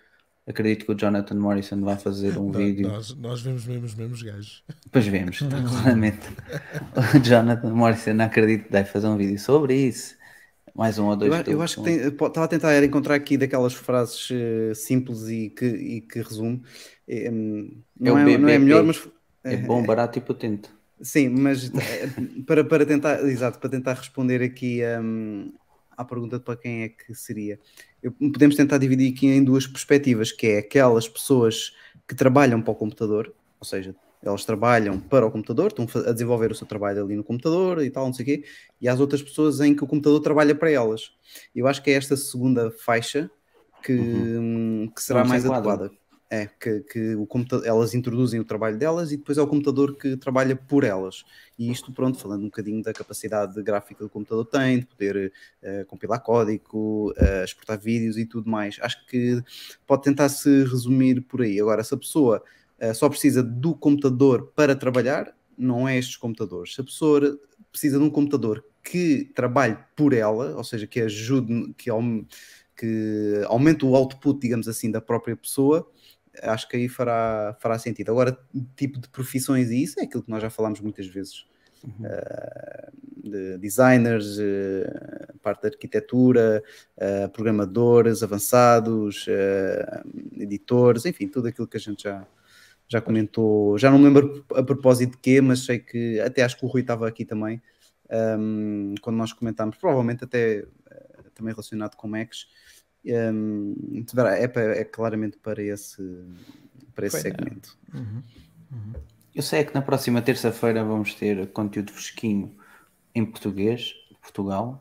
S2: acredito que o Jonathan Morrison vai fazer um
S4: Nó-
S2: vídeo.
S4: Nós, nós vemos mesmo os mesmos gajos.
S2: Depois vemos, claramente. O Jonathan Morrison, acredito que deve fazer um vídeo sobre isso. Mais um ou dois
S3: Eu, a- eu
S2: do-
S3: acho que tem, po- estava a tentar encontrar aqui daquelas frases eh, simples e que, e que resume. Eh, hum,
S2: É o
S3: não, é, não é a melhor,
S2: B B
S3: mas
S2: P. É bom, barato e potente.
S3: sim, mas eh, para, para tentar, exato, para tentar responder aqui hum, à pergunta de para quem é que seria, eu- podemos tentar dividir aqui em duas perspectivas, que é aquelas pessoas que trabalham para o computador, ou seja, elas trabalham para o computador, estão fa- a desenvolver o seu trabalho ali no computador e tal, não sei o quê, e às outras pessoas em que o computador trabalha para elas. Eu acho que é esta segunda faixa que, hum, que será
S2: Não se
S3: mais
S2: enquadra.
S3: adequada. É, que, que o computador, elas introduzem o trabalho delas e depois é o computador que trabalha por elas. E isto, pronto, falando um bocadinho da capacidade gráfica que o computador tem, de poder eh, compilar código, eh, exportar vídeos e tudo mais. Acho que pode tentar se resumir por aí. Agora, se a pessoa eh, só precisa do computador para trabalhar, não é estes computadores. Se a pessoa precisa de um computador que trabalhe por ela, ou seja, que ajude, que, aum- que aumente o output, digamos assim, da própria pessoa, acho que aí fará, fará sentido. Agora, tipo de profissões e isso é aquilo que nós já falámos muitas vezes. Uh, de designers, uh, parte da arquitetura, uh, programadores avançados, uh, editores, enfim, tudo aquilo que a gente já, já comentou. Já não me lembro a propósito de quê, mas sei que até acho que o Rui estava aqui também, um, quando nós comentámos, provavelmente até uh, também relacionado com Macs. Um, é, para- é claramente para esse, para esse
S5: Foi, não.
S3: segmento.
S2: Eu sei é que na próxima terça-feira vamos ter conteúdo fresquinho em português, de Portugal.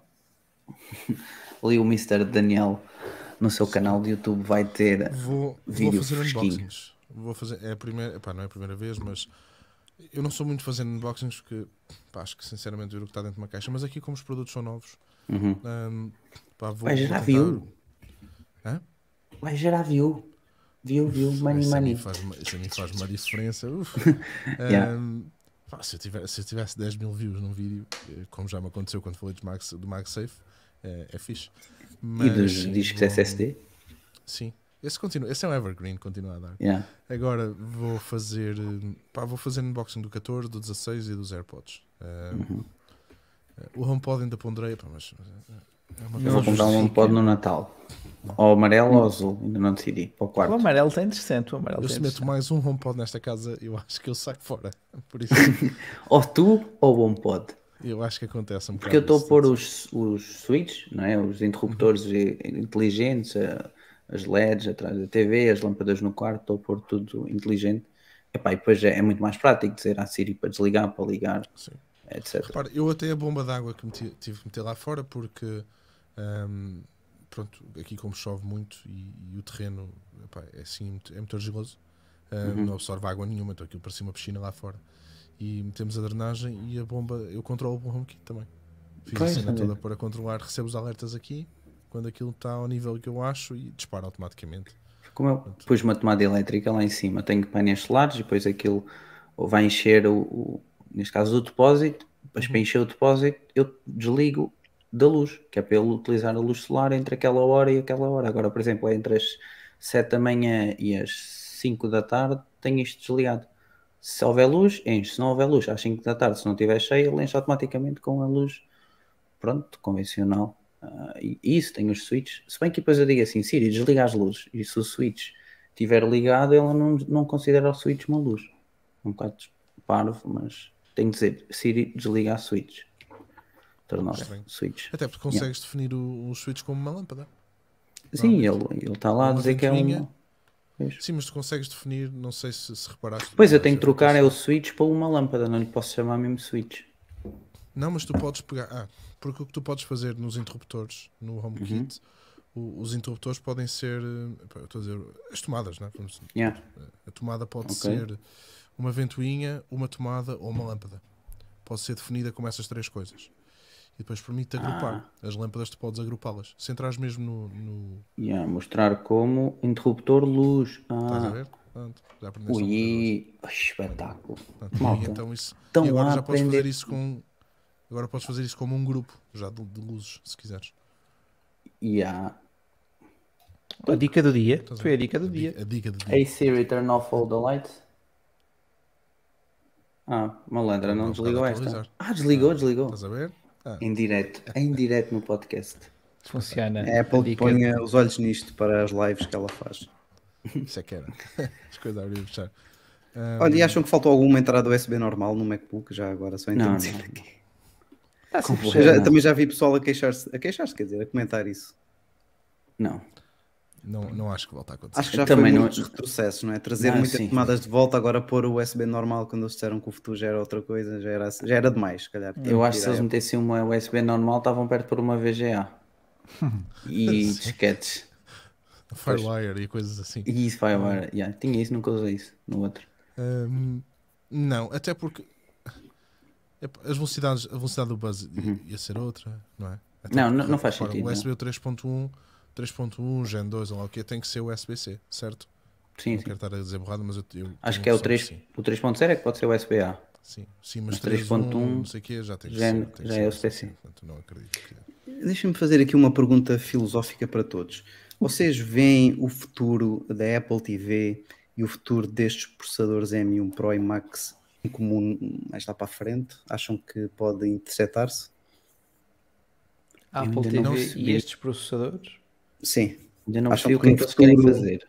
S2: Ali o mister Daniel, no seu canal de YouTube, vai ter
S4: Vou, vou
S2: vídeo
S4: fazer
S2: fresquinho.
S4: unboxings. Vou fazer, é a primeira, epá, não é a primeira vez, mas eu não sou muito fazendo unboxings porque pá, acho que sinceramente ver o que está dentro de uma caixa, mas aqui como os produtos são novos,
S2: Uhum.
S4: hum, pá, vou,
S2: Vai
S4: vou
S2: gerar
S4: tentar-
S2: view.
S4: Hã?
S2: Vai gerar view. View, view, money,
S4: Isso a mim
S2: money.
S4: faz, uma- isso a mim faz uma diferença. Uf.
S2: Yeah.
S4: Hum, pá, se, eu tivesse, se eu tivesse dez mil views num vídeo, eh, como já me aconteceu quando falei do, Max, do MagSafe, é, é fixe.
S2: E dos
S4: Mas
S2: discos
S4: vou-
S2: S S D?
S4: Sim, esse, continua, esse é um evergreen, continua a dar.
S2: Yeah.
S4: Agora vou fazer eh, pá, vou fazer unboxing do catorze, do dezasseis e dos AirPods. Eh,
S2: Uhum.
S4: eh, O HomePod ainda ponderei, pá, mas eh, é uma
S2: Eu vou
S4: coisa-
S2: comprar um
S5: justifica.
S2: HomePod no Natal. Ou amarelo ou azul, ainda não decidi. Para o
S5: O
S2: quarto.
S5: amarelo está interessante. O amarelo
S4: Eu
S5: está
S4: se meto
S5: interessante.
S4: mais um HomePod nesta casa, eu acho que eu saio fora. Por isso,
S2: Ou tu ou o HomePod.
S4: eu acho que acontece um
S2: Porque eu
S4: bocado
S2: estou a pôr
S4: isso.
S2: os, os switches, não é? Os interruptores i- inteligentes, a- as L E Ds atrás da T V, as lâmpadas no quarto, estou a pôr tudo inteligente. Epá, e depois é, é muito mais prático dizer à Siri para desligar, para ligar,
S4: Sim.
S2: etcétera.
S4: Repara, eu até a bomba de água que meti- tive que meter lá fora porque hum, pronto, aqui como chove muito e, e o terreno epá, é assim muito- é muito argiloso, hum, não absorve água nenhuma, então aquilo parecia uma piscina lá fora. E metemos a drenagem e a bomba, eu controlo o HomeKit também. Fiz
S2: Pois,
S4: a cena
S2: olha.
S4: toda para controlar, recebo os alertas aqui quando aquilo está ao nível que eu acho e dispara automaticamente.
S2: Como eu pus uma tomada elétrica lá em cima, tenho painéis solares e depois aquilo vai encher o, o- neste caso o depósito, depois para encher o depósito eu desligo da luz, que é para ele utilizar a luz solar entre aquela hora e aquela hora. Agora, por exemplo, entre as sete da manhã e as cinco da tarde tenho isto desligado. Se houver luz, enche. Se não houver luz, às cinco da tarde, se não estiver cheio, ele enche automaticamente com a luz, pronto, convencional. Ah, e e isso tem os switches. Se bem que depois eu digo assim, Siri, desliga as luzes. E se o switch estiver ligado, ela não, não considera o switch uma luz. Um bocado parvo, mas tenho de dizer, Siri, desliga a switch. Tornar
S4: Estranho.
S2: switch.
S4: Até porque consegues definir o, o switch como uma lâmpada.
S2: Sim, ele
S4: Normalmente.
S2: ele está lá a
S4: Uma
S2: dizer que é
S4: ventoinha.
S2: uma. Pois.
S4: Sim, mas tu consegues definir, não sei se, se reparaste.
S2: Pois eu
S4: mas
S2: tenho que
S4: é feito
S2: trocar é o
S4: assim.
S2: switch para uma lâmpada, não lhe posso chamar mesmo switch.
S4: Não, mas tu podes pegar. Ah, porque o que tu podes fazer nos interruptores, no HomeKit, o- os interruptores podem ser. eh, pá, eu estou a dizer. As tomadas, né? Vamos-
S2: Yeah.
S4: A tomada pode
S2: Ok.
S4: ser uma ventoinha, uma tomada ou uma lâmpada. Pode ser definida como essas três coisas. E depois permite agrupar. As lâmpadas tu podes agrupá-las. Se entrares mesmo no. no
S2: Yeah, mostrar como interruptor luz.
S4: estás a
S2: Ah,
S4: ver? Pronto, já aprendeste alguma coisa hoje.
S2: ui, oh, espetáculo.
S4: Pronto,
S2: Malta,
S4: e então isso.
S2: estão
S4: E agora
S2: lá
S4: já
S2: a
S4: podes
S2: aprender.
S4: fazer isso com. Agora podes fazer isso como um grupo já de, de luzes, se quiseres.
S2: Yeah.
S5: A dica do dia.
S4: Estás a
S5: Foi
S4: ver?
S5: a dica do dia.
S4: A dica do dia.
S2: Hey Siri, turn off all the lights. Ah, malandra, não
S4: Não,
S2: desligou
S4: bocado a
S2: esta.
S4: atualizar.
S2: Ah, desligou, desligou.
S4: Estás a ver? Ah,
S2: Em direto, em direto no podcast.
S5: Funciona.
S3: A Apple
S5: A dica-
S3: põe os olhos nisto para as lives que ela faz.
S4: isso é que era. As coisas a abrir e fechar. Ah,
S3: Olha, e acham que faltou alguma entrada U S B normal no MacBook? Já agora, só
S2: Não,
S3: introduzir
S2: não.
S3: aqui.
S5: Ah, sim,
S2: Completo.
S3: Eu já-
S2: Não.
S3: também já vi pessoal a queixar-se, a queixar-se, quer dizer, a comentar isso.
S2: Não.
S4: não, não acho que volta a acontecer.
S3: Acho que já
S2: Também
S3: foi
S2: não-
S3: muitos retrocessos, não é? Trazer
S2: Não,
S3: muitas
S2: sim.
S3: tomadas de volta, agora pôr o U S B normal quando eles disseram que o futuro já era outra coisa, já era, já era demais, se calhar.
S2: Eu acho que se eles
S3: Tirar-
S2: metessem uma U S B normal, estavam perto por uma V G A. E disquetes.
S4: Firewire e coisas assim.
S2: E isso vai agora. Yeah, tinha isso, nunca usei isso no outro.
S4: Hum, não, até porque epá, as velocidades, a velocidade do buzz ia, ia ser outra, não é? Até
S2: Não,
S4: porque,
S2: não- não faz
S4: repara,
S2: sentido,
S4: O U S B três ponto um, três ponto um, Gen dois ou lá o que tem que ser U S B C, certo?
S2: Sim,
S4: Não
S2: sim.
S4: quero estar a dizer borrada, mas eu, eu
S2: Acho
S4: tenho
S2: que é o
S4: noção
S2: três.
S4: sim.
S2: O três ponto zero é que pode ser U S B A.
S4: Sim, sim, mas
S2: Mas
S4: três ponto um,
S2: três ponto um
S4: não sei o quê, já tem que
S2: já é-
S4: ser. tem que
S2: já
S4: ser
S2: é
S4: U
S2: U S B
S4: S B C,
S2: C.
S4: portanto, não acredito que...
S3: Deixa-me fazer aqui uma pergunta filosófica para todos. Vocês veem o futuro da Apple T V e o futuro destes processadores M um Pro e Max em comum mais lá para a frente? Acham que podem interceptar-se?
S5: A
S2: Eu
S5: Apple
S2: ainda não
S5: T V
S2: percebi.
S5: e estes processadores?
S3: Sim.
S2: Ainda não
S3: Acham
S2: percebi o
S3: que
S2: que é
S3: no
S2: que eles querem
S3: futuro-
S2: fazer.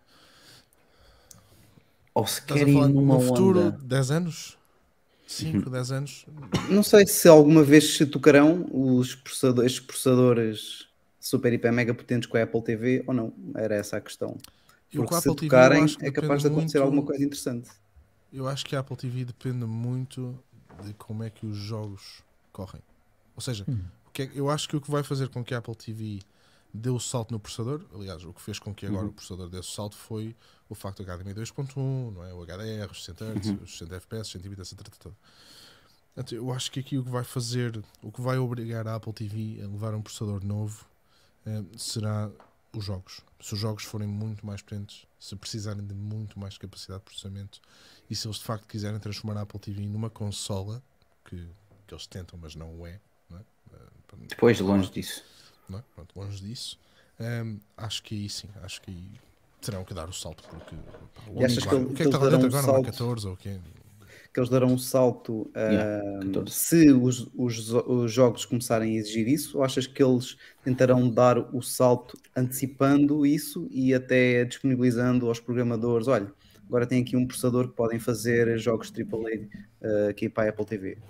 S2: Ou se
S4: Estás a
S2: querem
S4: falar
S2: ir numa
S4: no futuro,
S2: onda.
S4: dez anos? cinco, dez anos?
S3: Não sei se alguma vez se tocarão os processador- estes processadores super, hiper, mega potentes com a Apple T V ou não. Era essa a questão.
S4: Eu
S3: Porque
S4: com a
S3: se
S4: Apple T V eu
S3: tocarem
S4: acho que
S3: é capaz de
S4: depende
S3: acontecer
S4: muito-
S3: alguma coisa interessante.
S4: Eu acho que a Apple T V depende muito de como é que os jogos correm. Ou seja, o que é- eu acho que o que vai fazer com que a Apple T V dê o salto no processador, aliás, o que fez com que agora o processador desse o salto foi o facto do H D M I dois ponto um, não é? O H D R, os sessenta Hz, os sessenta F P S, cento e vinte, essa trata toda. Portanto, eu acho que aqui o que vai fazer, o que vai obrigar a Apple T V a levar um processador novo eh, será os jogos. Se os jogos forem muito mais potentes, se precisarem de muito mais capacidade de processamento e se eles de facto quiserem transformar a Apple T V numa consola, que, que eles tentam, mas não o é, não é? Eh, para-
S2: Depois, longe disso.
S4: não é? Pronto, longe disso, hum, acho que aí sim, acho que aí terão que dar o salto, porque pá, o,
S3: E achas
S4: claro,
S3: que
S4: o
S3: ele-
S4: que é que
S3: que
S4: está lá
S3: eles
S4: dentro
S3: darão um
S4: agora? Não é
S3: salto?
S4: catorze ou o quê?
S3: Que eles darão um salto ah,
S2: Yeah, catorze.
S3: se os, os, os jogos começarem a exigir isso, ou achas que eles tentarão dar o salto antecipando isso e até disponibilizando aos programadores, olha, agora tem aqui um processador que podem fazer jogos triplo A ah, aqui para a Apple T V?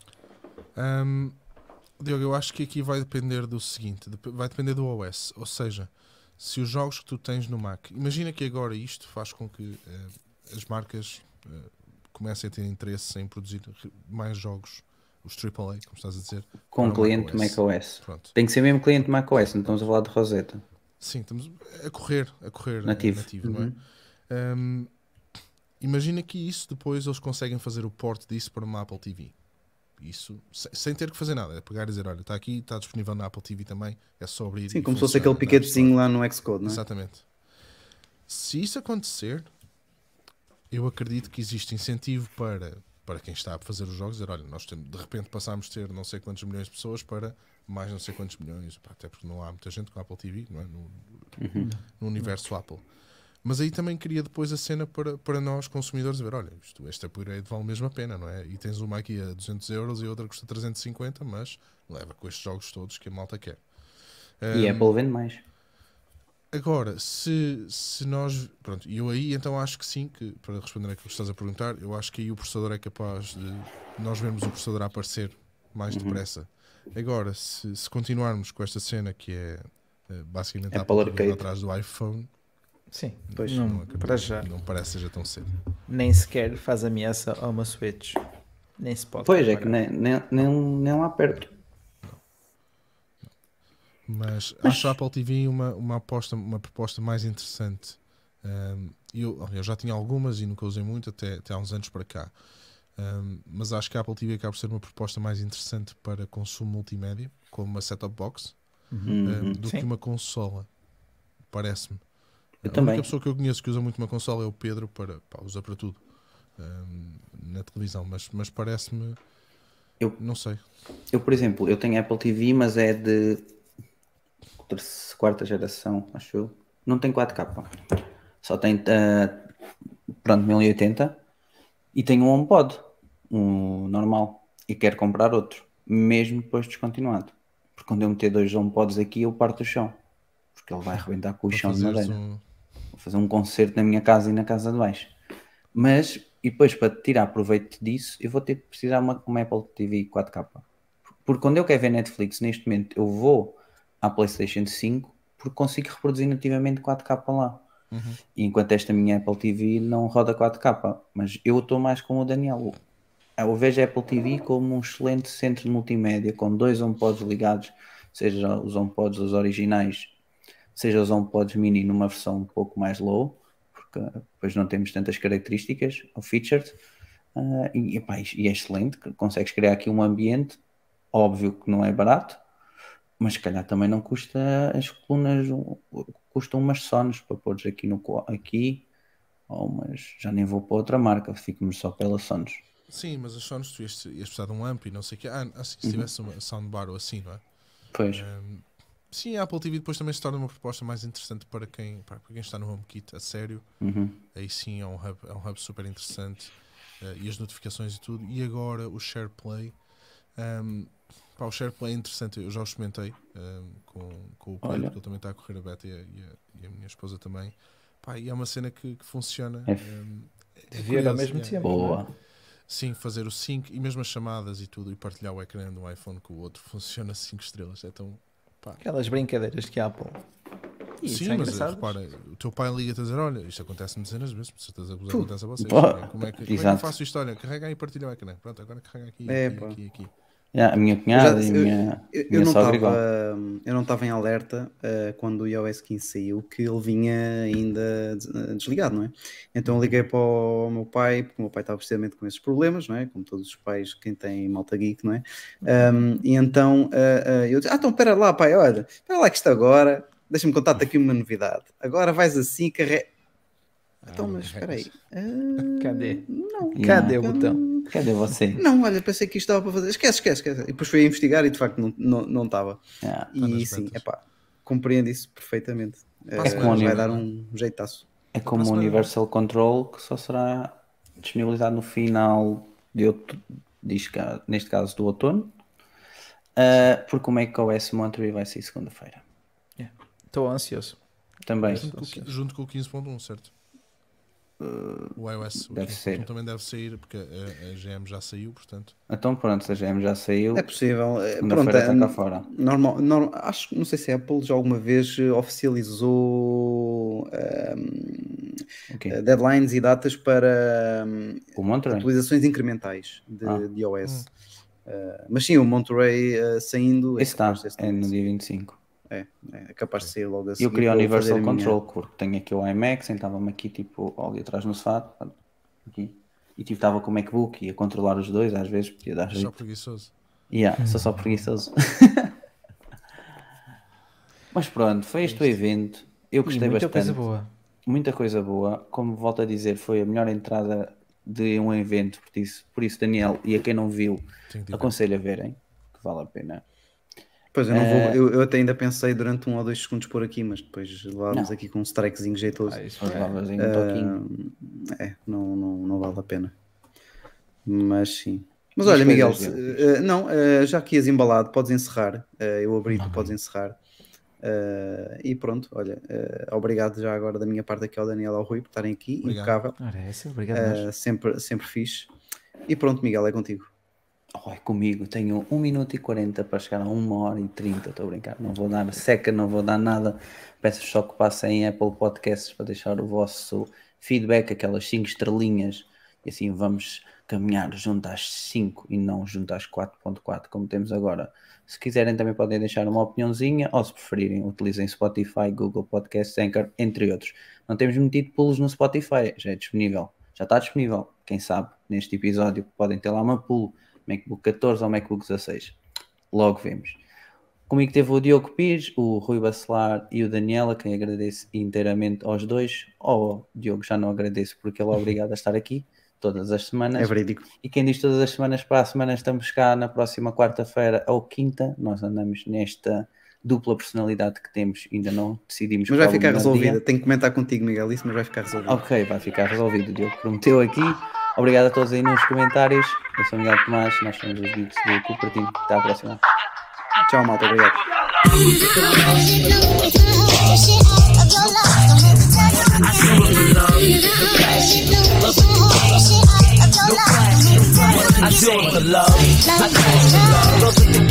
S4: Hum, Diogo, eu acho que aqui vai depender do seguinte, dep- vai depender do O S, ou seja, se os jogos que tu tens no Mac, imagina que agora isto faz com que eh, as marcas eh, comecem a ter interesse em produzir re- mais jogos, os triplo A, como estás a dizer,
S2: Com um
S4: para o
S2: cliente
S4: macOS.
S2: macOS.
S4: Pronto.
S2: Tem que ser mesmo cliente macOS, não estamos a falar de Rosetta.
S4: Sim, estamos a correr, a correr
S2: Nativo.
S4: eh, nativo não é? Hum, imagina que isso depois eles conseguem fazer o port disso para uma Apple T V. Isso se- sem ter que fazer nada, é pegar e dizer, olha, está aqui, está disponível na Apple T V também, é só abrir.
S3: Sim,
S4: e
S3: como se fosse
S4: funciona
S3: aquele
S4: na App Store.
S3: piquetezinho lá no Xcode, não é?
S4: Exatamente. Se isso acontecer, eu acredito que existe incentivo para, para quem está a fazer os jogos, dizer, olha, nós temos, de repente passámos a ter não sei quantos milhões de pessoas para mais não sei quantos milhões, pá, até porque não há muita gente com a Apple T V, não é? No, no universo Apple. Mas aí também queria depois a cena para, para nós consumidores ver, olha, isto, este upgrade vale mesmo a pena, não é? E tens uma aqui a duzentos euros e outra custa trezentos e cinquenta, mas leva com estes jogos todos que a malta quer.
S2: E a
S4: Um,
S2: Apple vende mais.
S4: Agora, se, se nós. Pronto, e eu aí então acho que sim, que para responder aquilo que estás a perguntar, eu acho que aí o processador é capaz de nós vermos o processador a aparecer mais depressa. Agora, se, se continuarmos com esta cena que é eh, basicamente a
S2: Apple
S4: Apple T V
S2: Arcade.
S4: atrás do iPhone,
S5: Sim,
S3: Pois,
S5: não,
S4: não, acredito,
S5: para já.
S4: não parece que seja tão cedo.
S5: Nem sequer faz ameaça a uma Switch. Nem se pode.
S2: Pois é, que
S5: comparar.
S2: nem, nem, nem, nem lá perto.
S4: Mas, acho a Apple T V uma, uma, aposta, uma proposta mais interessante. Um, eu, eu já tinha algumas e nunca usei muito, até, até há uns anos para cá. Um, mas acho que a Apple T V acaba por ser uma proposta mais interessante para consumo multimédia, como uma set-top box, um, do
S5: Sim.
S4: que uma consola. Parece-me.
S2: Eu
S4: a
S2: também.
S4: única pessoa que eu conheço que usa muito uma consola é o Pedro, para, pá, usa para tudo um, na televisão, mas, mas parece-me.
S2: Eu-
S4: Não sei.
S2: Eu, por exemplo, eu tenho Apple T V, mas é de terce- quarta geração, acho eu. não tem quatro K. Só tem, uh, pronto, mil e oitenta e tem um HomePod, um normal, e quero comprar outro, mesmo depois descontinuado. Porque quando eu meter dois HomePods aqui, eu parto o chão. Porque ele vai arrebentar com o
S4: Para
S2: chão de
S4: fazeres
S2: madeira.
S4: um...
S2: Vou fazer um concerto na minha casa e na casa de baixo. Mas, e depois para tirar proveito disso, eu vou ter que precisar de uma, uma Apple T V quatro K. Porque quando eu quero ver Netflix, neste momento, eu vou à PlayStation cinco porque consigo reproduzir nativamente quatro K lá.
S4: Uhum.
S2: Enquanto esta minha Apple T V não roda quatro K. Mas eu estou mais com o Daniel. Eu vejo a Apple T V como um excelente centro de multimédia, com dois HomePods ligados, seja os HomePods os originais, seja os HomePods mini numa versão um pouco mais low, porque depois não temos tantas características ou features, uh, e, epá, e é excelente, que consegues criar aqui um ambiente, óbvio que não é barato, mas se calhar também não custa as colunas, custam umas Sonos para pôres aqui, no, aqui ou umas, já nem vou para outra marca, fico-me só pela Sonos.
S4: Sim, mas as Sonos tu ias, ias precisar de um amp e não sei o que. Ah, assim, se tivesse uma soundbar ou assim, não é?
S2: Pois.
S4: Um, sim, a Apple T V depois também se torna uma proposta mais interessante para quem, para quem está no HomeKit a sério.
S2: Uhum.
S4: Aí sim é um hub, é um hub super interessante. Uh, e as notificações e tudo. E agora o SharePlay. Um, pá, o SharePlay é interessante, eu já o experimentei um, com, com o Pedro, porque ele também está a correr a beta e a, e a, e a minha esposa também. Pá, e é uma cena que, que funciona.
S2: É
S4: Um,
S5: de ver ao mesmo
S4: é,
S5: tempo.
S2: Boa.
S4: Sim, fazer o sync e mesmo as chamadas e tudo, e partilhar o ecrã do iPhone com o outro, funciona cinco estrelas. É tão. Pá.
S5: Aquelas brincadeiras que a Apple. E
S4: Sim,
S5: são
S4: mas
S5: engraçadas.
S4: repara, o teu pai liga-te a dizer: olha, isto acontece-me dezenas de vezes, por certeza que vos acontece a vocês.
S2: Pô,
S4: Como é, como é que, como é que eu
S2: exato.
S4: faço isto? Olha, carrega aí e partilha o ecrã. Pronto, agora carrega aqui,
S3: É,
S4: aqui,
S3: pá.
S4: aqui, aqui.
S2: Yeah, a minha
S3: Eu,
S2: cunhada
S3: já,
S2: e a
S3: eu,
S2: minha,
S3: eu, eu
S2: minha
S3: não
S2: sogra
S3: estava
S2: igual.
S3: eu não estava em alerta uh, quando o iOS quinze saiu que ele vinha ainda des- desligado, não é? Então eu liguei para o meu pai, porque o meu pai estava precisamente com esses problemas, não é? Como todos os pais, quem tem malta geek, não é? Um, e então uh, uh, eu disse, ah, então espera lá, pai, olha, espera lá que isto agora, deixa-me contar-te aqui uma novidade. Agora vais assim, carrega... Então,
S4: Ah, não
S3: mas espera aí.
S4: carregas.
S3: Ah,
S5: Cadê?
S3: não.
S5: Cadê
S2: Yeah.
S5: o botão?
S2: Cadê você?
S3: Não, olha, pensei que isto estava para fazer. Esquece, esquece, esquece. E depois fui a investigar e de facto não estava. Não, não estava.
S2: Yeah.
S4: Está nas
S3: E sim,
S4: betas.
S3: epá, compreendo isso perfeitamente.
S4: Para a
S3: Eh,
S4: semana
S2: já
S3: vai
S2: é,
S3: dar
S4: não é?
S3: um jeitaço.
S2: É
S4: Então,
S2: como
S4: para a
S2: o
S4: semana-
S2: Universal Control, que só será disponibilizado no final de outubro, diz que, neste caso do outono, uh, porque o macOS Monterey vai sair segunda-feira.
S5: Estou ansioso.
S2: Também.
S4: Junto com, o qui- junto com o quinze ponto um, certo? O iOS, o
S2: deve
S4: quinze ponto um
S2: ser.
S4: também deve sair, porque a, a G M já saiu, portanto.
S2: Então pronto, a G M já saiu.
S3: É possível. Eh, Pronto,
S2: Segunda-feira está cá
S3: eh,
S2: fora.
S3: normal, normal, acho que não sei se a Apple já alguma vez eh, oficializou ehm,
S2: Ok.
S3: eh, deadlines e datas para ehm,
S2: O Monterey?
S3: atualizações incrementais de,
S2: Ah.
S3: de iOS. Eh, mas sim, o Monterey eh, saindo é
S2: Esse está,
S3: capaz de ser
S2: é no
S3: assim.
S2: dia vinte e cinco.
S3: É, é capaz de sair logo a
S2: Eu
S3: seguir.
S2: queria o
S3: para eu fazer
S2: Universal
S3: a minha-
S2: Control, porque tenho aqui o iMac, sentava-me aqui tipo ali atrás no sofá, aqui, e tipo estava com o MacBook e a controlar os dois, às vezes podia dar
S4: É só
S2: jeito.
S4: preguiçoso.
S2: Yeah, sou só preguiçoso. Mas pronto, foi este o evento. Eu
S5: E
S2: gostei
S5: muita
S2: bastante.
S5: coisa boa.
S2: Muita coisa boa. Como volto a dizer, foi a melhor entrada de um evento. Por isso, por isso Daniel, e a quem não viu,
S4: Sim, digo.
S2: aconselho a verem, que vale a pena.
S3: Pois eu não vou,
S2: Eh,
S3: eu, eu até ainda pensei durante um ou dois segundos por aqui, mas depois levávamos
S2: Não.
S3: aqui com um strikezinho jeitoso.
S5: Ah, isso
S2: Mas
S5: é-
S2: levavas aí um toquinho.
S3: Ah, é, não, não, não vale a pena. Mas sim. Mas
S2: Diz
S3: olha, Miguel,
S2: coisas,
S3: se-
S2: Diogo,
S3: eh, não, eh, já que ias embalado, podes encerrar. Eh, eu abri, tu podes encerrar. Eh, e pronto, olha, eh, obrigado já agora da minha parte aqui ao Daniel e ao Rui por estarem aqui,
S4: Obrigado.
S3: impecável.
S5: Ora, essa, obrigado.
S3: Eh,
S5: nós.
S3: sempre, sempre fixe. E pronto, Miguel, é contigo.
S2: Oh, é comigo, tenho um minuto e quarenta para chegar a uma hora e trinta, estou a brincar, não vou dar seca, não vou dar nada, peço só que passem em Apple Podcasts para deixar o vosso feedback, aquelas cinco estrelinhas, e assim vamos caminhar junto às cinco e não junto às quatro ponto quatro como temos agora. Se quiserem também podem deixar uma opiniãozinha, ou se preferirem utilizem Spotify, Google Podcasts, Anchor, entre outros. Não temos metido pulos no Spotify, já é disponível, já está disponível, quem sabe, neste episódio podem ter lá uma pulo, MacBook catorze ou MacBook dezasseis. Logo vemos. Comigo teve o Diogo Pires, o Rui Bacelar e o Daniel, a quem agradeço inteiramente aos dois. Ao Diogo já não agradeço porque ele é obrigado a estar aqui todas as semanas.
S3: É verídico.
S2: E quem diz todas as semanas para a semana, estamos cá na próxima quarta-feira ou quinta. Nós andamos nesta dupla personalidade que temos, ainda não decidimos.
S3: Mas vai
S2: qual o
S3: ficar
S2: melhor
S3: resolvida.
S2: dia.
S3: Tenho que comentar contigo, Miguel, isso, mas vai ficar resolvido.
S2: Ok, vai ficar resolvido. O Diogo prometeu aqui. Obrigado a todos aí nos comentários. Eu sou Miguel Tomás, nós somos os Geeks do Cupertino. Até à próxima.
S3: Tchau, malta. Obrigado.
S1: I do it for love.